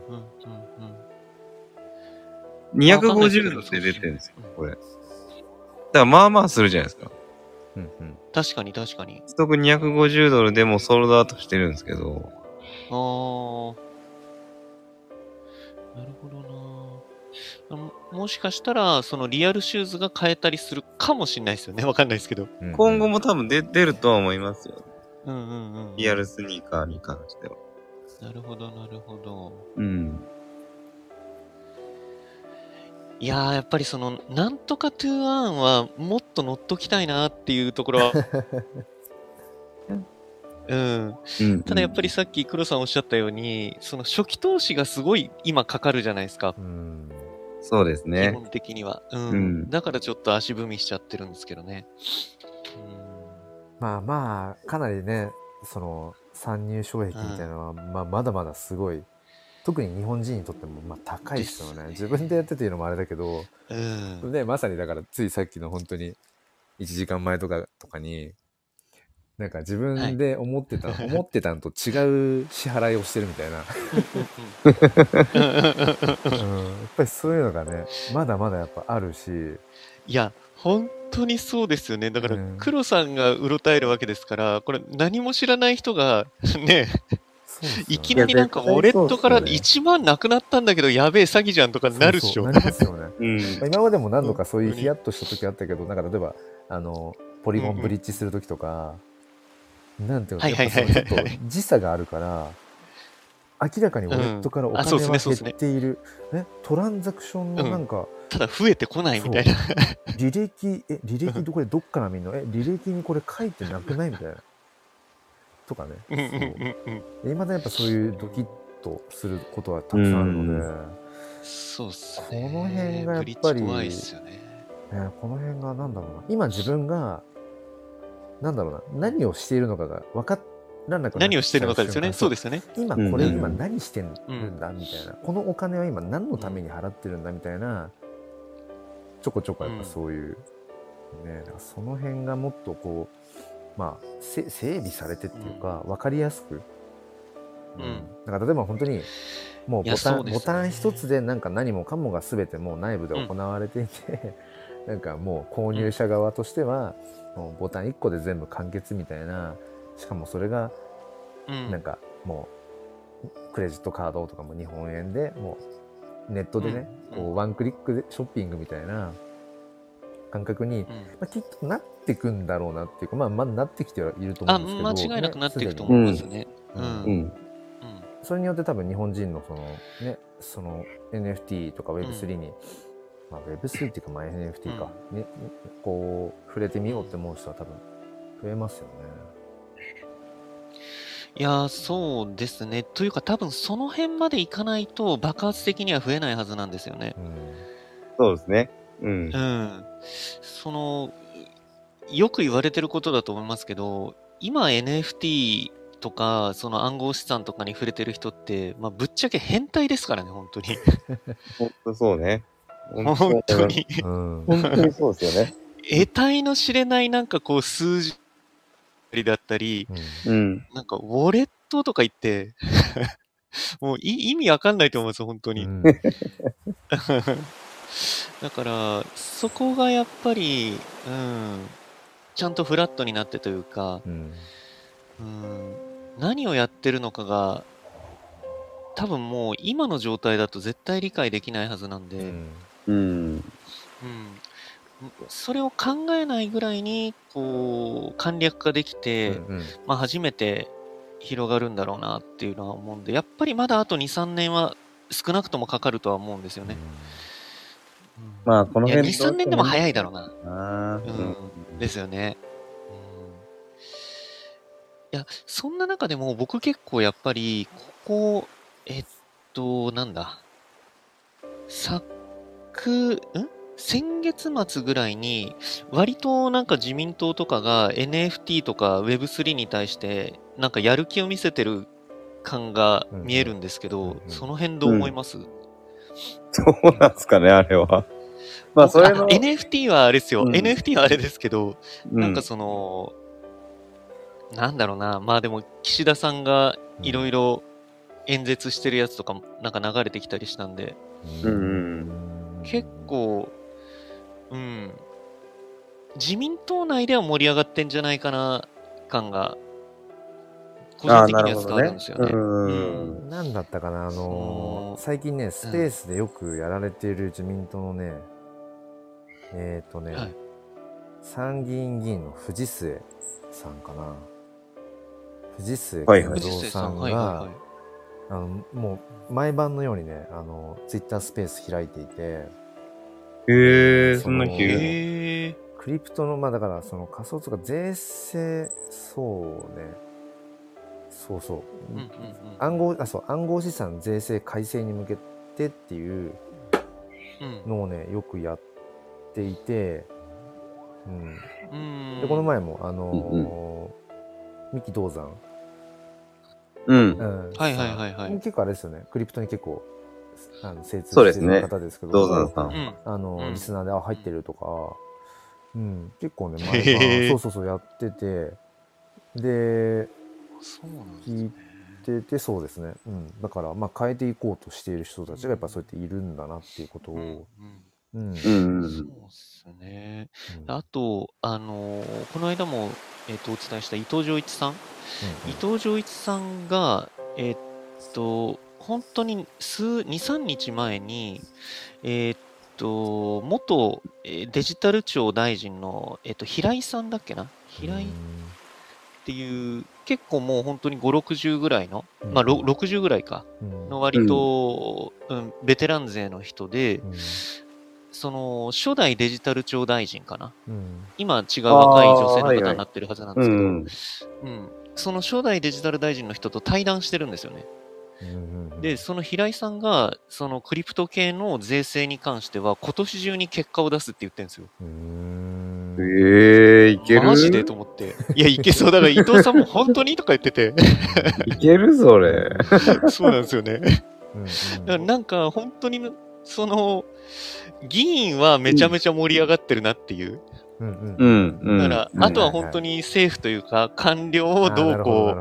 にひゃくごじゅうドルって出てるんですよ、これ。だからまあまあするじゃないですか。 うんうん。確かに確かに。 ストックにひゃくごじゅうドルでもソールドアウトしてるんですけど。 ああ。なるほどな。もしかしたら、そのリアルシューズが買えたりするかもしれないですよね。わかんないですけど。 うんうん、今後も多分出出るとは思いますよ。 うんうんうん、うん。 リアルスニーカーに関しては。 なるほど、なるほど。 うん。 いやー、やっぱりその、なんとかトゥーアーンはもっと乗っときたいなっていうところは。うん、ただやっぱりさっき黒さんおっしゃったように、その初期投資がすごい今かかるじゃないですか。 うん、そうですね。 基本的には、うん、うん。だからちょっと足踏みしちゃってるんですけどね。 うん、まあまあ、かなりね、その参入障壁みたいなのは、うん、まあ、まだまだすごい、特に日本人にとってもまあ高いですよね。自分でやってていうのもあれだけど、うん、ね、まさにだからついさっきの本当にいちじかんまえとかとかに、なんか自分で思ってた、はい、思ってたのと違う支払いをしてるみたいな、うん、やっぱりそういうのがねまだまだやっぱあるし、 いや本当にそうですよね。だから黒さんがうろたえるわけですから、これ何も知らない人がねいきなりなんかウォレットからいちまんなくなったんだけどやべえ詐欺じゃんとかなるっしょ。 そうそうなりますよね、うんまあ、今までも何度かそういうヒヤッとした時あったけど、なんか例えばあのポリゴンブリッジする時とか、うんうん、なんていうの、やっぱそのちょっと時差があるから明らかにウォレットからお金は減っている、うんね、トランザクションのなんか、うん、 ただ増えてこないみたいな履歴え履歴どこでどっから見んのえ履歴にこれ書いてなくないみたいなとかね、いまだやっぱそういうドキッとすることはたくさんあるので、 そうっすね、 この辺がやっぱり怖いっすよね、ね、この辺がなんだろうな、今自分がなんだろうな、何をしているのかが分かっ何をしてるのかですよね。そうですよね。 今これ今何してるんだみたいな、このお金は今何のために払ってるんだみたいな、ちょこちょこやっぱそういう、ね、だからその辺がもっとこうまあ整備されてっていうか分かりやすくうん。 だから例えば本当にもうボタン、 ね、 ボタン一つでなんか何もかもが全てもう内部で行われていて、うん、なんかもう購入者側としては、うん、もうボタンいっこで全部完結みたいな、しかもそれがなんかもうクレジットカードとかも日本円でもうネットでね、うん、こうワンクリックでショッピングみたいな感覚に、うん、まあ、きっとなってくんだろうなっていうか、まあ、まあなってきてはいると思うんですけど、 あ、間違いなくなっていくと思いますね。 うんうんうん、それによって多分日本人のそのね、その エヌエフティー とか ウェブスリー に、うん、まあ ウェブスリー っていうかまあ エヌエフティー か、うん、ね、こう触れてみようって思う人は多分増えますよね。 いや、そうですね。というか多分その辺までいかないと爆発的には増えないはずなんですよね。 うん、そうですね。うん。 うん。その、よく言われてることだと思いますけど、今 エヌエフティー とか、その暗号資産とかに触れてる人って、まあ、ぶっちゃけ変態ですからね、本当に。 本当そうね。 本当に。 本当にそうですよね。 得体の知れないなんかこう数字だったり、 うん、 なんかウォレットとか言って、もう意味わかんないと思うんですよ、本当に。うん、だから、そこがやっぱり、うん、ちゃんとフラットになってというか、うん、うん何をやってるのかが、多分もう今の状態だと絶対理解できないはずなんで、うんうんうん、 それを考えないぐらいにこう簡略化できて、うんうん、まあ、初めて広がるんだろうなっていうのは思うんで、やっぱりまだあと にさんねんは少なくともかかるとは思うんですよね。 うん、まあこの辺に、さんねんでも早いだろうな。あうん、ですよね。いや、そんな中でも僕結構やっぱり、ここ、えっと、なんだ。昨、ん先月末ぐらいに、割となんか自民党とかが エヌエフティー とか ウェブスリー に対して、なんかやる気を見せてる感が見えるんですけど、うんうん、その辺どう思います？うん、 そうなんですかね、あれは。まあ、それの。 エヌエフティー はあれですよ。うん、エヌエフティー はあれですけど、うん、なんかその、なんだろうな、まあでも岸田さんがいろいろ演説してるやつとかもなんか流れてきたりしたんで、 うん、 結構、うん、自民党内では盛り上がってんじゃないかな感が、個人的には伝わるんですよね。ねうん、なんだったかな、あのー、最近ね、スペースでよくやられている自民党のね、うん、えっ、ー、とね、はい、参議院議員の藤末さんかな。藤末健三さんが、あのもう毎晩のようにね、あのツイッタースペース開いていて、 へえー、そんな日へクリプトのまあだからその仮想通貨税制、そうね、そうそう、うんうんうん、暗号あそう暗号資産税制改正に向けてっていうのをね、よくやっていて、うん、うんでこの前もあのーうんうん、三木道山うん。 うん、はいはいはいはい。 結構あれですよね。クリプトに結構あの精通してる方ですけど、 道山さん。 あの、うん、リスナーであ入ってるとか、うん、結構ね毎晩そうそうそうやってて、で、 そうなんですね、 聞いててそうですね。うん、だからまあ変えていこうとしている人たちがやっぱそうやっているんだなっていうことを。うん。 うんうん、そうですね。うん、あとあのー、この間もえっとお伝えした伊藤浄一さん。うんうん、伊藤浄一さんが、えー、っと、本当に数、に、さんにちまえに、えー、っと、元デジタル庁大臣の、えー、っと、平井さんだっけな平井っていう、結構もう本当にご、ろくじゅうぐらいの、うん、まあ、ろくじゅうぐらいか、の割と、うんうん、ベテラン勢の人で、うん、その、初代デジタル庁大臣かな、うん、今違う若い女性の方になってるはずなんですけど、はいはい、うんその初代デジタル大臣の人と対談してるんですよね。で、その平井さんが、そのクリプト系の税制に関しては、今年中に結果を出すって言ってるんですよ。 うーんえー、いけるマジでと思って。いや、いけそう。だから伊藤さんも本当にとか言ってて。 いけるそれ。 そうなんですよね。だからなんか、本当に、その、議員はめちゃめちゃ盛り上がってるなっていう。 うんうん、 だから、あとは本当に政府というか、官僚をどうこ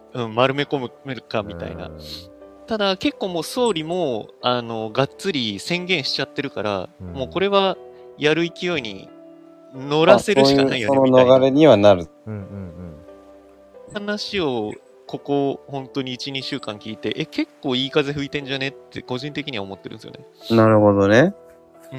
うん、丸め込めるかみたいな。ただ結構もう総理も、あの、がっつり宣言しちゃってるから、 うんもうこれはやる勢いに乗らせるしかないよね、 まあ、 みたいなその流れにはなる。 うんうん話を、ここ本当にいち、にしゅうかん聞いて、え、結構いい風吹いてんじゃねって個人的には思ってるんですよね。 なるほどね。 うん。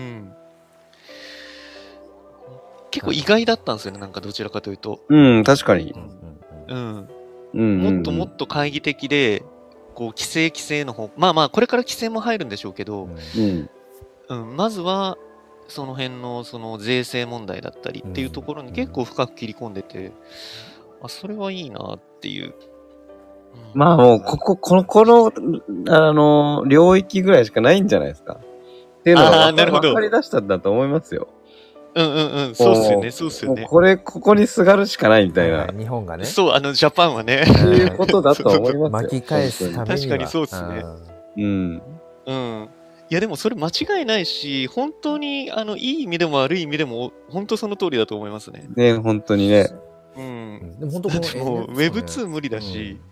結構意外だったんですよね、なんかどちらかというと。 うん、確かにう。んうんうん。 うんうんうん、 もっともっと懐疑的で、こう、規制規制の方、まあまあ、これから規制も入るんでしょうけど、 うん。 うん、まずは、その辺の、その税制問題だったりっていうところに結構深く切り込んでて、あ、それはいいなっていう。うん、 まあもう、ここ、この、この、あの、領域ぐらいしかないんじゃないですか。っていうのがあーなるほど分かり出したんだと思いますよ。 うんうんうん、そうっすよね、そうっすよね。 これ、ここにすがるしかないみたいな。 はいはい日本がね。 そう、あの、ジャパンはね。 っていうことだと思いますよ。 巻き返すためには。 確かにそうっすねうん。 うん。いや、でもそれ間違いないし、本当に、あの、いい意味でも悪い意味でも、本当その通りだと思いますね。 ね、本当にね。 う。 うんんでも本当このだってもう、ウェブツー 無理だし。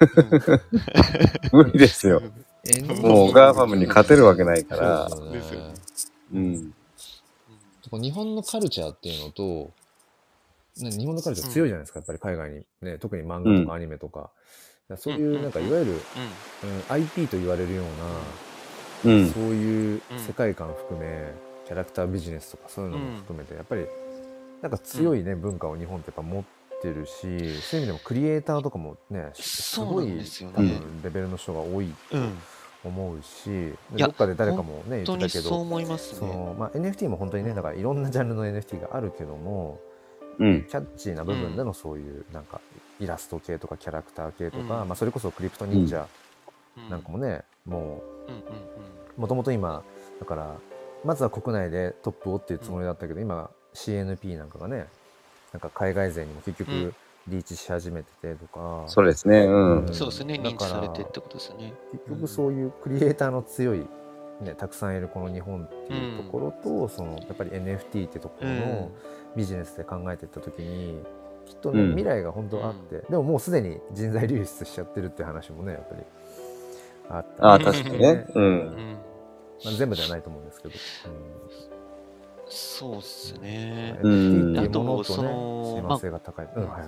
無理ですよ。 うんもう、ガーファムに勝てるわけないから。 そうですよねうん。 日本のカルチャーっていうのと、ね日本のカルチャー強いじゃないですか、やっぱり海外に。ね、特に漫画とかアニメとか。そういう、なんか、いわゆる、うん、アイピー と言われるような、 うん。 そういう世界観含め、キャラクタービジネスとかそういうのも含めて、やっぱり、なんか強いね、文化を日本ってやっぱ持ってるし、そういう意味でもクリエイターとかもね、すごい、多分レベルの人が多いと思うし、どっかで誰かもね、言ってたけど、 そう思いますね。 その、まあ、エヌエフティー も本当にね、だからいろんなジャンルの エヌエフティー があるけども、 うん、 キャッチーな部分でのそういうなんかイラスト系とかキャラクター系とか、うん、まあ、それこそクリプト忍者なんかもね、うん、もうもともと今だからまずは国内でトップをっていうつもりだったけど、うん、今 シーエヌピー なんかがねなんか海外勢にも結局リーチし始めててとか、 そうですね、うん、 うん、そうですね、認知されてってことですね。 結局そういうクリエイターの強いね、たくさんいるこの日本っていうところと、うん、そのやっぱり エヌエフティー ってところのビジネスで考えていった時にきっとね、うん、未来が本当あって、うん、でももうすでに人材流出しちゃってるって話もねやっぱりあった、 ね、あ確かにね、うんうんまあ、全部ではないと思うんですけど、うん、 そうっすね、 うん、エヌエフティー っていうものとね親和性が高い、うんはいはい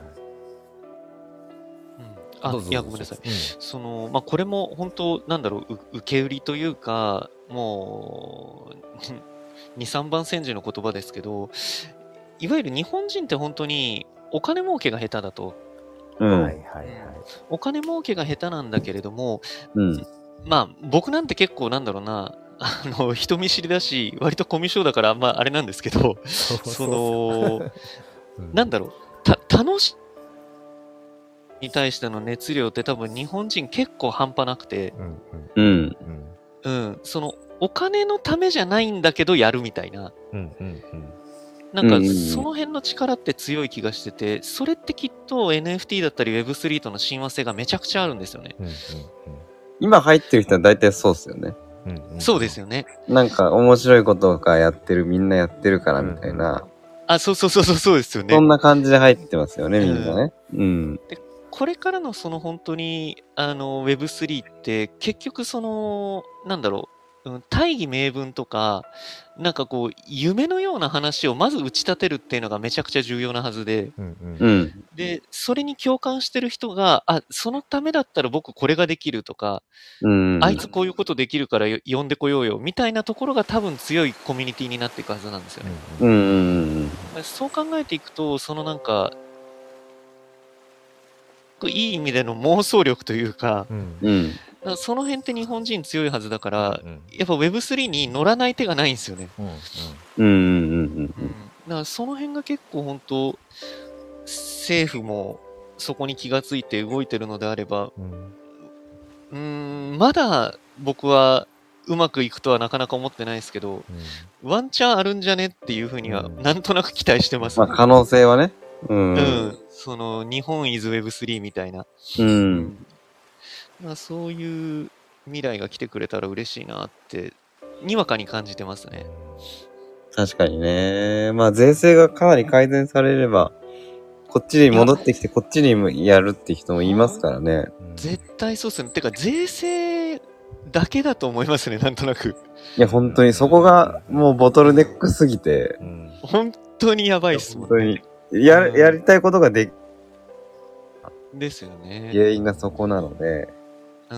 あ、いや、ごめんなさい。うん、その、まあ、これも本当、なんだろう、受け売りというか、もう、に、さんばん煎じの言葉ですけど、いわゆる日本人って本当にお金儲けが下手だと。 うん、 はいはいはい。 お金儲けが下手なんだけれども、 うん、 まあ、僕なんて結構なんだろうな、あの、人見知りだし、割とコミュ障だから、まあ、あれなんですけど、その、なんだろう、た、楽しい、に対しての熱量って多分日本人結構半端なくて、 うん、 うん、そのお金のためじゃないんだけどやるみたいな、 うんうんうん、 なんかその辺の力って強い気がしてて、それってきっと エヌエフティー だったり ウェブスリー との親和性がめちゃくちゃあるんですよね。 うんうんうん、 今入ってる人は大体そうですよね。 うんうん、そうですよね。 なんか面白いこととかやってる、みんなやってるからみたいな。うんうん、 あ、そうそうそうそうそうですよね。 そんな感じで入ってますよね、みんなね。うん。うんでこれからのその本当にあの ウェブスリー って結局そのなんだろう、うん、大義名分とかなんかこう夢のような話をまず打ち立てるっていうのがめちゃくちゃ重要なはずで、 うんうん、 でそれに共感してる人があそのためだったら僕これができるとか、 うん、 あいつこういうことできるから呼んでこようよみたいなところが多分強いコミュニティになっていくはずなんですよね。 うんうんうん、 そう考えていくとそのなんかいい意味での妄想力というか、 うん、 かその辺って日本人強いはずだから、うん、やっぱ ウェブスリー に乗らない手がないんですよね。 うんうんうんうん。 だからその辺が結構本当政府もそこに気がついて動いてるのであれば、うん、うんまだ僕はうまくいくとはなかなか思ってないですけど、うん、ワンチャンあるんじゃねっていうふうにはなんとなく期待してます、 ね。まあ可能性はね。 うん、うん、その日本 is ウェブスリー みたいな、 うん、 まあ、そういう未来が来てくれたら嬉しいなってにわかに感じてますね。 確かにね。まあ税制がかなり改善されればこっちに戻ってきてこっちにやるって人もいますからね。 絶対そうっすね。てか、税制だけだと思いますね、なんとなく。 いや、本当にそこがもうボトルネックすぎて、 うん、 本当にやばいっすも本んね。 当にや、やりたいことができ、 ですよね。 原因がそこなので、 うん。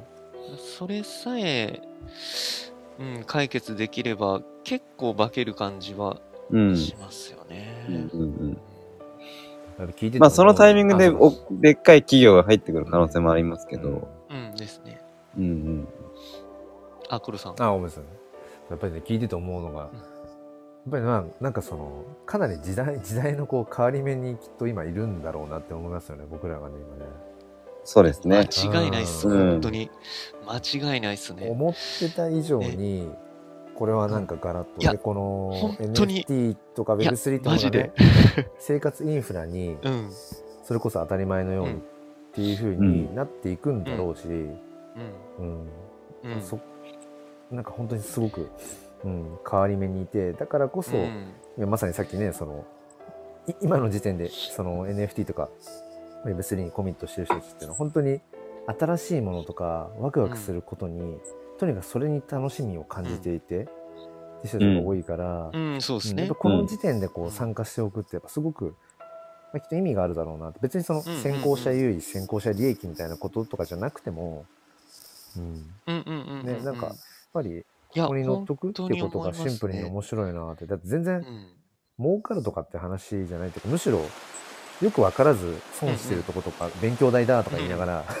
それさえ、うん、解決できれば結構化ける感じはうん。 しますよね。 うんうんうんやっぱ聞いててまあそのタイミングであそうおでっかい企業が入ってくる可能性もありますけど、 うんですね。 うんうん。 あ、黒さん。 あ、ごめんなさい。やっぱりね、聞いてて思うのが、やっぱりな、なんかその、かなり時代、時代のこう変わり目にきっと今いるんだろうなって思いますよね、僕らがね、今ね。 そうですね。 間違いないっす、 うん本当に。間違いないっすね。 思ってた以上に、これはなんかガラッと、 いやで、この本当にエヌエフティー とか ウェブスリー とかがマジでね、生活インフラに、 うん。 それこそ当たり前のようにっていう風になっていくんだろうし、 うん。 うんうん。 そなんか本当にすごく、うん、変わり目にいて、だからこそ、 うんいやまさにさっきね、そのい今の時点でその エヌエフティー とか ウェブスリー にコミットしてる人たちっていうのは本当に新しいものとかワクワクすることに、とにかくそれに楽しみを感じていて、っていう人たちが多いから、 うん、そうですねうんやっぱ。この時点でこう参加しておくってやっぱすごく、まあ、きっと意味があるだろうなって。別にそのうんうんうん先行者優位、先行者利益みたいなこととかじゃなくても、うんうんうんうんうん。 ね、なんかやっぱりいやここに乗っとくっていうことが本当に思いますねシンプルに面白いなって。だって全然うん。 儲かるとかって話じゃないというか、むしろよく分からず損してるとことか、勉強代だとか言いながら、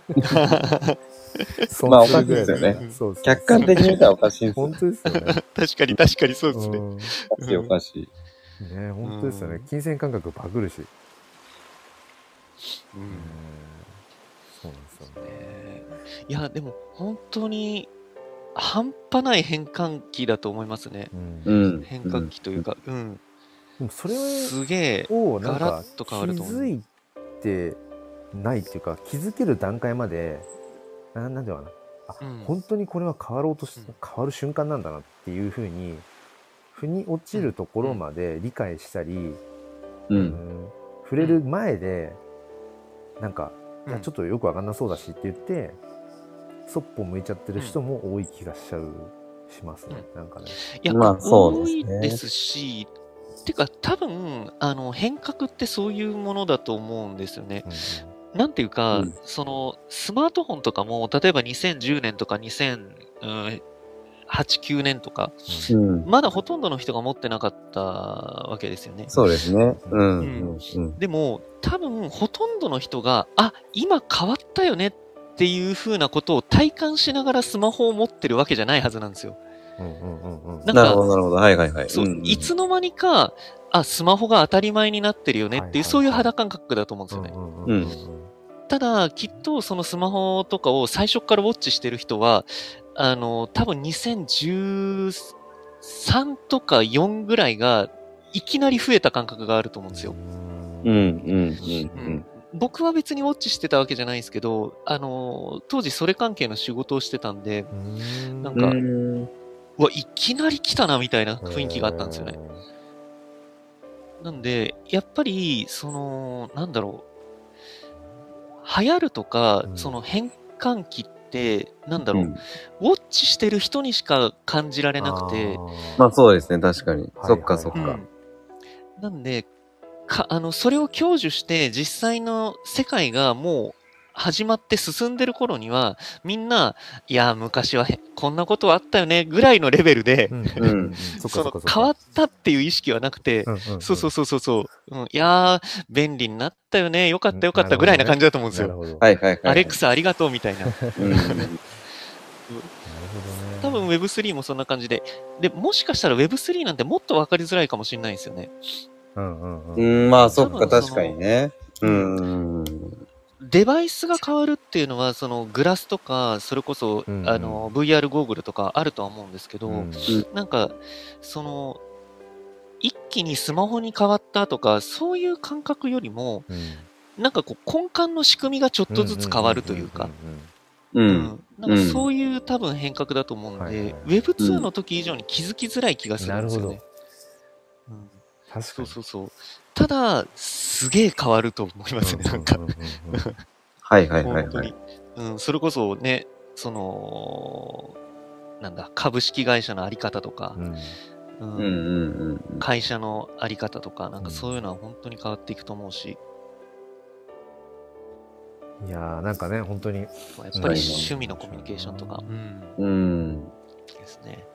損まあするぐらいおかしいですよねそうそうそう客観的に見たらおかしいんですよ。 本当ですよね。 確かに確かにそうですね。 うんおかしいおかしい。 ね本当ですよね。 うん金銭感覚バグるし。 うんうんそうなんですよね。 ねいや、でも本当に半端ない変換期だと思いますね。 うんうん。 変換期というか、うん。 でもそれすげえ、 をなんかガラッと気変わると思うづいてないっていうか、気づける段階までななんていうのかな、あ、 うん本当にこれは変わろうとし、 うん変わる瞬間なんだなっていうふうに腑に落ちるところまで理解したり、 う。 うんん触れる前でなんか、いやうんちょっとよくわかんなそうだしって言ってそっぽ向いちゃってる人も多い気がしちゃうしますね、なんかね。 いや、 まあそう多ですねいですし、てか多分、あの、変革ってそういうものだと思うんですよね。なんていうか、 うんその、スマートフォンとかも、例えばにせんじゅうねんとかにせんはち、きゅうねんとか、 うん。 まだほとんどの人が持ってなかったわけですよね。 そうですね。うん。 ううんん。うん。 でも、多分、ほとんどの人が、あ、今変わったよねっていう風なことを体感しながらスマホを持ってるわけじゃないはずなんですよ。 うんうんうんうんなんかなるほど、なるほど。はいはいはい。 そう、 んんいつの間にか、あ、スマホが当たり前になってるよねっていう、 はいはいはいそういう肌感覚だと思うんですよね。 うんうんうんただ、きっとそのスマホとかを最初からウォッチしてる人は、あの、多分にせんじゅうさんとかよんぐらいが、いきなり増えた感覚があると思うんですよ。 うん。うん。うん。 僕は別にウォッチしてたわけじゃないんですけど、あの、当時それ関係の仕事をしてたんで、 うんなんか、 うん。 うわ、いきなり来たなみたいな雰囲気があったんですよね。なんで、やっぱり、その、なんだろう、流行るとか、 うんその変換期って、なんだろう、 うんウォッチしてる人にしか感じられなくて、 まあそうですね、確かに。 はいそっかそっか。 うん。なんで、か、あの、それを享受して、実際の世界がもう始まって進んでる頃には、みんな、いや、昔はへこんなことはあったよね、ぐらいのレベルで、 うんうんうんそっかそのそっかそっか変わったっていう意識はなくて、 うんうんうんそうそうそうそうそう、うん、いやー、便利になったよね、よかったよかっなるほどねたぐらいな感じだと思うんですよ。 なるほど。 はいはいはい。 アレクサありがとうみたいな。 うん。 なるほどね。 多分 ウェブスリー もそんな感じで。で、もしかしたら ウェブスリー なんてもっと分かりづらいかもしれないんですよね。 うんうんううん。 ん、まあそっか、 多分その確かにね。うん。 デバイスが変わるっていうのは、そのグラスとか、それこそ、 うんうんあの、ブイアール ゴーグルとかあるとは思うんですけど、 うんなんか、その、一気にスマホに変わったとか、そういう感覚よりも、 うんなんかこう根幹の仕組みがちょっとずつ変わるというか、 う。 うんんなんかそういう多分変革だと思うんはいはいで、ウェブツー の時以上に気づきづらい気がするんですよね。うん確かに。 そうそうそう。 ただ、すげえ変わると思いますね、なんか。 はいはいはいはい。 本当に。うん、それこそね、その、なんだ、株式会社のあり方とか、うん、 うんうんうん。 会社のあり方とか、なんかそういうのは本当に変わっていくと思うし、 いやーなんかね本当に、 まあ、やっぱり趣味のコミュニケーションとか、 うん、うんですね。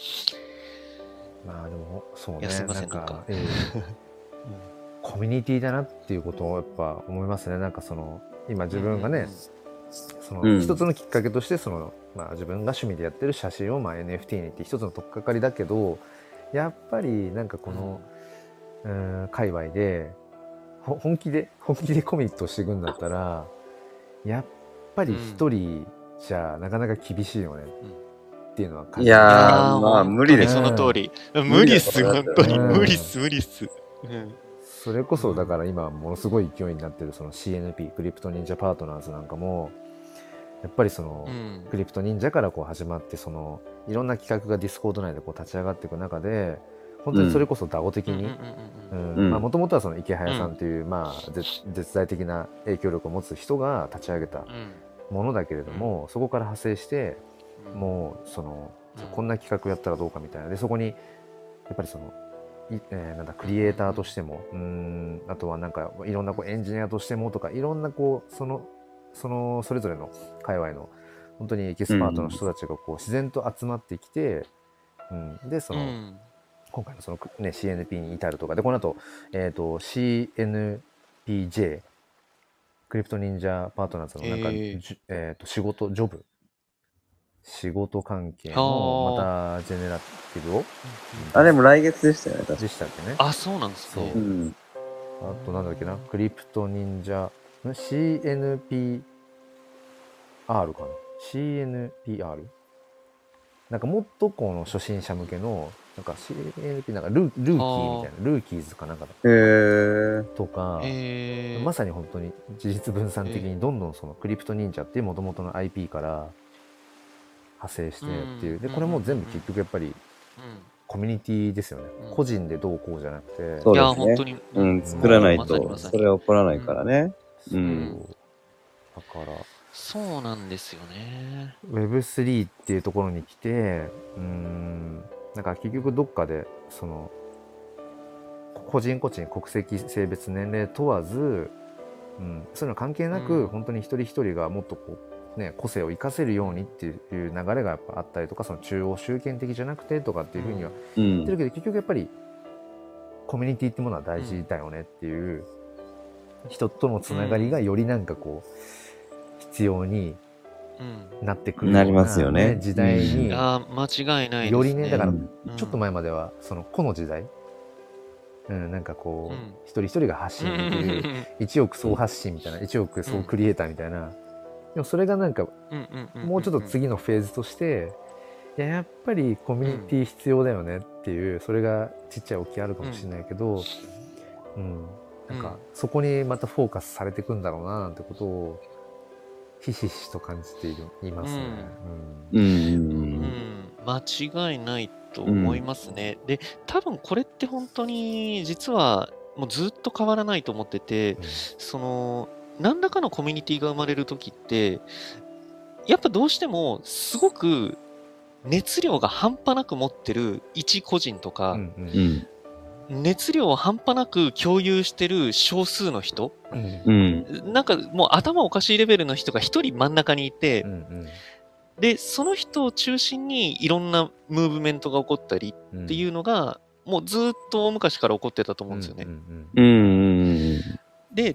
まあでもそうね、 いやすいませんなんか、 なんかえーコミュニティだなっていうことをやっぱ思いますね。なんかその今自分がね、 うんうんうんそうんの一つのきっかけとしてその、まあ、自分が趣味でやってる写真をまあ エヌエフティー にって一つの取っかかりだけど、やっぱりなんかこの、うーん界隈でほ本気で本気でコミットしていくんだったらやっぱり一人じゃなかなか厳しいよねっていうのは感じる。 いやー、 いやーまあ無理です。 その通り。無理っす、 無理だと思いますよ本当に。 うん無理っす、無理っす。うんそれこそだから今ものすごい勢いになってるその シーエヌピー クリプト忍者パートナーズなんかもやっぱりその、 うんクリプト忍者からこう始まってそのいろんな企画がディスコード内でこう立ち上がっていく中で本当にそれこそダオ的にうんもともとはその池早さんという、まあ、絶絶大的な影響力を持つ人が立ち上げたものだけれども、そこから派生してもうその、こんな企画やったらどうかみたいなでそこにやっぱりそのいえー、なんだクリエイターとしてもうーんあとはなんかいろんなこうエンジニアとしてもとかいろんなこうそのそのそれぞれの界隈の本当にエキスパートの人たちがこう自然と集まってきて、うん、でその、 うん今回のその、ね、シーエヌピー に至るとかでこの後、えーと シーエヌピージェー クリプト忍者パートナーズのなんか、 へーじゅえーと仕事ジョブ仕事関係のまたジェネラティブをあれも来月でしたよね、確かでしたっけね。 あ、そうなんですね。 そううん。 あとなんだっけなクリプト忍者ん シーエヌピーアール かな シーエヌピーアール なんかもっとこの初心者向けのなんか シーエヌピー なんかルルーキーみたいなルーキーズかなんかだへー。 とか、 へーまさに本当に事実分散的にどんどんそのクリプト忍者っていう元々の アイピー から派生してっていうでこれも全部結局やっぱりコミュニティですよね、 うん個人でどうこうじゃなくていや、 そうですね本当に。 うん、作らないまさにと、 まさにそれは起こらないからね。 そう、 うんだからそうなんですよね。 ウェブスリー っていうところに来てうーんなんか結局どっかでその個人個人国籍性別年齢問わず、うん、そういうの関係なく、 うん本当に一人一人がもっとこう、ね、個性を生かせるようにっていう流れがやっぱあったりとかその中央集権的じゃなくてとかっていうふうにはう言ってるん。 けど、結局やっぱりコミュニティってものは大事だよねっていう、人とのつながりがよりなんかこう必要にうん。 なってくるようなりますよね時代うんに、 いやー、間違いないですね。 よりねだからうんちょっと前まではその個の時代、うん、なんかこう、 うん一人一人が発信できる一億総発信みたいな一億総クリエイターみたいな、でもそれがなんかもうちょっと次のフェーズとしていややっぱりコミュニティ必要だよねっていうそれがちっちゃい大きいあるかもしれないけど、うんなんかそこにまたフォーカスされていくんだろうななんてことをひしひしと感じているいますね。 うん。 うん、間違いないと思いますね。で、多分これって本当に実はもうずっと変わらないと思ってて、 うんその何らかのコミュニティが生まれる時ってやっぱどうしてもすごく熱量が半端なく持ってる一個人とか、 うんうんうん。 熱量を半端なく共有してる少数の人、 うんうん。 なんかもう頭おかしいレベルの人が一人真ん中にいて、 うんうんで、その人を中心にいろんなムーブメントが起こったりうんっていうのが、もうずっと大昔から起こってたと思うんですよね。 うんうんうん。うん。 で、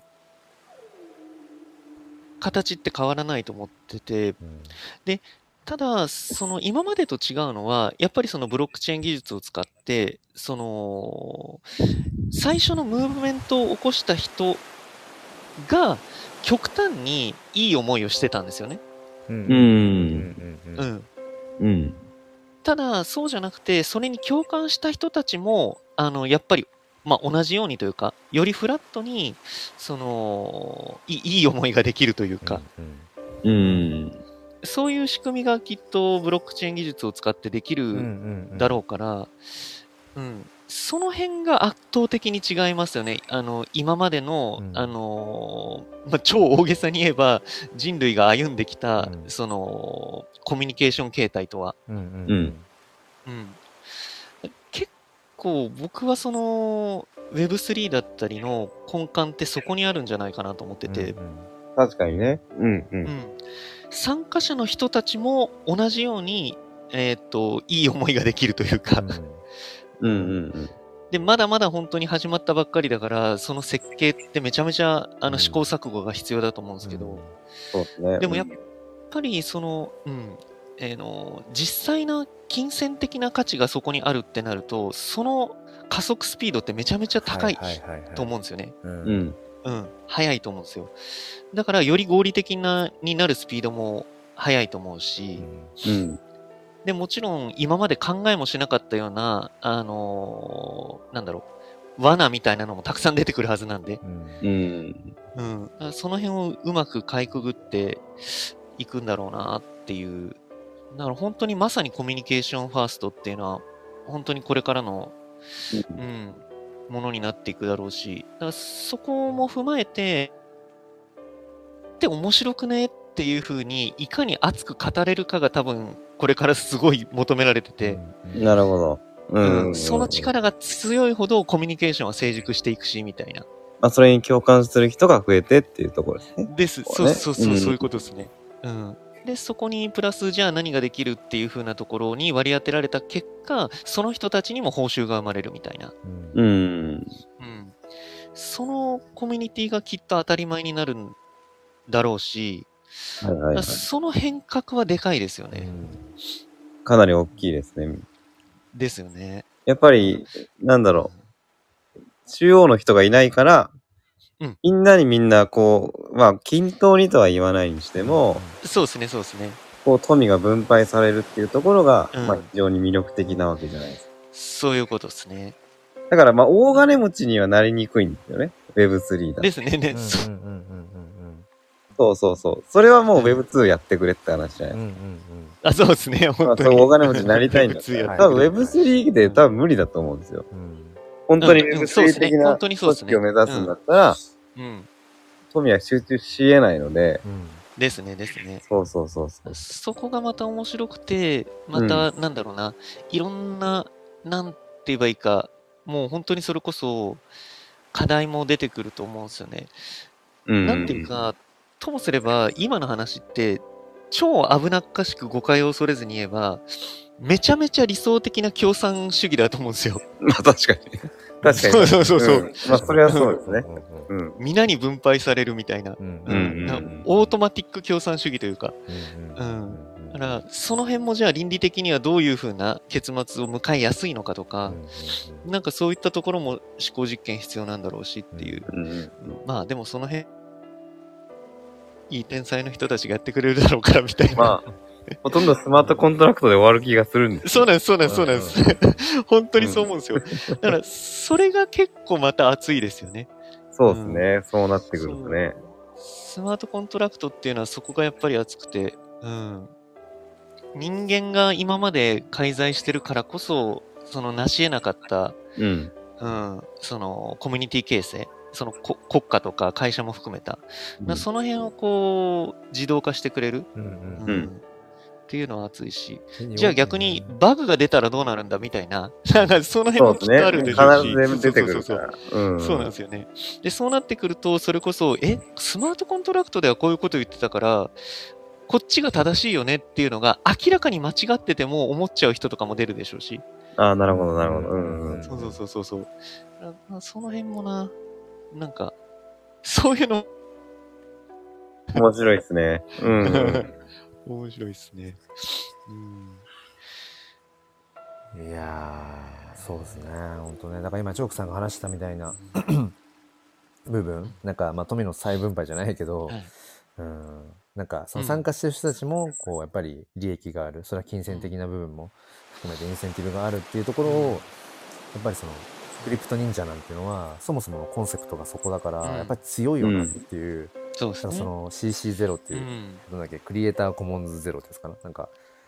形って変わらないと思ってて、 うんただ、その今までと違うのは、やっぱりそのブロックチェーン技術を使って、その、最初のムーブメントを起こした人が極端にいい思いをしてたんですよね。 うんうん。 うんうん。 うん。 ただ、そうじゃなくて、それに共感した人たちも、あの、やっぱり、まあ、同じようにというか、よりフラットに、その、いいいい思いができるというか、 うん。 そういう仕組みがきっとブロックチェーン技術を使ってできるだろうから、うん、 その辺が圧倒的に違いますよね。あの、今までの、 うんあのーまあ、超大げさに言えば、人類が歩んできた、 うんその、コミュニケーション形態とは。 うんうんうんうん。結構僕はその ウェブスリー だったりの根幹ってそこにあるんじゃないかなと思ってて、 うん確かにね。うんう。 うんん。参加者の人たちも同じように、えーっと、いい思いができるというか、 うんうんうんうん。 で、まだまだ本当に始まったばっかりだから、その設計ってめちゃめちゃあうんの試行錯誤が必要だと思うんですけど、 そうですね。 でもやっぱりその、うん、えーの、実際の金銭的な価値がそこにあるってなると、その加速スピードってめちゃめちゃ高いはいはいはいはいと思うんですよね。 うんうん。 うん、速いと思うんですよ。だから、より合理的な、になるスピードも速いと思うし、 うん。 で、もちろん、今まで考えもしなかったような、あのーなんだろう、罠みたいなのもたくさん出てくるはずなんで、 うんうん。 うん、だからその辺をうまくかいくぐっていくんだろうなっていう。だから本当にまさにコミュニケーションファーストっていうのは、本当にこれからの、うん、ものになっていくだろうし、だからそこも踏まえて、で面白くねっていう風にいかに熱く語れるかが多分これからすごい求められてて、 うんなるほど。ううんん。 その力が強いほどコミュニケーションは成熟していくしみたいな。 まあ、それに共感する人が増えてっていうところですね。 です。 そそううねそうそう、 うんそういうことですね。うん。で、そこにプラスじゃあ何ができるっていう風なところに割り当てられた結果、その人たちにも報酬が生まれるみたいな。 うんうん。 うん。そのコミュニティがきっと当たり前になるんだろうし、 はいはいはい。 その変革はでかいですよね。 かなり大きいですね。 ですよね。 やっぱり、なんだろう。中央の人がいないから、 うんみんなにみんなこう、まあ均等にとは言わないにしても、 そうですね、そうですね。 こう富が分配されるっていうところが、 うんまあ非常に魅力的なわけじゃないですか。 そういうことですね。 だからまあ大金持ちにはなりにくいんですよね。ウェブスリー だと。 ですね、ね、 うんそうんうんうんそうそうそう。それはもう ウェブツー やってくれって話じゃないうんうんですうんあ、そうですね、 か。ま本当に。 あそう大金持ちになりたいんだったら、 ウェブツーや多分はいウェブスリー で多分無理だと思うんですよ。 うん本当にうんウェブスリーそうですね的な本当にそうですね組織を目指すんだったら、 うん。 富は集中し得ないので、 うんですね、ですね。 そうそうそうそう。 そこがまた面白くて、また、なんだろうな、いろんな、なんて言えばいいか、もう本当にそれこそ、課題も出てくると思うんですよね。 うんなんていうか、ともすれば、今の話って、超危なっかしく誤解を恐れずに言えば、めちゃめちゃ理想的な共産主義だと思うんですよ。 まあ確かに。確かに。 そうそうそうそうんまあそれはそうですね。 うんうん。 皆に分配されるみたいな。 うんうんうんなオートマティック共産主義というか。 うんうんだから、その辺もじゃあ倫理的にはどういう風な結末を迎えやすいのかとか、なんかそういったところも思考実験必要なんだろうしっていう。 うんうんまあでもその辺、いい天才の人たちがやってくれるだろうからみたいな。 まあ、ほとんどスマートコントラクトで終わる気がするんです。 そうなんです、そうなんです、そうなんです。本当にそう思うんですよ。だから、それが結構また熱いですよね。 そうですね。そうなってくるとね。 スマートコントラクトっていうのはそこがやっぱり熱くて、うん。人間が今まで介在してるからこそ、その成し得なかった、 うん。 うん、そのコミュニティ形成、そのこ国家とか会社も含めた、なその辺をこう自動化してくれる、 うんうんうんっていうのは熱いし、 うんじゃあ逆にバグが出たらどうなるんだみたいな、なんかその辺もきっそうですね。 とあるでしょうし、 必ず全部出てくるそうそうから。 そうそうなんですよね。で、そうなってくると、それこそ、え、スマートコントラクトではこういうこと言ってたから、こっちが正しいよねっていうのが明らかに間違ってても思っちゃう人とかも出るでしょうし。 ああ、なるほど、なるほど。うんうん。 そうそうそうそうそう。あその辺もな、なんか、そういうの、 面白いですね。うんうん。 面白いですね。うん。 いやーそうですね本当ねだから今ジョークさんが話したみたいな部分なんかまあ富の再分配じゃないけど、 はいうんなんかその参加してる人たちもこうやっぱり利益があるそれは金銭的な部分も含めてインセンティブがあるっていうところをやっぱりそのクリプト忍者なんていうのはそもそものコンセプトがそこだから、 うんやっぱり強いよなっていう、 そうですね。 なんかその シーシーゼロ っていう、 うん。 なんだっけクリエイターコモンズゼロですかななんか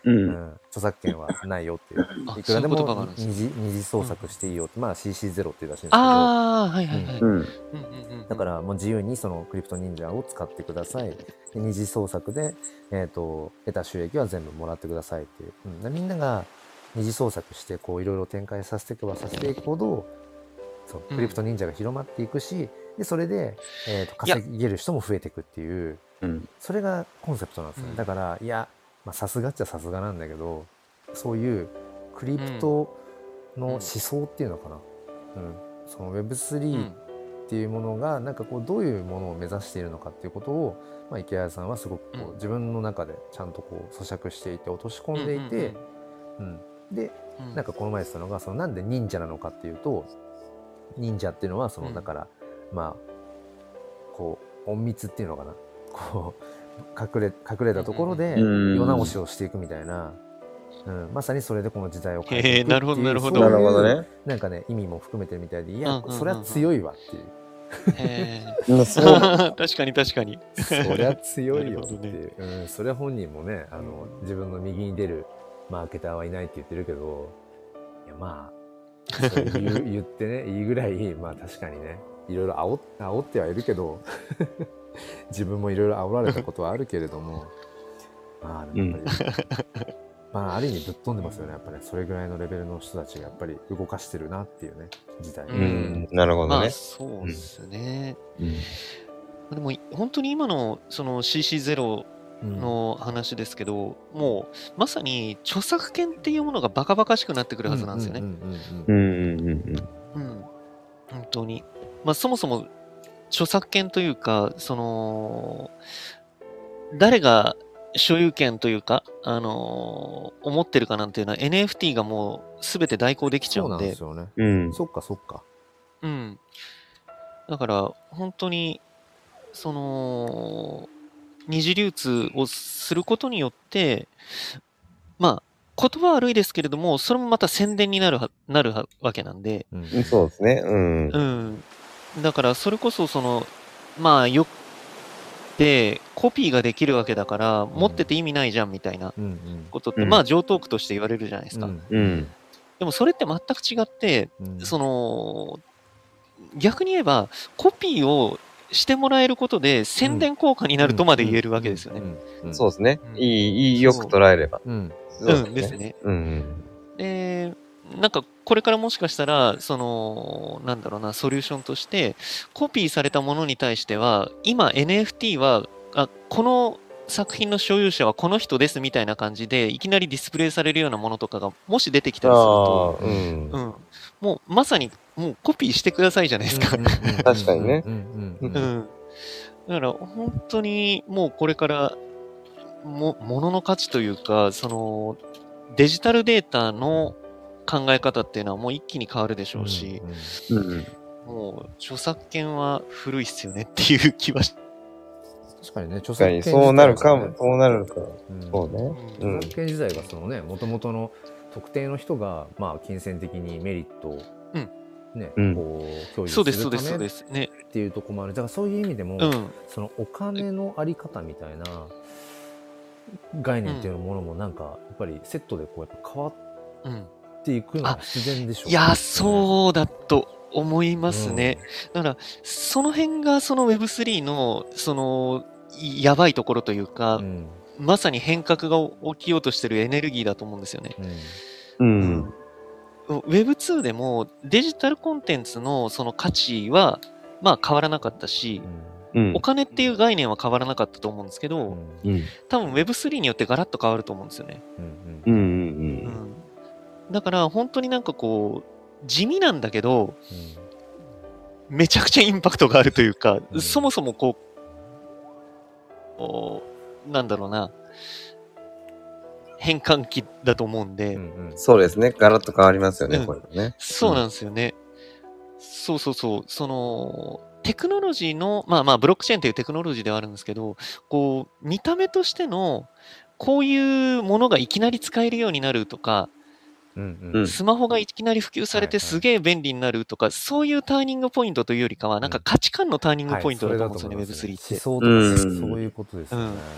う。 うんん、著作権はないよっていう。 あ、 いくらでそういう言葉があもるんですね。 二次二次創作していいよって、まあ シーシーゼロ っていうらしいんですけど、 ああ、はいはいはい。 うん。 うんうんうんうん。 だからもう自由にそのクリプト忍者を使ってください。で二次創作で、えっ、と、得た収益は全部もらってくださいっていう。うん、でみんなが二次創作して、こういろいろ展開させていけばさせていくほど、そううんクリプト忍者が広まっていくし、でそれで、えー、といや稼げる人も増えていくっていう、 うん。 それがコンセプトなんですよね。 うんだからいや、まあさすがっちゃさすがなんだけど、そういうクリプトの思想っていうのかな、うん、その ウェブスリー っていうものがなんかこうどういうものを目指しているのかっていうことを、まあ、池谷さんはすごくこううん自分の中でちゃんとこう咀嚼していて落とし込んでいて、うんでうんうんなんかこの前言ってたのが、そのなんで忍者なのかっていうと、忍者っていうのはそのうんだから、まあこう隠密っていうのかな、こう隠れ隠れたところでうん世直しをしていくみたいな、うん、まさにそれでこの時代を変えていくってへーなるほどいう、 なるほどそうなるほどいうね。 なんかね意味も含めてるみたいで、いや、 うんうんうんうんそりゃ強いわっていう、 へうんそう。 ー確かに確かに。 そりゃ強いよってなるいう、うん、そりゃ本人もね、あの自分の右に出るマーケターはいないって言ってるけど、いやまあそう言う言ってねいいぐらい、まあ確かにねいろいろ煽っ煽ってはいるけど自分もいろいろ煽られたことはあるけれども、まあでもやっぱり、まあある意味ぶっ飛んでますよね、やっぱり、ね、それぐらいのレベルの人たちがやっぱり動かしてるなっていうね時代、 ううんん。なるほどまあね。 そうですね。 うん。 でも本当に今のその シーシーゼロうんの話ですけど、もうまさに著作権っていうものがバカバカしくなってくるはずなんですよね。 うんうんううんんうんうんうん。本当に。まあそもそも著作権というか、その、誰が所有権というか、あのー思ってるかなんていうのは エヌエフティー がもうすべて代行できちゃそううんで、 なんですよね、 うん。うん。 そっかそっか、 うん。だから、本当に、その、二次流通をすることによって、まあ、言葉は悪いですけれども、それもまた宣伝になるは、なるはわけなんで、 うんそうですね。うん。 うん。だから、それこそ、その、まあ、よって、コピーができるわけだから、持ってて意味ないじゃん、みたいなうんうんことって、 うんまあ、常套句として言われるじゃないですか。 うんうん。 でも、それって全く違って、 うんその、逆に言えば、コピーをしてもらえることで宣伝効果になるとまで言えるわけですよね。 ねそうですね。 うんいい、いい、よく捉えれば。 うんそううんですね。 うん。 で、なんか、これからもしかしたら、その、なんだろうな、ソリューションとして、コピーされたものに対しては、今 エヌエフティー は、あ、この作品の所有者はこの人ですみたいな感じで、いきなりディスプレイされるようなものとかが、もし出てきたりすると、 ああ、うんう。ん、もうまさに、もうコピーしてくださいじゃないですか。 確かにねうんうんうんうん。だから、本当に、もうこれから、も、ものの価値というか、その、デジタルデータの考え方っていうのはもう一気に変わるでしょうし、 うんうん。 もう著作権は古いっすよねっていう気はし、 確かにね、著確かに、 作権そうなるかも、 自体がねそうなるか。 うんそうね。うん著作権自体がそのね、もともとの特定の人が、まあ、金銭的にメリットをうんね、 うんこう、享受そうです、そうです、 するためっそうです。ね。 ていうところもある。だからそういう意味でも、 うん。 そのお金のあり方みたいな概念っていうものもなんか、やっぱりセットでこうやっぱ変わうん。 っていくのが自然でしょうね。 いや、そうだと思いますね。だから、その辺がその ウェブスリー の、その、やばいところというか、 うん。 まさに変革が起きようとしてるエネルギーだと思うんですよね。 うん。 うん。 ウェブツー でもデジタルコンテンツのその価値は、まあ変わらなかったし、 うんお。金っていう概念は変わらなかったと思うんですけど、 うん。 うん。 多分 ウェブスリー によってガラッと変わると思うんですよね。 うん。 うん。う。 うんん。だから本当になんかこう、地味なんだけど、めちゃくちゃインパクトがあるというか、 うんそもそもこう、こうなんだろうな、変換期だと思うんで、 うん。 そうですね。ガラッと変わりますよね、 うんこれね。 そうなんですよね。そうそうそう。その、テクノロジーの、まあまあ、ブロックチェーンというテクノロジーではあるんですけど、こう、見た目としての、こういうものがいきなり使えるようになるとか、 うん。 うんスマホがいきなり普及されてはいはいすげえ便利になるとか、そういうターニングポイントというよりかは、なんか価値観のターニングポイントだと思うんですよね、ウェブスリー って。 思想とかね、そういうことですよね。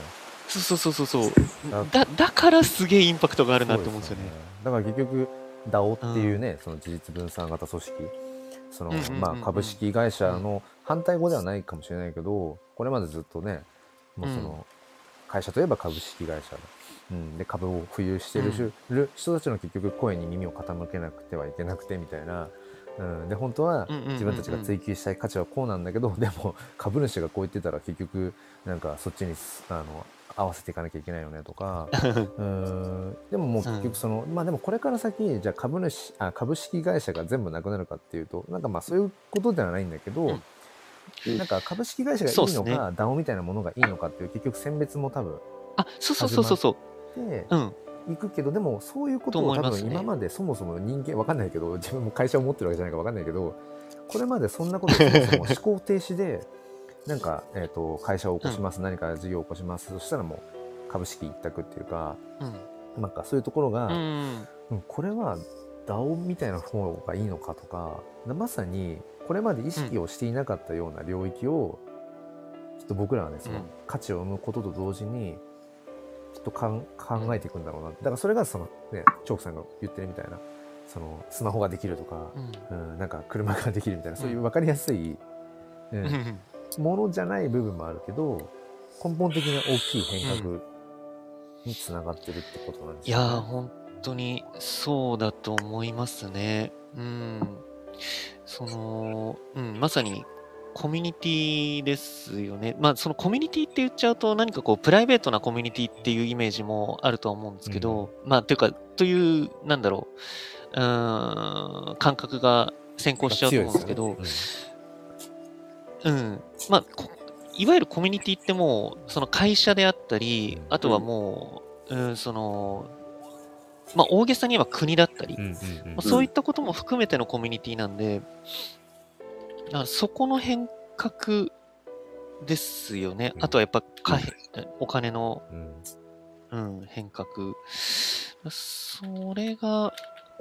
そうそうそうそうそう。 だだ、だからすげえインパクトがあるなって思うんですよね。 だから結局 ダオ っていうね、その自立分散型組織、その、 うんうんうんうんまあ株式会社の反対語ではないかもしれないけど、これまでずっとね、もうその会社といえば株式会社だ、うん、で株を保有しているうん人たちの結局声に耳を傾けなくてはいけなくてみたいな、うん、で本当は自分たちが追求したい価値はこうなんだけど、でも株主がこう言ってたら結局なんかそっちにあの合わせていかなきゃいけないよねとかうんでももう結局その、うん、まあでもこれから先じゃあ株主あ株式会社が全部なくなるかっていうとなんかまあそういうことではないんだけど、うん、なんか株式会社がいいのか、ね、ダオ みたいなものがいいのかっていう結局選別も多分あそうそうそうそうそうで、うん行くけどでもそういうことを多分今までそもそも人間わかんないけど自分も会社を持ってるわけじゃないかわかんないけどこれまでそんなことそもそも思考停止でなんか、えーと会社を起こします、うん、何か事業を起こしますそしたらもう株式一択っていうか、うん、なんかそういうところが、うんうん、これは ダオ みたいな方がいいのかとかまさにこれまで意識をしていなかったような領域を、うん、きっと僕らはねその価値を生むことと同時にきっと考えていくんだろうなだからそれがそのねチョークさんが言ってるみたいなそのスマホができるとか、うんうん、なんか車ができるみたいなそういう分かりやすい、うん、ものじゃない部分もあるけど根本的な大きい変革につながってるってことなんですよね。 いやー本当にそうだと思いますね。うん、その、うん、まさにコミュニティですよね。まあそのコミュニティって言っちゃうと何かこうプライベートなコミュニティっていうイメージもあるとは思うんですけど、うん、まあというかというなんだろう、うーん感覚が先行しちゃうと思うんですけど、うん、うん、まあいわゆるコミュニティってもうその会社であったり、あとはもう、うん、そのまあ大げさに言えば国だったり、うんうんうんまあ、そういったことも含めてのコミュニティなんで、だからそこの変革ですよね。うん、あとはやっぱか、うん、お金の、うん、うん、変革。それが、うん、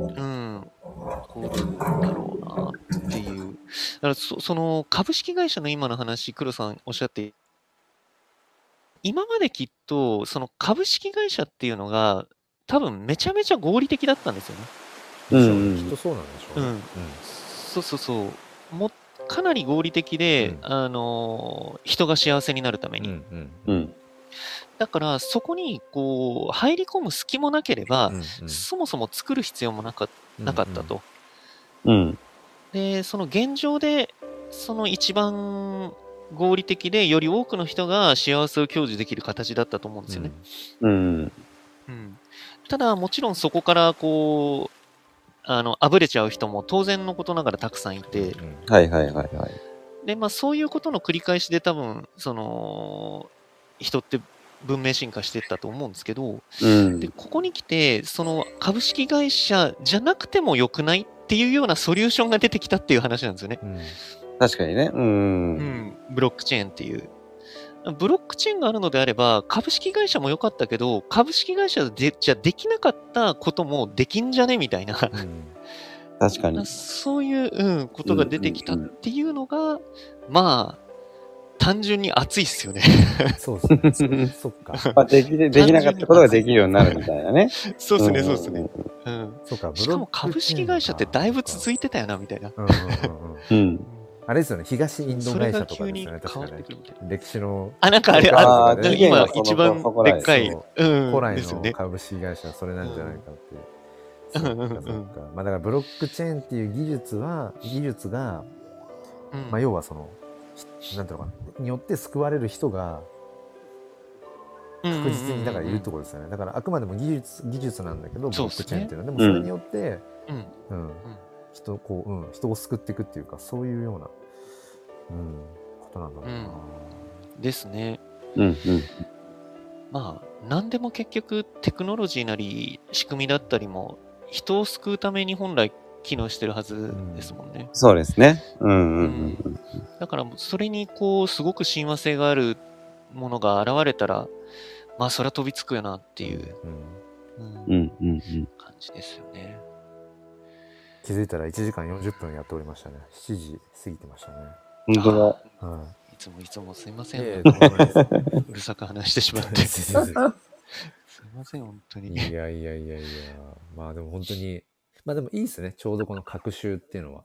起こるんだろうなっていう。だからそ、その株式会社の今の話、黒さんおっしゃって、今まできっと、その株式会社っていうのが、多分めちゃめちゃ合理的だったんですよね。 うん、きっとそうなんでしょうね。うん。うん、 そうそうそう。もかなり合理的で、うん、あの人が幸せになるために。うんうん、だからそこにこう入り込む隙もなければ、うんうん、そもそも作る必要もなかなかったと。うんうん、でその現状でその一番合理的でより多くの人が幸せを享受できる形だったと思うんですよね。うんうんうん、ただもちろんそこからこうあの、あぶれちゃう人も当然のことながらたくさんいて、うん、 はいはいはいはい。 で、まあそういうことの繰り返しで多分、その、人って文明進化していったと思うんですけど、うん、で、ここに来て、その株式会社じゃなくても良くないっていうようなソリューションが出てきたっていう話なんですよね。うん、 確かにね。うん。 うん。ブロックチェーンっていう。ブロックチェーンがあるのであれば、株式会社も良かったけど、株式会社でじゃできなかったこともできんじゃねみたいな。うん確かに。 そういう、うん、ことが出てきたっていうのが、うんうんうん、まあ、単純に熱いっすよね。 そうですね。そっか。 まあ、でき、できなかったことができるようになるみたいなね。 そうですね、そうですね。うん。そうか、しかも株式会社ってだいぶ続いてたよな、みたいな。うんうんうん。うんあれですよね、東インド会社とかですよね、確かね。歴史の。 あ、なんかあれ、ある、ね、今一番でっかい、 うん、古来の株式会社はそれなんじゃないかっていう。そっかそっか。まあだからブロックチェーンっていう技術は、技術が、うん、まあ要はその、なんていうのかな、によって救われる人が、確実にだからいるってことですよね。だからあくまでも技術、技術なんだけど、ブロックチェーンっていうのは。でもそれによって、うん。うん人こう、うん、人を救っていくっていうかそういうような、うん、ことなんだろうな、 うん、ですね。 うんうん。 まあ何でも結局テクノロジーなり仕組みだったりも人を救うために本来機能してるはずですもんね。 うん、そうですね。うんうんうん。うん、 だからそれにこうすごく親和性があるものが現れたら、まあそれは飛びつくよなっていう、 うんうんうんうん、 感じですよね。 気づいたらいちじかんよんじゅっぷんやっておりましたね。しちじ過ぎてましたね。 本当だ。 はい。 つもいつもすいません。 ええ、とんでもないです。 うるさく話してしまって。すいません、本当に。 いやいやいやいや、まあでも本当に、まあでもいいですね、ちょうどこの隔週っていうのは。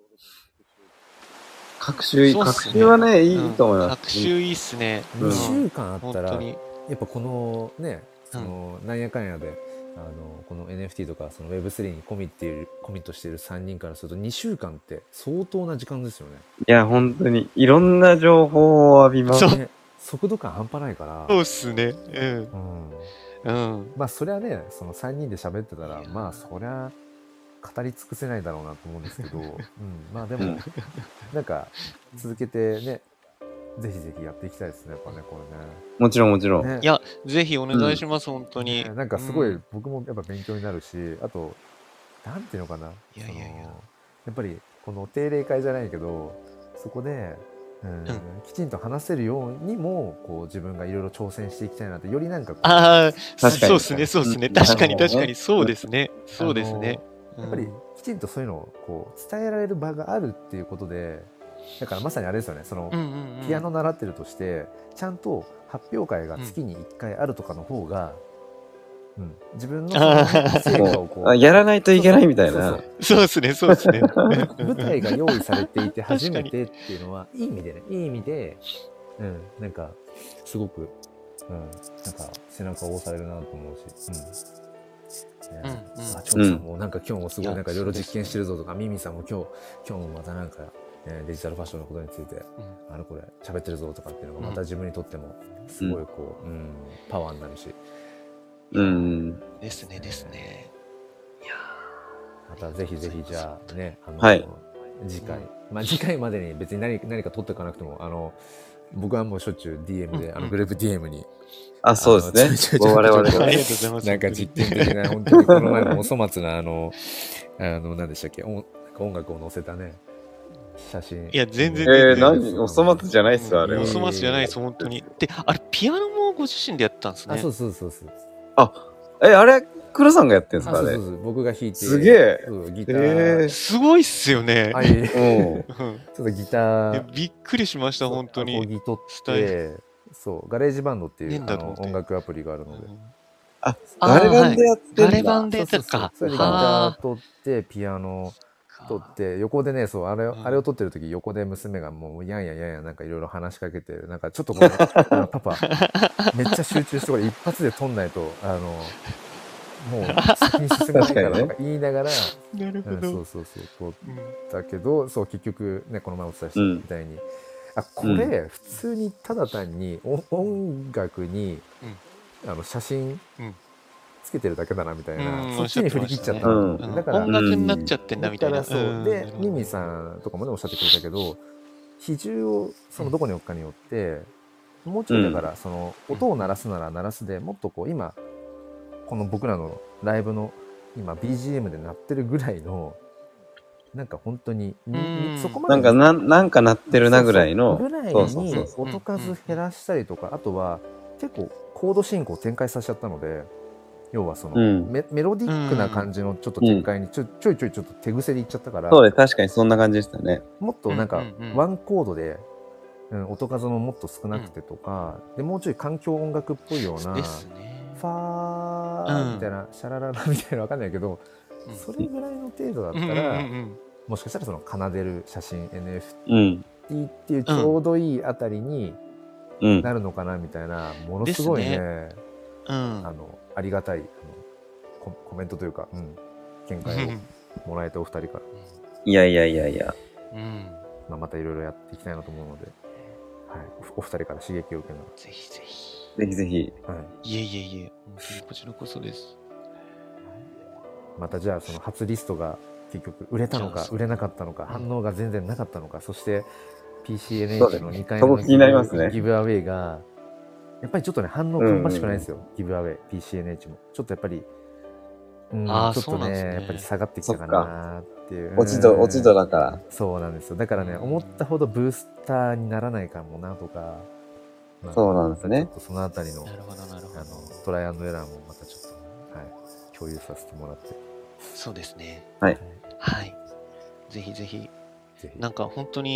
各週、 そうっすね各週はね、いいうんと思います。 学習いいっすね。 うんにしゅうかんあったら、や本当に。 っぱこのね、その、なんやかんやで、あの、この エヌエフティー とか、その ウェブスリー にコミットいる、コミットしているさんにんからすると、にしゅうかんって相当な時間ですよね。 いや、本当に、いろんな情報を浴びます。 そうね、速度感半端ないから。 そうっすね。うん。 うん。 うん。 まあそりゃね、そのさんにんで喋ってたらいや、ーまあそりゃ語り尽くせないだろうなと思うんですけど、うん、まあでも、 うんなんか続けてね、ぜひぜひやっていきたいですね、やっぱね、これね。 もちろんもちろん。 ねいや、ぜひお願いします、本当に。 ねなんかすごいうん僕もやっぱ勉強になるし、あと、なんていうのかな、 いやいやいやそのやっぱりこの定例会じゃないけど、そこで、うんうんきちんと話せるようにもこう自分がいろいろ挑戦していきたいなって、よりなんかこうああ、 確かにそうですね、そうですね。 うん確かになるほどね確かに、そうですね。そうですね。 やっぱりうんきちんとそういうのをこう伝えられる場があるっていうことで、だからまさにあれですよね、その、 うんうんうん。 ピアノ習ってるとしてちゃんと発表会が月にいっかいあるとかの方が、うん自分のそのあー成果をこうあやらないといけないみたいな。 そうですね、そうですね。 舞台が用意されていて確かに初めてっていうのはいい意味でね、いい意味で、うん、なんかすごく、うん、なんか背中を押されるなと思うし、うん。ねうんうんあ、チョウさんもなんか今日もすごいいやなんかいろいろそうです実験してるぞとか、ミミさんも今日今日もまたなんか、ね、デジタルファッションのことについてうんあのこれ喋ってるぞとかっていうのがまた自分にとってもすごいこう、うんパワーになるし、 うん。 ですね、ですね。いやまたぜひぜひじゃあね、あの、 はい次回、まあ次回までに別に何何か取っておかなくても、あの僕はもうしょっちゅう ディーエム で、 うんあのグループ ディーエム にあ、そうですね。 ちょいちょいちょい我々 ーありでね。 がとうございます。 なんか実験的な、本当にこの前もお粗末なあの、あの何でしたっけ、音音楽を載せたね、写真。 いや全然えー、 全然何お粗末じゃないっすよ、あれはお。粗末じゃないです、本当に。で、あれ、ピアノもご自身でやったんですね。 あ、そうそうそうそう。 え、あれ、黒さんがやってんすあ、 かあれそうそう。そう。僕が弾いて。 すげえそうギター。 えーすごいっすよね。 はい。ちうん。 うんょっとギター。 いやびっくりしました、本当に。 アコギ取スタイって、そう、ガレージバンドっていうあ変だと思っての音楽アプリがあるので。 あ、 あーガレバンでやってんだ。 ガレバンでやったか。 そうそうそうそれでギタはー取って、ピアノ取って横でね、そうあれを、 うんあれを撮ってる時横で娘がもうやんややんやなんかいろいろ話しかけて、なんかちょっとこれあのパパめっちゃ集中してこれ一発で撮んないとあのもう先に進めないからとか言いながら、 なるほうん、そど。 うそうそう撮っうんたけど、そう結局ねこの前お伝えしたみたいに、あこれ普通にただ単にお音楽に、あの写真うんつけてるだけだなみたいな、 うんそっちに振り切っちゃったうの、 んだから音楽になっちゃってんだみたいな。 だからそう、 んでなるほどミミさんとかもねおっしゃってくれたけど、比重をそのどこに置くかによって、もうちょいだからその音を鳴らすなら鳴らすでもっとこう今この僕らのライブの今 ビージーエム で鳴ってるぐらいのなんか本当ににうんそこまでなんかな、なんか鳴ってるなぐらいの。 そうそうぐらいそうそうにそうそう。 音数減らしたりとか、あとは結構コード進行展開させちゃったので、要はその、 うんメメロディックな感じのちょっと展開にちょ,、ちょいちょいちょっと手癖でいっちゃったから、 そうです。確かにそんな感じでしたね。 もっとなんかうんうんうんワンコードで、うん、音数ももっと少なくてとか、でもうちょい環境音楽っぽいようなですね。 ファーみたいな、シャラララみたいなのわかんないけど、 うんそれぐらいの程度だったうんうんら、 うんもしかしたらその奏でる写真 エヌエフうん。 ティー っていうちょうどいいあたりにうん。 なるのかなみたいな、ものすごいね、 ですうんあのありがたいあの コ, コメントというか、うん、見解をもらえたお二人から、 いやいやいやいや。 うんまあ、またいろいろやっていきたいなと思うので、はい、おお二人から刺激を受けなぜひぜひ。 ぜひぜひ。 がら、はい、 いえいえいえ、本当にこちらこそです。 またじゃあその初リストが結局売れたのじゃあそうか売れなかったのか、反応が全然なかったのか、そして ピーシーエヌエイチそうですのにかいめのそこ気になりますねギブアウェイがやっぱりちょっとね反応芳しくないんですよ、ギブアウェイ ピーシーエヌエイチ もちょっとやっぱり、うん、 あーちょっとそうなんですねねやっぱり下がってきたかなっていう、 落ち度、 うん落ち度だから。 そうなんですよ。だからね、 うん思ったほどブースターにならないかもなとか、まあそうなんですねちょっとそのあたりのなるほど、なるほどあの。トライアンドエラーもまたちょっと、はい、共有させてもらって、 そうですね。 はい。 はい。ぜひぜひ、 ぜひ。 なんか本当に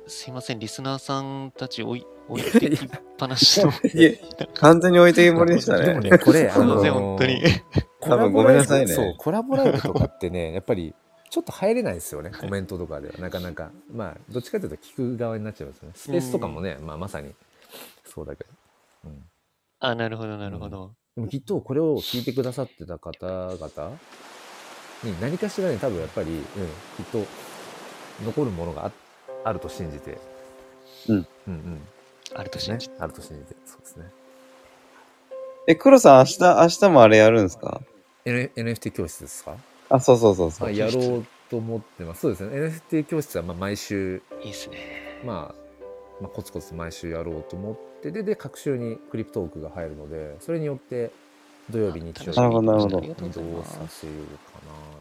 すいません、リスナーさんたち置い置いてきっぱなしの。 いや完全に置いてきぼりでしたね。 でもね、これ、あすいまのせん、本当に。 多分ごめんなさいねそう、コラボライブとかってね、やっぱり、ちょっと入れないですよね、コメントとかでは。なかなか。まあ、どっちかというと聞く側になっちゃいますよね。スペースとかもね、まあ、まさにそうだけど。うん。 あ、なるほど、なるほど。 でもきっとこれを聞いてくださってた方々に何かしらに多分やっぱり、うん、きっと残るものが あ, あると信じて、 うんうんうんあると信じて、 ね、あると信じて、そうですね。 え、黒さん、明日、明日もあれやるんですか？ N- エヌエフティー 教室ですか？ あ、そうそうそうそう。 あ、やろうと思ってます。そうですね。エヌエフティー 教室はまあ毎週、 いいですね。 まあ、まあ、コツコツ毎週やろうと思ってで、で、各週にクリプトークが入るので、それによって土曜日、日曜日なるほどなるほど移動させようか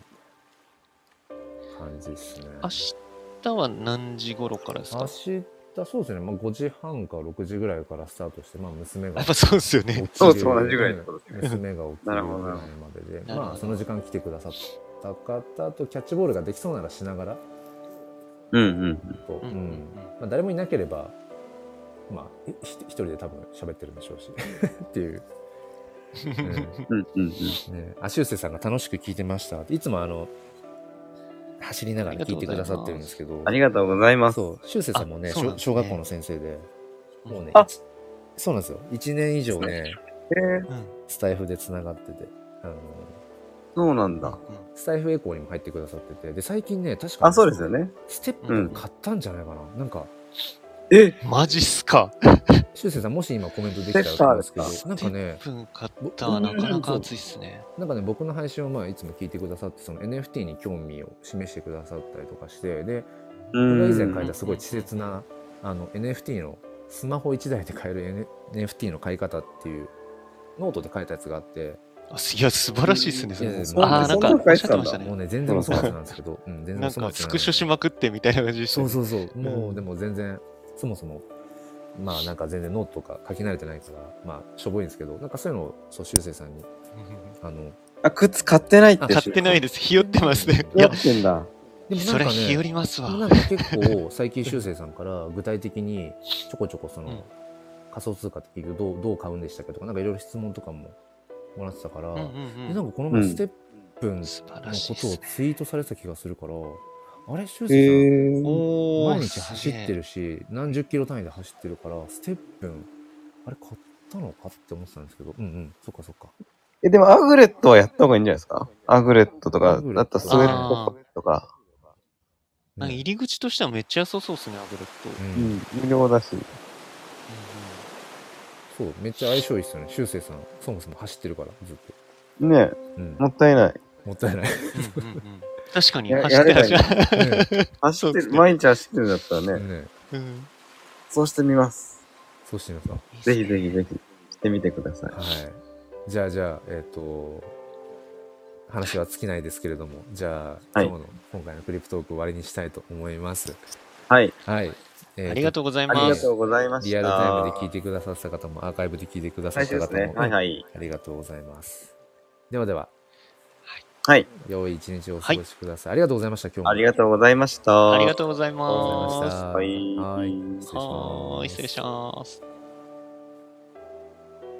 な感じですね。 明日は何時頃からですか？ 明日、そうですね、まあ、ごじはんかろくじぐらいからスタートして、まあ、娘がやっぱそうですよね。 起きるそうそう同じぐらいってことですね娘が起きるぐらいまでで、まあ、その時間来てくださった方とキャッチボールができそうならしながら、 うんうんと、うんうんうんうんまあ、誰もいなければ、まあ、ひひ一人で多分喋ってるんでしょうしっていう。うんうんうんうん。 ね、あしゅうせいさんが楽しく聞いてましたっていつもあの走りながら聞いてくださってるんですけど、 ありがとうございます。 そうしゅうせいさんもねあそうなんですね小小学校の先生でもうねあいちそうなんですよいちねん以上ねえー、 うんスタイフでつながってて、あのそうなんだ。 スタイフエコーにも入ってくださってて、で最近ね確かあ、そうですよね。 ステップ買ったんじゃないかな、なんかえマジっすか。 しゅうせいさんもし今コメントできたらと思うんですけど、 スなんかねいっぷん買ったはなかなか熱いっすね。 なんかね僕の配信をまあいつも聞いてくださってその エヌエフティー に興味を示してくださったりとかしてでこ僕が以前書いたすごい稚拙なあの エヌエフティー のスマホいちだいで買える エヌエフティー の買い方っていうノートで書いたやつがあってあいや、素晴らしいっすね。それいやいやああ、なんか、 そんなの書いてたんだおっしゃってましたね。 もうね全然嘘つなんですけど、うん、全然なんか、 嘘つスクショしまくってみたいな感じでしたね。 そうそうそうもう、 うんでも全然そもそもまあなんか全然ノートとか書き慣れてないからまあしょぼいんですけどなんかそういうのをそうしゅうせいさんにあのあ、靴買ってないって。 買ってないです。ひよってますね。いやや、 ってんだ。 でもなそれんかねひよりますわ。 なんか結構最近しゅうせいさんから具体的にちょこちょこその、 うん仮想通貨って結局どうどう買うんでしたっけとかなんかいろいろ質問とかももらってたから、 うんうんうんでなんかこの前ステップンの素晴こらしいっすねとをツイートされてた気がするから、あれしゅうへせいさんー。 おー毎日走ってるし何十キロ単位で走ってるからステップンあれ買ったのかって思ってたんですけどうんうんそっかそっかえ、でもアグレットはやった方がいいんじゃないですか？アグレットとか、 アグレットだったらスウェットとか。 なんか入り口としてはめっちゃ良さそうですね、アグレット。 うんうん、無料だし。 そうめっちゃ相性いいっすよねしゅうせいさんそもそも走ってるからずっと、 ねうんえ、、もったいない。 もったいないうんうんうん確かにや走ってらっしゃやる。 走ってる、 そうですね毎日走ってるんだったらね、 ねうんそうしてみます。 そうしてみますかぜひぜひぜひ、してみてください。 はい。じゃあじゃあ、えっ、と、話は尽きないですけれども、じゃあ、 はい今日の今回のクリプトーク終わりにしたいと思います。 はい。 はい。えーとありがとうございあります。 がとうございました。 リアルタイムで聞いてくださった方も、アーカイブで聞いてくださった方も、 最初ですね。はいはい。 ありがとうございます。ではでは、 はい。 良い一日をお過ごしください。ありがとうございました、今日も。 ありがとうございました。 ありがとうございありがとうございまま。 した。 はいはい。失礼します。 はーい、失礼します。